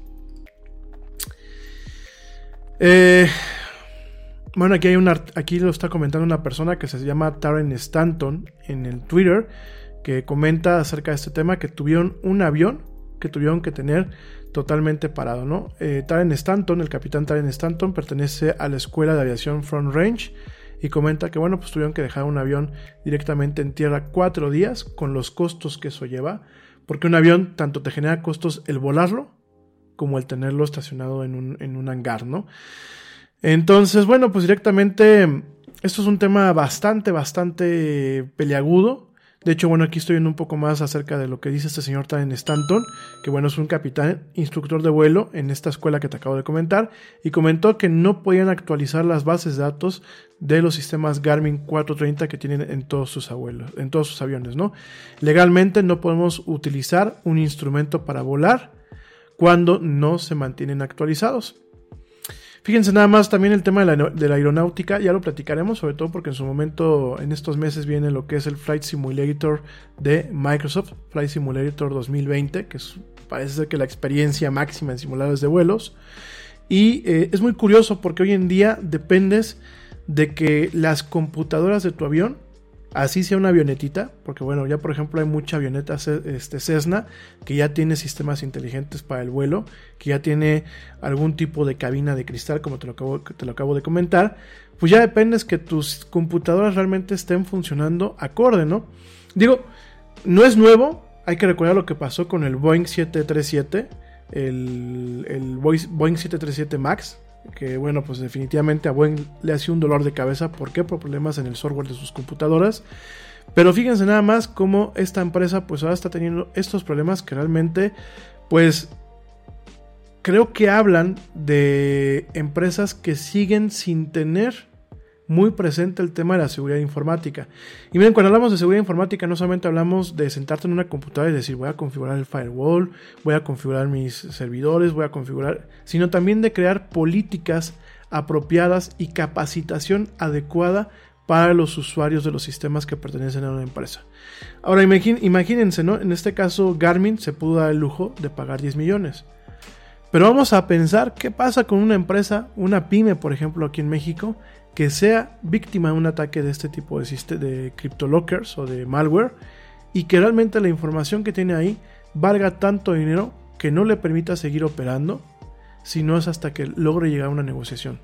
Eh, bueno, aquí hay una, aquí lo está comentando una persona que se llama Taryn Stanton en el Twitter, que comenta acerca de este tema, que tuvieron un avión que tuvieron que tener totalmente parado, ¿no? Eh, Taryn Stanton, el capitán Taryn Stanton, pertenece a la escuela de aviación Front Range y comenta que bueno, pues tuvieron que dejar un avión directamente en tierra cuatro días con los costos que eso lleva, porque un avión tanto te genera costos el volarlo como el tenerlo estacionado en un, en un hangar, ¿no? Entonces, bueno, pues directamente esto es un tema bastante, bastante peliagudo. De hecho, bueno, aquí estoy viendo un poco más acerca de lo que dice este señor Tyan Stanton, que bueno, es un capitán instructor de vuelo en esta escuela que te acabo de comentar, y comentó que no podían actualizar las bases de datos de los sistemas Garmin cuatrocientos treinta que tienen en todos sus abuelos, en todos sus aviones, ¿no? Legalmente no podemos utilizar un instrumento para volar cuando no se mantienen actualizados. Fíjense nada más también el tema de la, de la aeronáutica, ya lo platicaremos, sobre todo porque en su momento, en estos meses viene lo que es el Flight Simulator de Microsoft, Flight Simulator dos mil veinte, que es, parece ser que la experiencia máxima en simuladores de vuelos. Y eh, es muy curioso porque hoy en día dependes de que las computadoras de tu avión, así sea una avionetita, porque bueno, ya por ejemplo hay mucha avioneta este, Cessna que ya tiene sistemas inteligentes para el vuelo, que ya tiene algún tipo de cabina de cristal, como te lo acabo, te lo acabo de comentar, pues ya dependes que tus computadoras realmente estén funcionando acorde, ¿no? Digo, no es nuevo, hay que recordar lo que pasó con el Boeing siete treinta y siete, el, el Boeing siete treinta y siete MAX, que bueno, pues definitivamente a Boeing le hacía un dolor de cabeza. ¿Por qué? Por problemas en el software de sus computadoras. Pero fíjense nada más cómo esta empresa pues ahora está teniendo estos problemas que realmente pues creo que hablan de empresas que siguen sin tener muy presente el tema de la seguridad informática. Y miren, cuando hablamos de seguridad informática no solamente hablamos de sentarte en una computadora y decir voy a configurar el firewall, voy a configurar mis servidores, voy a configurar, sino también de crear políticas apropiadas y capacitación adecuada para los usuarios de los sistemas que pertenecen a una empresa. Ahora imagín, imagínense, ¿no? En este caso Garmin se pudo dar el lujo de pagar diez millones. Pero vamos a pensar qué pasa con una empresa, una pyme por ejemplo aquí en México, que sea víctima de un ataque de este tipo de, de CryptoLockers o de malware, y que realmente la información que tiene ahí valga tanto dinero que no le permita seguir operando, si no es hasta que logre llegar a una negociación.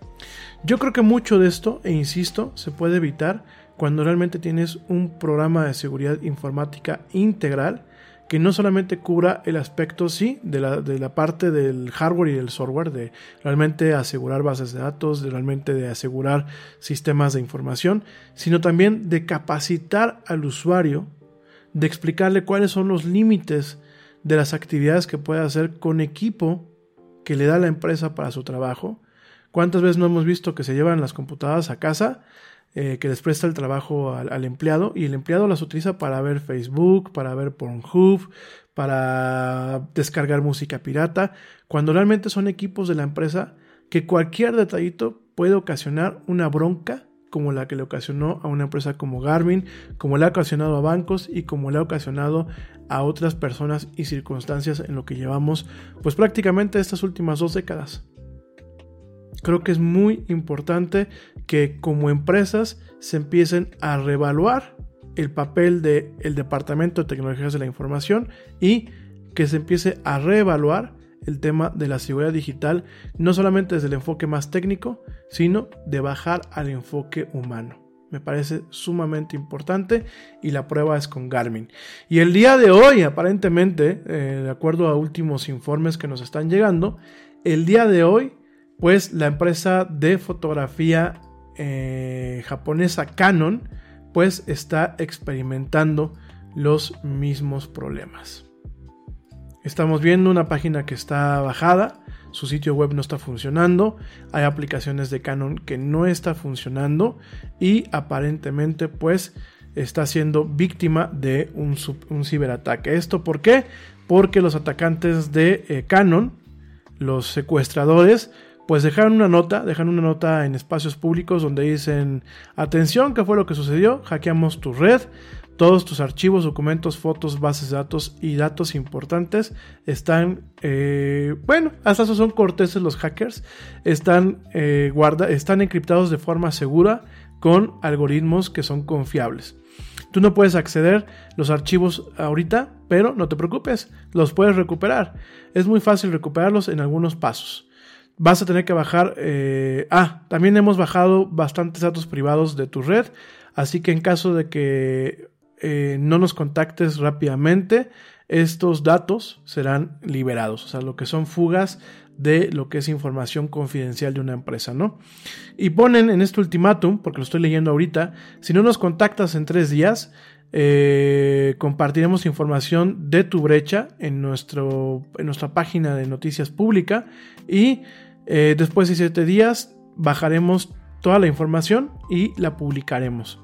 Yo creo que mucho de esto, e insisto, se puede evitar cuando realmente tienes un programa de seguridad informática integral que no solamente cubra el aspecto, sí, de la, de la parte del hardware y del software, de realmente asegurar bases de datos, de realmente de asegurar sistemas de información, sino también de capacitar al usuario, de explicarle cuáles son los límites de las actividades que puede hacer con equipo que le da la empresa para su trabajo. ¿Cuántas veces no hemos visto que se llevan las computadoras a casa, eh, que les presta el trabajo al, al empleado, y el empleado las utiliza para ver Facebook, para ver Pornhub, para descargar música pirata, cuando realmente son equipos de la empresa que cualquier detallito puede ocasionar una bronca como la que le ocasionó a una empresa como Garmin, como le ha ocasionado a bancos y como le ha ocasionado a otras personas y circunstancias en lo que llevamos pues prácticamente estas últimas dos décadas. Creo que es muy importante que como empresas se empiecen a reevaluar el papel del Departamento de Tecnologías de la Información y que se empiece a reevaluar el tema de la seguridad digital, no solamente desde el enfoque más técnico, sino de bajar al enfoque humano. Me parece sumamente importante y la prueba es con Garmin. Y el día de hoy, aparentemente, eh, de acuerdo a últimos informes que nos están llegando, el día de hoy, pues la empresa de fotografía eh, japonesa Canon, pues está experimentando los mismos problemas. Estamos viendo una página que está bajada, su sitio web no está funcionando, hay aplicaciones de Canon que no está funcionando y aparentemente pues está siendo víctima de un, un ciberataque. ¿Esto por qué? Porque los atacantes de eh, Canon, los secuestradores, pues dejaron una nota, dejaron una nota en espacios públicos donde dicen: atención, ¿qué fue lo que sucedió? Hackeamos tu red, todos tus archivos, documentos, fotos, bases de datos y datos importantes están, eh, bueno, hasta eso son corteses los hackers, están, eh, guarda, están encriptados de forma segura con algoritmos que son confiables. Tú no puedes acceder los archivos ahorita, pero no te preocupes, los puedes recuperar. Es muy fácil recuperarlos en algunos pasos. vas a tener que bajar, eh, ah, también hemos bajado bastantes datos privados de tu red, así que en caso de que eh, no nos contactes rápidamente, estos datos serán liberados, o sea, lo que son fugas de lo que es información confidencial de una empresa, ¿no? Y ponen en este ultimátum, porque lo estoy leyendo ahorita, si no nos contactas en tres días, eh, compartiremos información de tu brecha en, nuestro, en nuestra página de noticias pública y eh, después de siete días bajaremos toda la información y la publicaremos.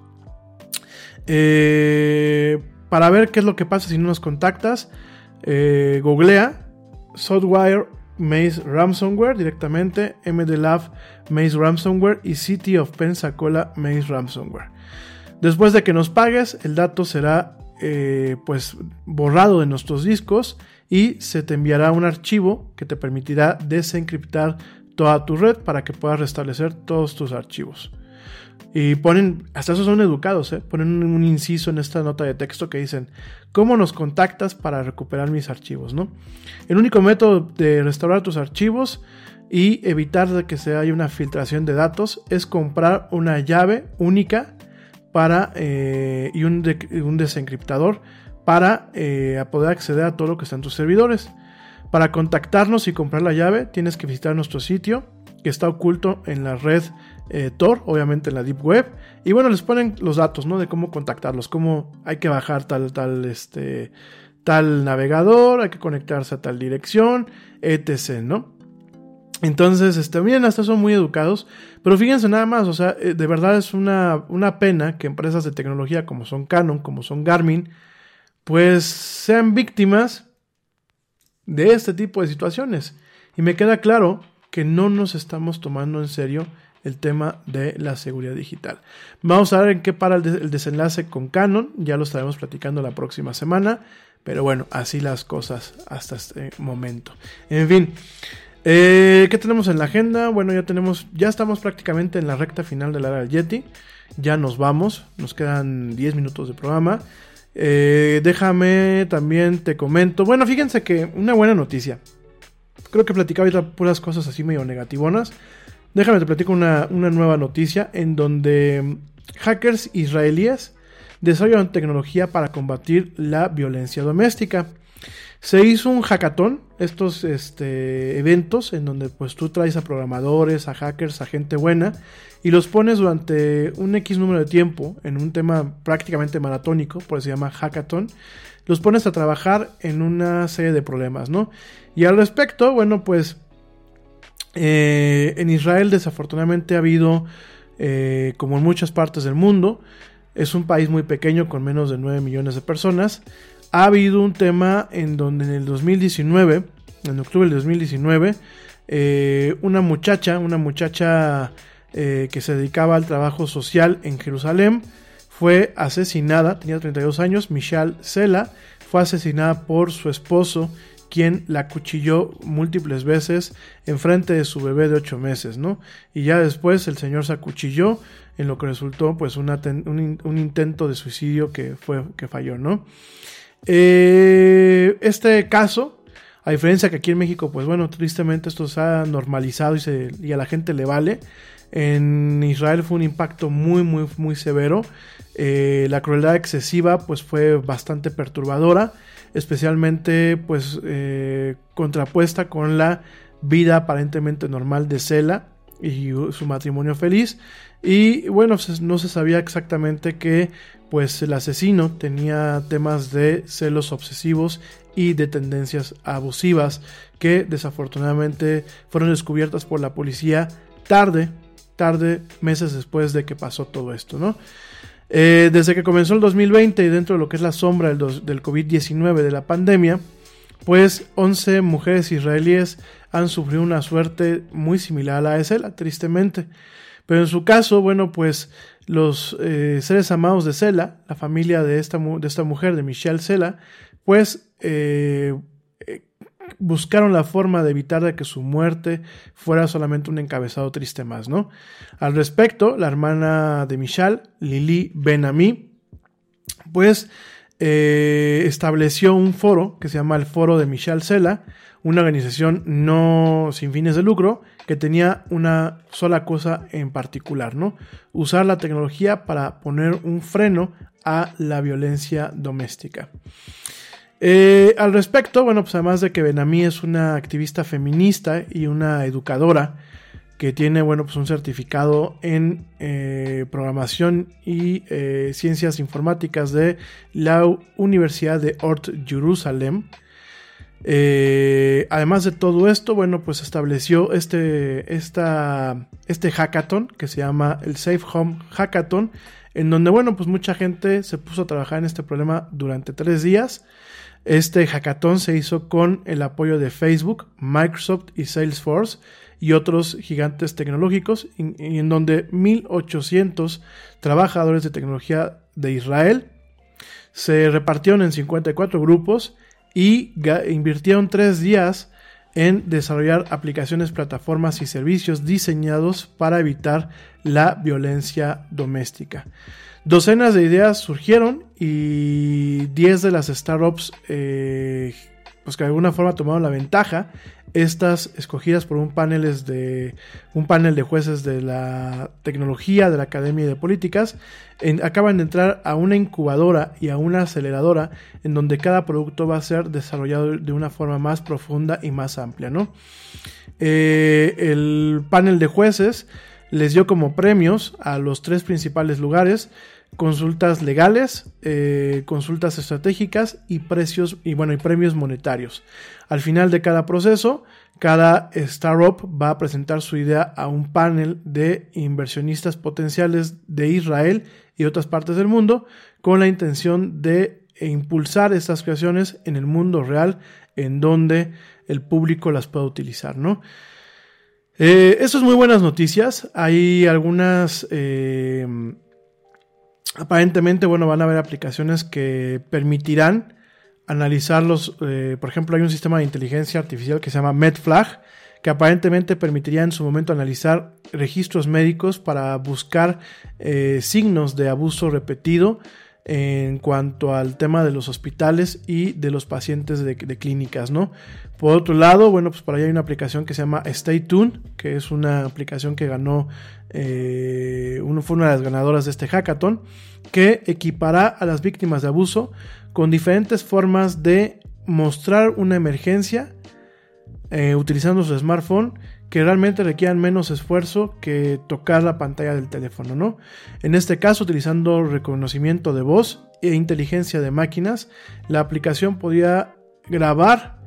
Eh, para ver qué es lo que pasa si no nos contactas, eh, googlea Software Maze Ransomware directamente, M D Lab Maze Ransomware y City of Pensacola Maze Ransomware. Después de que nos pagues, el dato será eh, pues borrado de nuestros discos y se te enviará un archivo que te permitirá desencriptar toda tu red para que puedas restablecer todos tus archivos. Y ponen, hasta esos son educados, ¿eh? Ponen un inciso en esta nota de texto que dicen: ¿cómo nos contactas para recuperar mis archivos, ¿no? El único método de restaurar tus archivos y evitar de que se haya una filtración de datos es comprar una llave única para eh, y un, de, un desencriptador para eh, poder acceder a todo lo que está en tus servidores. Para contactarnos y comprar la llave tienes que visitar nuestro sitio, que está oculto en la red eh, Tor, obviamente en la Deep Web, y bueno, les ponen los datos, ¿no? De cómo contactarlos, cómo hay que bajar tal, tal, este, tal navegador, hay que conectarse a tal dirección, etcétera, ¿no? Entonces, este, miren, hasta son muy educados, pero fíjense nada más, o sea, eh, de verdad es una, una pena que empresas de tecnología como son Canon, como son Garmin, pues sean víctimas de este tipo de situaciones. Y me queda claro que no nos estamos tomando en serio el tema de la seguridad digital. Vamos a ver en qué para el, de- el desenlace con Canon, ya lo estaremos platicando la próxima semana, pero bueno, así las cosas hasta este momento. En fin, eh, ¿qué tenemos en la agenda? Bueno, ya tenemos, ya estamos prácticamente en la recta final de la era del Yeti, ya nos vamos, nos quedan diez minutos de programa. Eh, déjame también te comento, bueno, fíjense que una buena noticia. Creo que platicaba ahorita puras cosas así medio negativonas. Déjame te platico una, una nueva noticia en donde hackers israelíes desarrollan tecnología para combatir la violencia doméstica. Se hizo un hackathon, estos este, eventos en donde pues tú traes a programadores, a hackers, a gente buena y los pones durante un X número de tiempo en un tema prácticamente maratónico, por eso se llama hackathon. Los pones a trabajar en una serie de problemas, ¿no? Y al respecto, bueno, pues eh, en Israel desafortunadamente ha habido, eh, como en muchas partes del mundo, es un país muy pequeño con menos de nueve millones de personas, ha habido un tema en donde en el dos mil diecinueve, en octubre del dos mil diecinueve, eh, una muchacha, una muchacha eh, que se dedicaba al trabajo social en Jerusalén, fue asesinada, tenía treinta y dos años, Michal Sela, fue asesinada por su esposo, quien la acuchilló múltiples veces enfrente de su bebé de ocho meses, ¿no? Y ya después el señor se acuchilló, en lo que resultó pues una ten, un, un intento de suicidio que, fue, que falló, ¿no? Eh, este caso, a diferencia que aquí en México, pues bueno, tristemente esto se ha normalizado y, se, y a la gente le vale. En Israel fue un impacto muy muy muy severo. Eh, la crueldad excesiva pues fue bastante perturbadora, especialmente pues eh, contrapuesta con la vida aparentemente normal de Sela y su matrimonio feliz. Y bueno, no se sabía exactamente que pues el asesino tenía temas de celos obsesivos y de tendencias abusivas que desafortunadamente fueron descubiertas por la policía tarde tarde, meses después de que pasó todo esto, ¿no? Eh, desde que comenzó el dos mil veinte y dentro de lo que es la sombra del, dos, del covid diecinueve, de la pandemia, pues once mujeres israelíes han sufrido una suerte muy similar a la de Sela, tristemente. Pero en su caso, bueno, pues los eh, seres amados de Sela, la familia de esta, de esta mujer, de Michal Sela, pues eh, buscaron la forma de evitar de que su muerte fuera solamente un encabezado triste más, ¿no? Al respecto, la hermana de Michal, Lili Ben-Ami, pues eh, estableció un foro que se llama el Foro de Michel Cela, una organización no sin fines de lucro que tenía una sola cosa en particular, ¿no? Usar la tecnología para poner un freno a la violencia doméstica. Eh, al respecto, bueno, pues además de que Ben-Ami es una activista feminista y una educadora que tiene, bueno, pues un certificado en eh, programación y eh, ciencias informáticas de la Universidad de Oort Jerusalem. Eh, además de todo esto, bueno, pues estableció este, esta, este hackathon que se llama el Safe Home Hackathon, en donde, bueno, pues mucha gente se puso a trabajar en este problema durante tres días. Este hackathon se hizo con el apoyo de Facebook, Microsoft y Salesforce y otros gigantes tecnológicos, y, y en donde mil ochocientos trabajadores de tecnología de Israel se repartieron en cincuenta y cuatro grupos y invirtieron tres días en desarrollar aplicaciones, plataformas y servicios diseñados para evitar la violencia doméstica. Docenas de ideas surgieron y diez de las startups eh, pues que de alguna forma tomaron la ventaja. Estas escogidas por un panel de, un panel de jueces de la tecnología, de la Academia de Políticas, en, acaban de entrar a una incubadora y a una aceleradora en donde cada producto va a ser desarrollado de una forma más profunda y más amplia, ¿no? Eh, el panel de jueces les dio como premios a los tres principales lugares consultas legales, eh, consultas estratégicas y precios y bueno y premios monetarios. Al final de cada proceso, cada startup va a presentar su idea a un panel de inversionistas potenciales de Israel y otras partes del mundo con la intención de impulsar estas creaciones en el mundo real en donde el público las pueda utilizar, ¿no? Eh, esto es muy buenas noticias. Hay algunas eh, aparentemente, bueno, van a haber aplicaciones que permitirán analizarlos. Eh, por ejemplo, hay un sistema de inteligencia artificial que se llama MedFlag, que aparentemente permitiría en su momento analizar registros médicos para buscar eh, signos de abuso repetido en cuanto al tema de los hospitales y de los pacientes de, de clínicas, ¿no? Por otro lado, bueno, pues por ahí hay una aplicación que se llama Stay Tuned, que es una aplicación que ganó, eh, uno, fue una de las ganadoras de este hackathon, que equipará a las víctimas de abuso con diferentes formas de mostrar una emergencia eh, utilizando su smartphone, que realmente requieran menos esfuerzo que tocar la pantalla del teléfono, ¿no? En este caso, utilizando reconocimiento de voz e inteligencia de máquinas, la aplicación podía grabar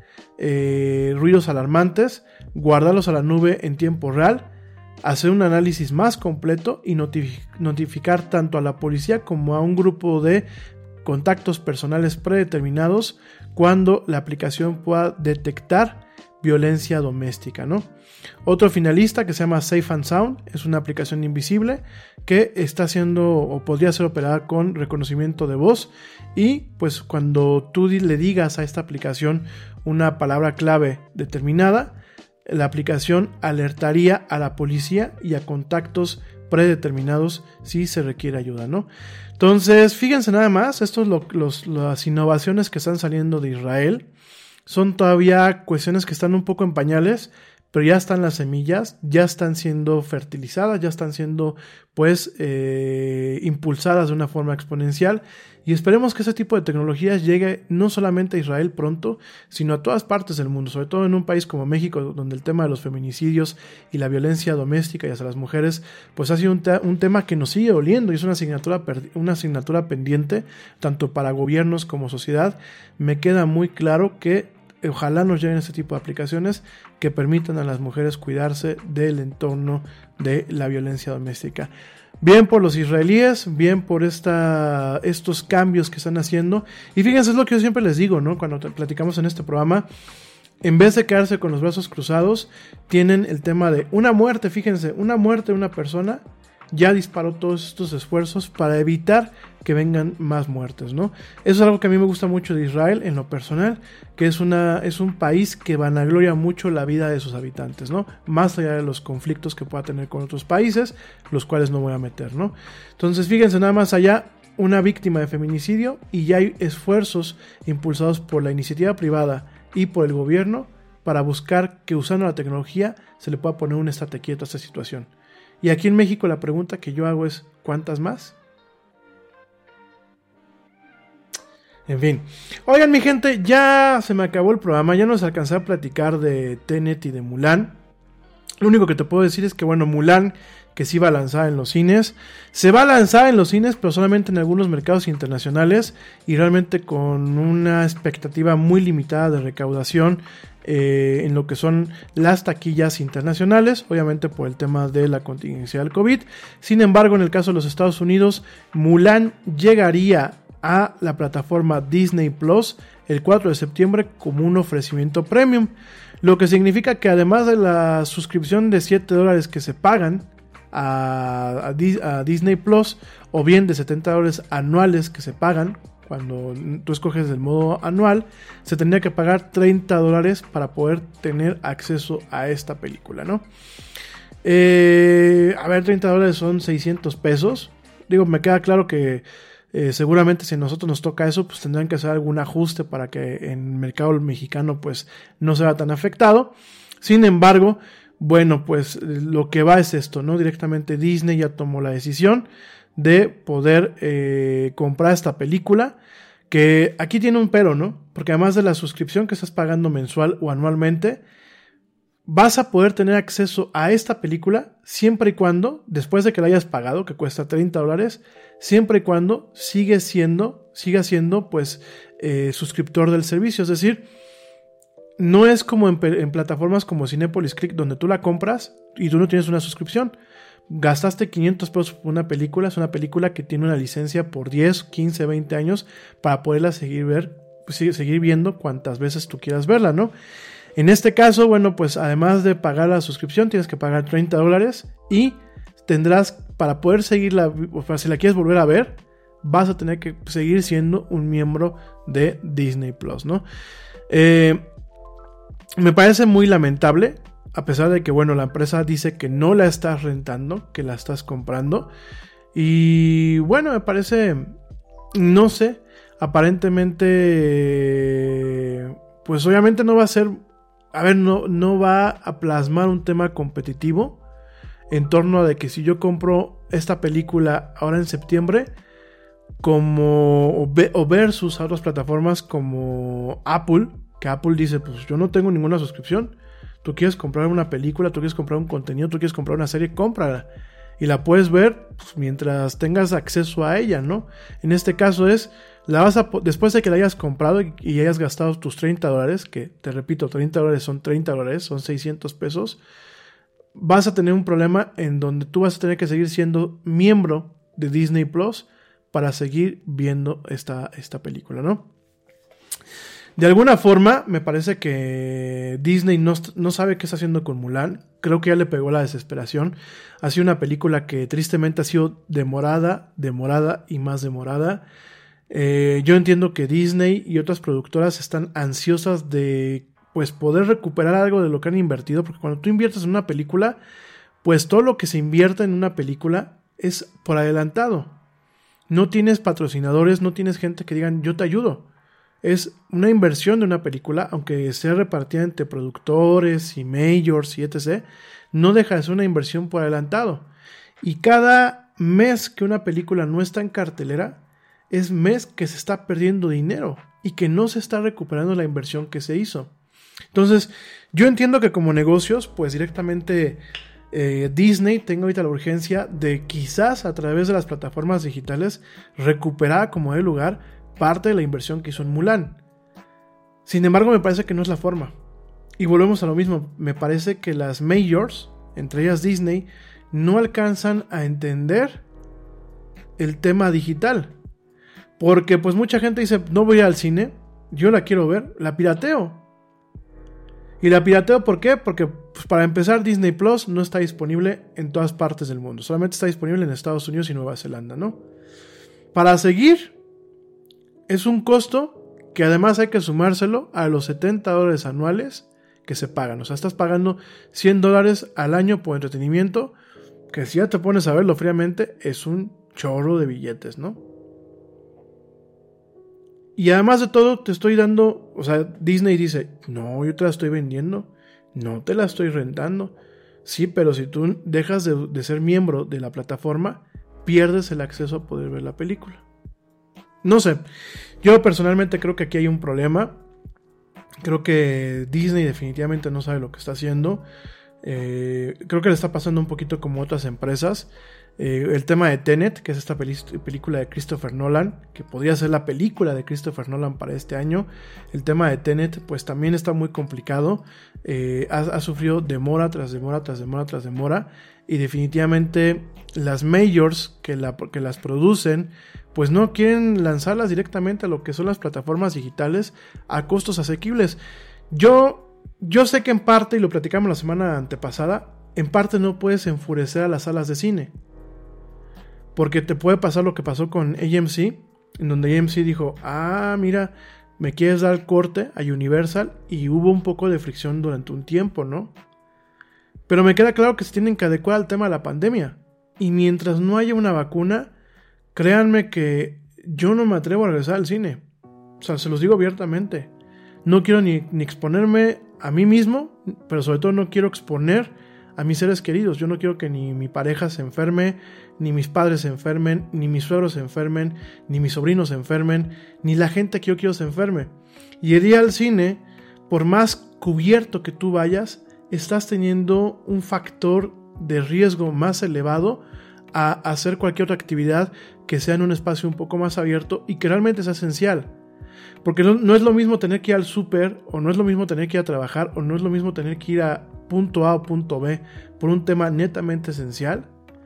eh, ruidos alarmantes, guardarlos a la nube en tiempo real, hacer un análisis más completo y notific- notificar tanto a la policía como a un grupo de contactos personales predeterminados cuando la aplicación pueda detectar violencia doméstica, ¿no? Otro finalista que se llama Safe and Sound es una aplicación invisible que está haciendo o podría ser operada con reconocimiento de voz, y pues cuando tú le digas a esta aplicación una palabra clave determinada, la aplicación alertaría a la policía y a contactos predeterminados si se requiere ayuda, ¿no? Entonces, fíjense nada más, estos lo, los, las innovaciones que están saliendo de Israel son todavía cuestiones que están un poco en pañales, pero ya están las semillas, ya están siendo fertilizadas, ya están siendo pues eh, impulsadas de una forma exponencial, y esperemos que ese tipo de tecnologías llegue no solamente a Israel pronto, sino a todas partes del mundo, sobre todo en un país como México, donde el tema de los feminicidios y la violencia doméstica y hacia las mujeres pues ha sido un, te- un tema que nos sigue doliendo y es una asignatura, per- una asignatura pendiente tanto para gobiernos como sociedad. Me queda muy claro que ojalá nos lleguen este tipo de aplicaciones que permitan a las mujeres cuidarse del entorno de la violencia doméstica. Bien por los israelíes, bien por esta, estos cambios que están haciendo. Y fíjense, es lo que yo siempre les digo, ¿no? Cuando platicamos en este programa, en vez de quedarse con los brazos cruzados, tienen el tema de una muerte. Fíjense, una muerte de una persona ya disparó todos estos esfuerzos para evitar que vengan más muertes, ¿no? Eso es algo que a mí me gusta mucho de Israel en lo personal, que es una es un país que vanagloria mucho la vida de sus habitantes, ¿no? Más allá de los conflictos que pueda tener con otros países, los cuales no voy a meter, ¿no? Entonces, fíjense nada más allá, una víctima de feminicidio y ya hay esfuerzos impulsados por la iniciativa privada y por el gobierno para buscar que usando la tecnología se le pueda poner un estate quieto a esta situación. Y aquí en México la pregunta que yo hago es, ¿cuántas más? En fin. Oigan, mi gente, ya se me acabó el programa, ya nos alcancé a platicar de Tenet y de Mulan. Lo único que te puedo decir es que, bueno, Mulan, que sí va a lanzar en los cines, se va a lanzar en los cines, pero solamente en algunos mercados internacionales y realmente con una expectativa muy limitada de recaudación eh, en lo que son las taquillas internacionales, obviamente por el tema de la contingencia del COVID. Sin embargo, en el caso de los Estados Unidos, Mulan llegaría a la plataforma Disney Plus el cuatro de septiembre como un ofrecimiento premium, lo que significa que además de la suscripción de siete dólares que se pagan a, a, Di, a Disney Plus, o bien de setenta dólares anuales que se pagan cuando tú escoges el modo anual, se tendría que pagar treinta dólares para poder tener acceso a esta película, ¿no? Eh, a ver, treinta dólares son seiscientos pesos. Digo, me queda claro que Eh, seguramente si a nosotros nos toca eso, pues tendrán que hacer algún ajuste para que en el mercado mexicano pues no sea tan afectado. Sin embargo, bueno, pues lo que va es esto, ¿no? Directamente Disney ya tomó la decisión de poder eh, comprar esta película, que aquí tiene un pero, ¿no? Porque además de la suscripción que estás pagando mensual o anualmente, vas a poder tener acceso a esta película siempre y cuando, después de que la hayas pagado, que cuesta treinta dólares, siempre y cuando sigue siendo, siga siendo pues eh, suscriptor del servicio. Es decir, no es como en, en plataformas como Cinépolis Click, donde tú la compras y tú no tienes una suscripción. Gastaste quinientos pesos por una película, es una película que tiene una licencia por diez, quince, veinte años para poderla seguir, ver, seguir viendo cuantas veces tú quieras verla, ¿no? En este caso, bueno, pues además de pagar la suscripción, tienes que pagar treinta dólares y tendrás, para poder seguirla, o para si la quieres volver a ver, vas a tener que seguir siendo un miembro de Disney Plus, ¿no? Eh, me parece muy lamentable, a pesar de que, bueno, la empresa dice que no la estás rentando, que la estás comprando. Y bueno, me parece, no sé, aparentemente, pues obviamente no va a ser... A ver, no, no va a plasmar un tema competitivo en torno a de que si yo compro esta película ahora en septiembre, como o versus a otras plataformas como Apple, que Apple dice, pues yo no tengo ninguna suscripción, tú quieres comprar una película, tú quieres comprar un contenido, tú quieres comprar una serie, cómprala y la puedes ver pues, mientras tengas acceso a ella, ¿no? En este caso es, la vas a, después de que la hayas comprado y, y hayas gastado tus treinta dólares, que te repito, treinta dólares son treinta dólares, son seiscientos pesos, vas a tener un problema en donde tú vas a tener que seguir siendo miembro de Disney Plus para seguir viendo esta, esta película, ¿no? De alguna forma, me parece que Disney no, no sabe qué está haciendo con Mulan. Creo que ya le pegó la desesperación. Ha sido una película que tristemente ha sido demorada, demorada y más demorada. Eh, yo entiendo que Disney y otras productoras están ansiosas de pues poder recuperar algo de lo que han invertido, porque cuando tú inviertes en una película, pues todo lo que se invierte en una película es por adelantado. No tienes patrocinadores, no tienes gente que digan yo te ayudo. Es una inversión de una película, aunque sea repartida entre productores y majors y etcétera, no deja de ser una inversión por adelantado. Y cada mes que una película no está en cartelera, es mes que se está perdiendo dinero y que no se está recuperando la inversión que se hizo. Entonces, yo entiendo que como negocios, pues directamente eh, Disney tenga ahorita la urgencia de quizás a través de las plataformas digitales recuperar como de lugar parte de la inversión que hizo en Mulan. Sin embargo, me parece que no es la forma. Y volvemos a lo mismo. Me parece que las majors, entre ellas Disney, no alcanzan a entender el tema digital. Porque pues mucha gente dice, no voy al cine, yo la quiero ver, la pirateo. ¿Y la pirateo por qué? Porque pues, para empezar Disney Plus no está disponible en todas partes del mundo. Solamente está disponible en Estados Unidos y Nueva Zelanda, ¿no? Para seguir, es un costo que además hay que sumárselo a los setenta dólares anuales que se pagan. O sea, estás pagando cien dólares al año por entretenimiento, que si ya te pones a verlo fríamente, es un chorro de billetes, ¿no? Y además de todo, te estoy dando, o sea, Disney dice, no, yo te la estoy vendiendo, no te la estoy rentando. Sí, pero si tú dejas de, de ser miembro de la plataforma, pierdes el acceso a poder ver la película. No sé, yo personalmente creo que aquí hay un problema. Creo que Disney definitivamente no sabe lo que está haciendo. Eh, creo que le está pasando un poquito como otras empresas. Eh, el tema de Tenet, que es esta peli- película de Christopher Nolan, que podría ser la película de Christopher Nolan para este año. El tema de Tenet pues también está muy complicado. Eh, ha, ha sufrido demora tras demora tras demora tras demora, y definitivamente las majors que, la, que las producen pues no quieren lanzarlas directamente a lo que son las plataformas digitales a costos asequibles. Yo, yo sé que en parte, y lo platicamos la semana antepasada, en parte no puedes enfurecer a las salas de cine, porque te puede pasar lo que pasó con A M C, en donde A M C dijo, ah, mira, me quieres dar corte a Universal, y hubo un poco de fricción durante un tiempo, ¿no? Pero me queda claro que se tienen que adecuar al tema de la pandemia, y mientras no haya una vacuna, créanme que yo no me atrevo a regresar al cine. O sea, se los digo abiertamente. No quiero ni, ni exponerme a mí mismo, pero sobre todo no quiero exponer a mis seres queridos. Yo no quiero que ni mi pareja se enferme, ni mis padres se enfermen, ni mis suegros se enfermen, ni mis sobrinos se enfermen, ni la gente que yo quiero se enferme. Y el ir al cine, por más cubierto que tú vayas, estás teniendo un factor de riesgo más elevado a hacer cualquier otra actividad que sea en un espacio un poco más abierto y que realmente sea esencial. Porque no, no es lo mismo tener que ir al súper, o no es lo mismo tener que ir a trabajar, o no es lo mismo tener que ir a punto A o punto B por un tema netamente esencial,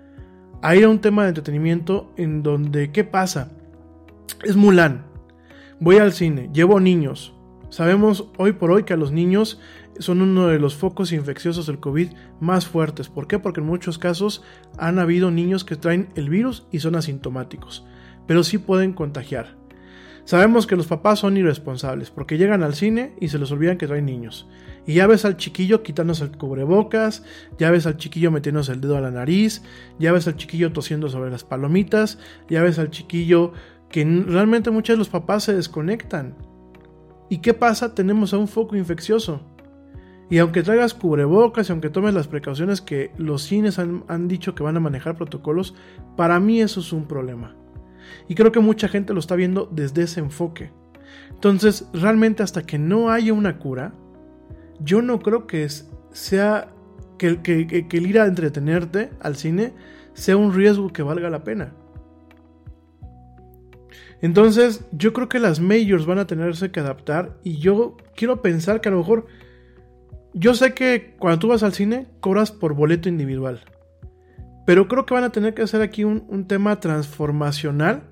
a ir a un tema de entretenimiento en donde, ¿qué pasa? Es Mulan, voy al cine, llevo niños. Sabemos hoy por hoy que a los niños son uno de los focos infecciosos del COVID más fuertes. ¿Por qué? Porque en muchos casos han habido niños que traen el virus y son asintomáticos, pero sí pueden contagiar. Sabemos que los papás son irresponsables porque llegan al cine y se les olvidan que traen niños. Y ya ves al chiquillo quitándose el cubrebocas, ya ves al chiquillo metiéndose el dedo a la nariz, ya ves al chiquillo tosiendo sobre las palomitas, ya ves al chiquillo que realmente muchos de los papás se desconectan. ¿Y qué pasa? Tenemos a un foco infeccioso. Y aunque traigas cubrebocas y aunque tomes las precauciones que los cines han, han dicho que van a manejar protocolos, para mí eso es un problema. Y creo que mucha gente lo está viendo desde ese enfoque. Entonces, realmente hasta que no haya una cura, yo no creo que sea que, que, que, que el ir a entretenerte al cine sea un riesgo que valga la pena. Entonces, yo creo que las majors van a tenerse que adaptar, y yo quiero pensar que a lo mejor, yo sé que cuando tú vas al cine cobras por boleto individual, pero creo que van a tener que hacer aquí un, un tema transformacional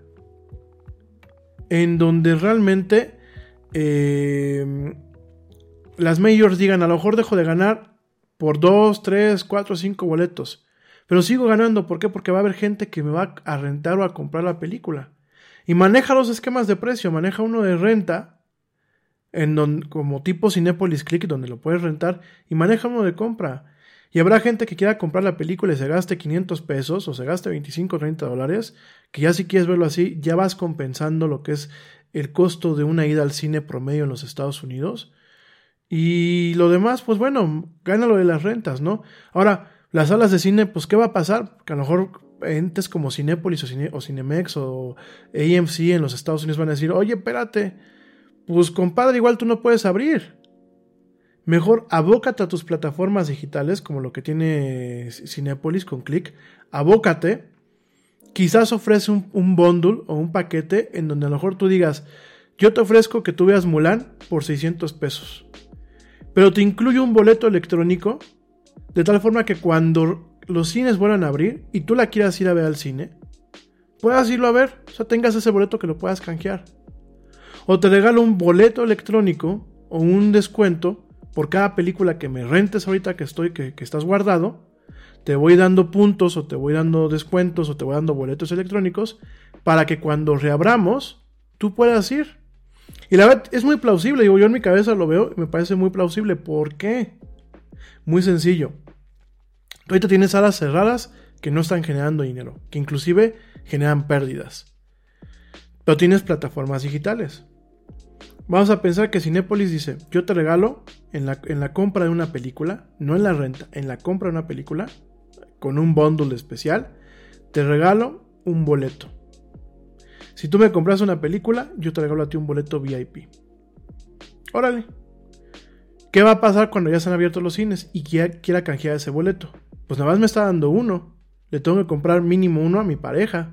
en donde realmente eh, las majors digan, a lo mejor dejo de ganar por dos, tres, cuatro, cinco boletos, pero sigo ganando. ¿Por qué? Porque va a haber gente que me va a rentar o a comprar la película. Y maneja los esquemas de precio, maneja uno de renta, en donde, como tipo Cinépolis Click, donde lo puedes rentar, y maneja uno de compra. Y habrá gente que quiera comprar la película y se gaste quinientos pesos o se gaste veinticinco o treinta dólares, que ya si quieres verlo así, ya vas compensando lo que es el costo de una ida al cine promedio en los Estados Unidos. Y lo demás, pues bueno, gana lo de las rentas, ¿no? Ahora, las salas de cine, pues ¿qué va a pasar? Que a lo mejor entes como Cinépolis o, Cine, o Cinemex o A M C en los Estados Unidos van a decir, oye, espérate, pues compadre, igual tú no puedes abrir. Mejor abócate a tus plataformas digitales, como lo que tiene Cinépolis con Click. Abócate. Quizás ofrece un, un bundle o un paquete en donde a lo mejor tú digas, yo te ofrezco que tú veas Mulan por seiscientos pesos, pero te incluye un boleto electrónico, de tal forma que cuando los cines vuelvan a abrir y tú la quieras ir a ver al cine, puedas irlo a ver, o sea, tengas ese boleto que lo puedas canjear. O te regalo un boleto electrónico o un descuento por cada película que me rentes ahorita que estoy, que, que estás guardado. Te voy dando puntos, o te voy dando descuentos, o te voy dando boletos electrónicos, para que cuando reabramos, tú puedas ir. Y la verdad es muy plausible, digo, yo en mi cabeza lo veo y me parece muy plausible. ¿Por qué? Muy sencillo. Tú ahorita tienes salas cerradas que no están generando dinero, que inclusive generan pérdidas. Pero tienes plataformas digitales. Vamos a pensar que Cinépolis dice, yo te regalo en la, en la compra de una película, no en la renta, en la compra de una película, con un bundle especial, te regalo un boleto. Si tú me compras una película, yo te regalo a ti un boleto V I P. Órale. ¿Qué va a pasar cuando ya se han abierto los cines y quiera, quiera canjear ese boleto? Pues nada más me está dando uno. Le tengo que comprar mínimo uno a mi pareja.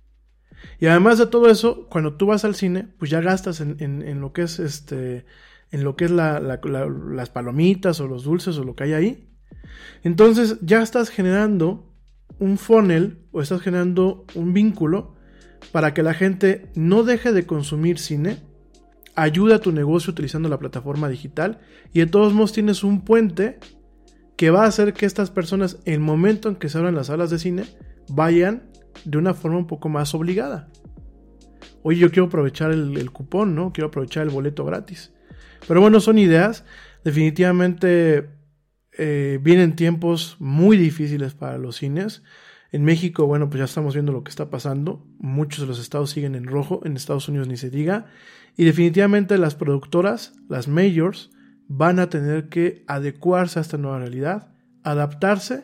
Y además de todo eso, cuando tú vas al cine, pues ya gastas en, en, en lo que es este, en lo que es la, la, la, las palomitas o los dulces o lo que hay ahí. Entonces ya estás generando un funnel o estás generando un vínculo para que la gente no deje de consumir cine, ayuda a tu negocio utilizando la plataforma digital y de todos modos tienes un puente que va a hacer que estas personas, en el momento en que se abran las salas de cine, vayan de una forma un poco más obligada. Oye, yo quiero aprovechar el, el cupón, ¿no? Quiero aprovechar el boleto gratis. Pero bueno, son ideas. Definitivamente eh, vienen tiempos muy difíciles para los cines. En México, bueno, pues ya estamos viendo lo que está pasando. Muchos de los estados siguen en rojo. En Estados Unidos ni se diga. Y definitivamente las productoras, las majors, van a tener que adecuarse a esta nueva realidad, adaptarse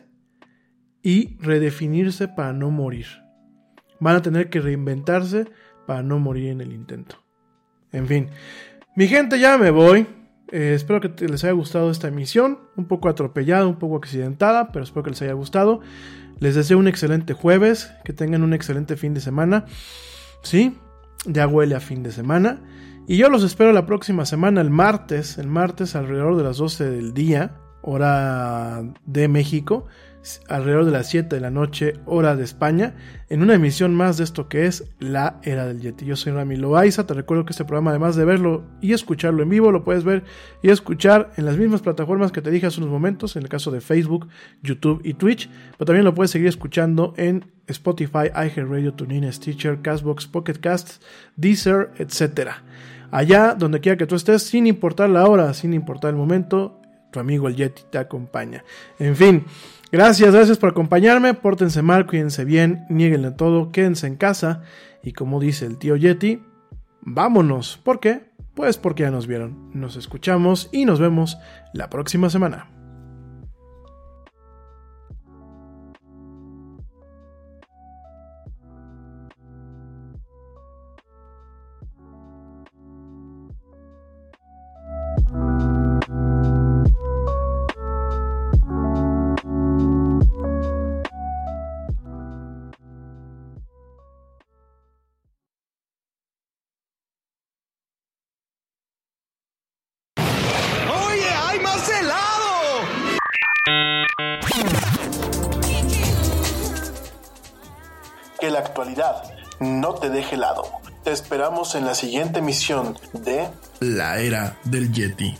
y redefinirse para no morir. Van a tener que reinventarse para no morir en el intento. En fin, mi gente, ya me voy. Eh, espero que te, les haya gustado esta emisión. Un poco atropellada, un poco accidentada, pero espero que les haya gustado. Les deseo un excelente jueves, que tengan un excelente fin de semana. Sí, ya huele a fin de semana. Y yo los espero la próxima semana, el martes, el martes alrededor de las doce del día, hora de México, alrededor de las siete de la noche, hora de España, en una emisión más de esto que es La Era del Yeti. Yo soy Rami Loaiza, te recuerdo que este programa, además de verlo y escucharlo en vivo, lo puedes ver y escuchar en las mismas plataformas que te dije hace unos momentos, en el caso de Facebook, YouTube y Twitch, pero también lo puedes seguir escuchando en Spotify, iHeartRadio, TuneIn, Stitcher, Castbox, Pocket Casts, Deezer, etcétera. Allá, donde quiera que tú estés, sin importar la hora, sin importar el momento, tu amigo el Yeti te acompaña. En fin, gracias, gracias por acompañarme, pórtense mal, cuídense bien, niéguenle todo, quédense en casa y como dice el tío Yeti, vámonos. ¿Por qué? Pues porque ya nos vieron. Nos escuchamos y nos vemos la próxima semana. Que la actualidad no te deje helado. Te esperamos en la siguiente emisión de La Era del Yeti.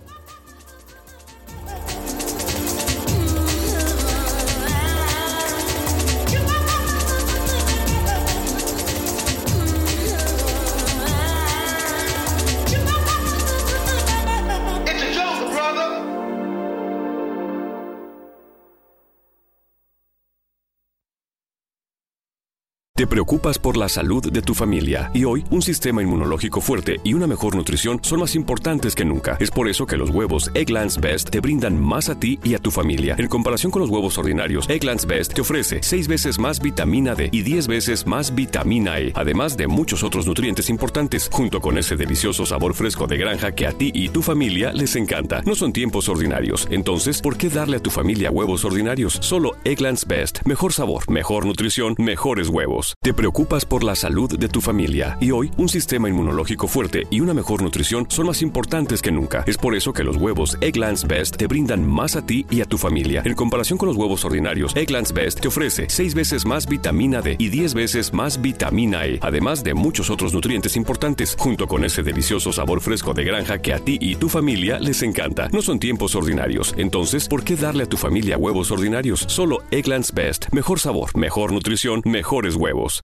Te preocupas por la salud de tu familia y hoy un sistema inmunológico fuerte y una mejor nutrición son más importantes que nunca. Es por eso que los huevos Eggland's Best te brindan más a ti y a tu familia. En comparación con los huevos ordinarios, Eggland's Best te ofrece seis veces más vitamina D y diez veces más vitamina E, además de muchos otros nutrientes importantes, junto con ese delicioso sabor fresco de granja que a ti y tu familia les encanta. No son tiempos ordinarios, entonces, ¿por qué darle a tu familia huevos ordinarios? Solo Eggland's Best. Mejor sabor, mejor nutrición, mejores huevos. Te preocupas por la salud de tu familia y hoy un sistema inmunológico fuerte y una mejor nutrición son más importantes que nunca. Es por eso que los huevos Eggland's Best te brindan más a ti y a tu familia. En comparación con los huevos ordinarios, Eggland's Best te ofrece seis veces más vitamina D y diez veces más vitamina E, además de muchos otros nutrientes importantes, junto con ese delicioso sabor fresco de granja que a ti y tu familia les encanta. No son tiempos ordinarios, entonces, ¿por qué darle a tu familia huevos ordinarios? Solo Eggland's Best. Mejor sabor, mejor nutrición, mejores huevos.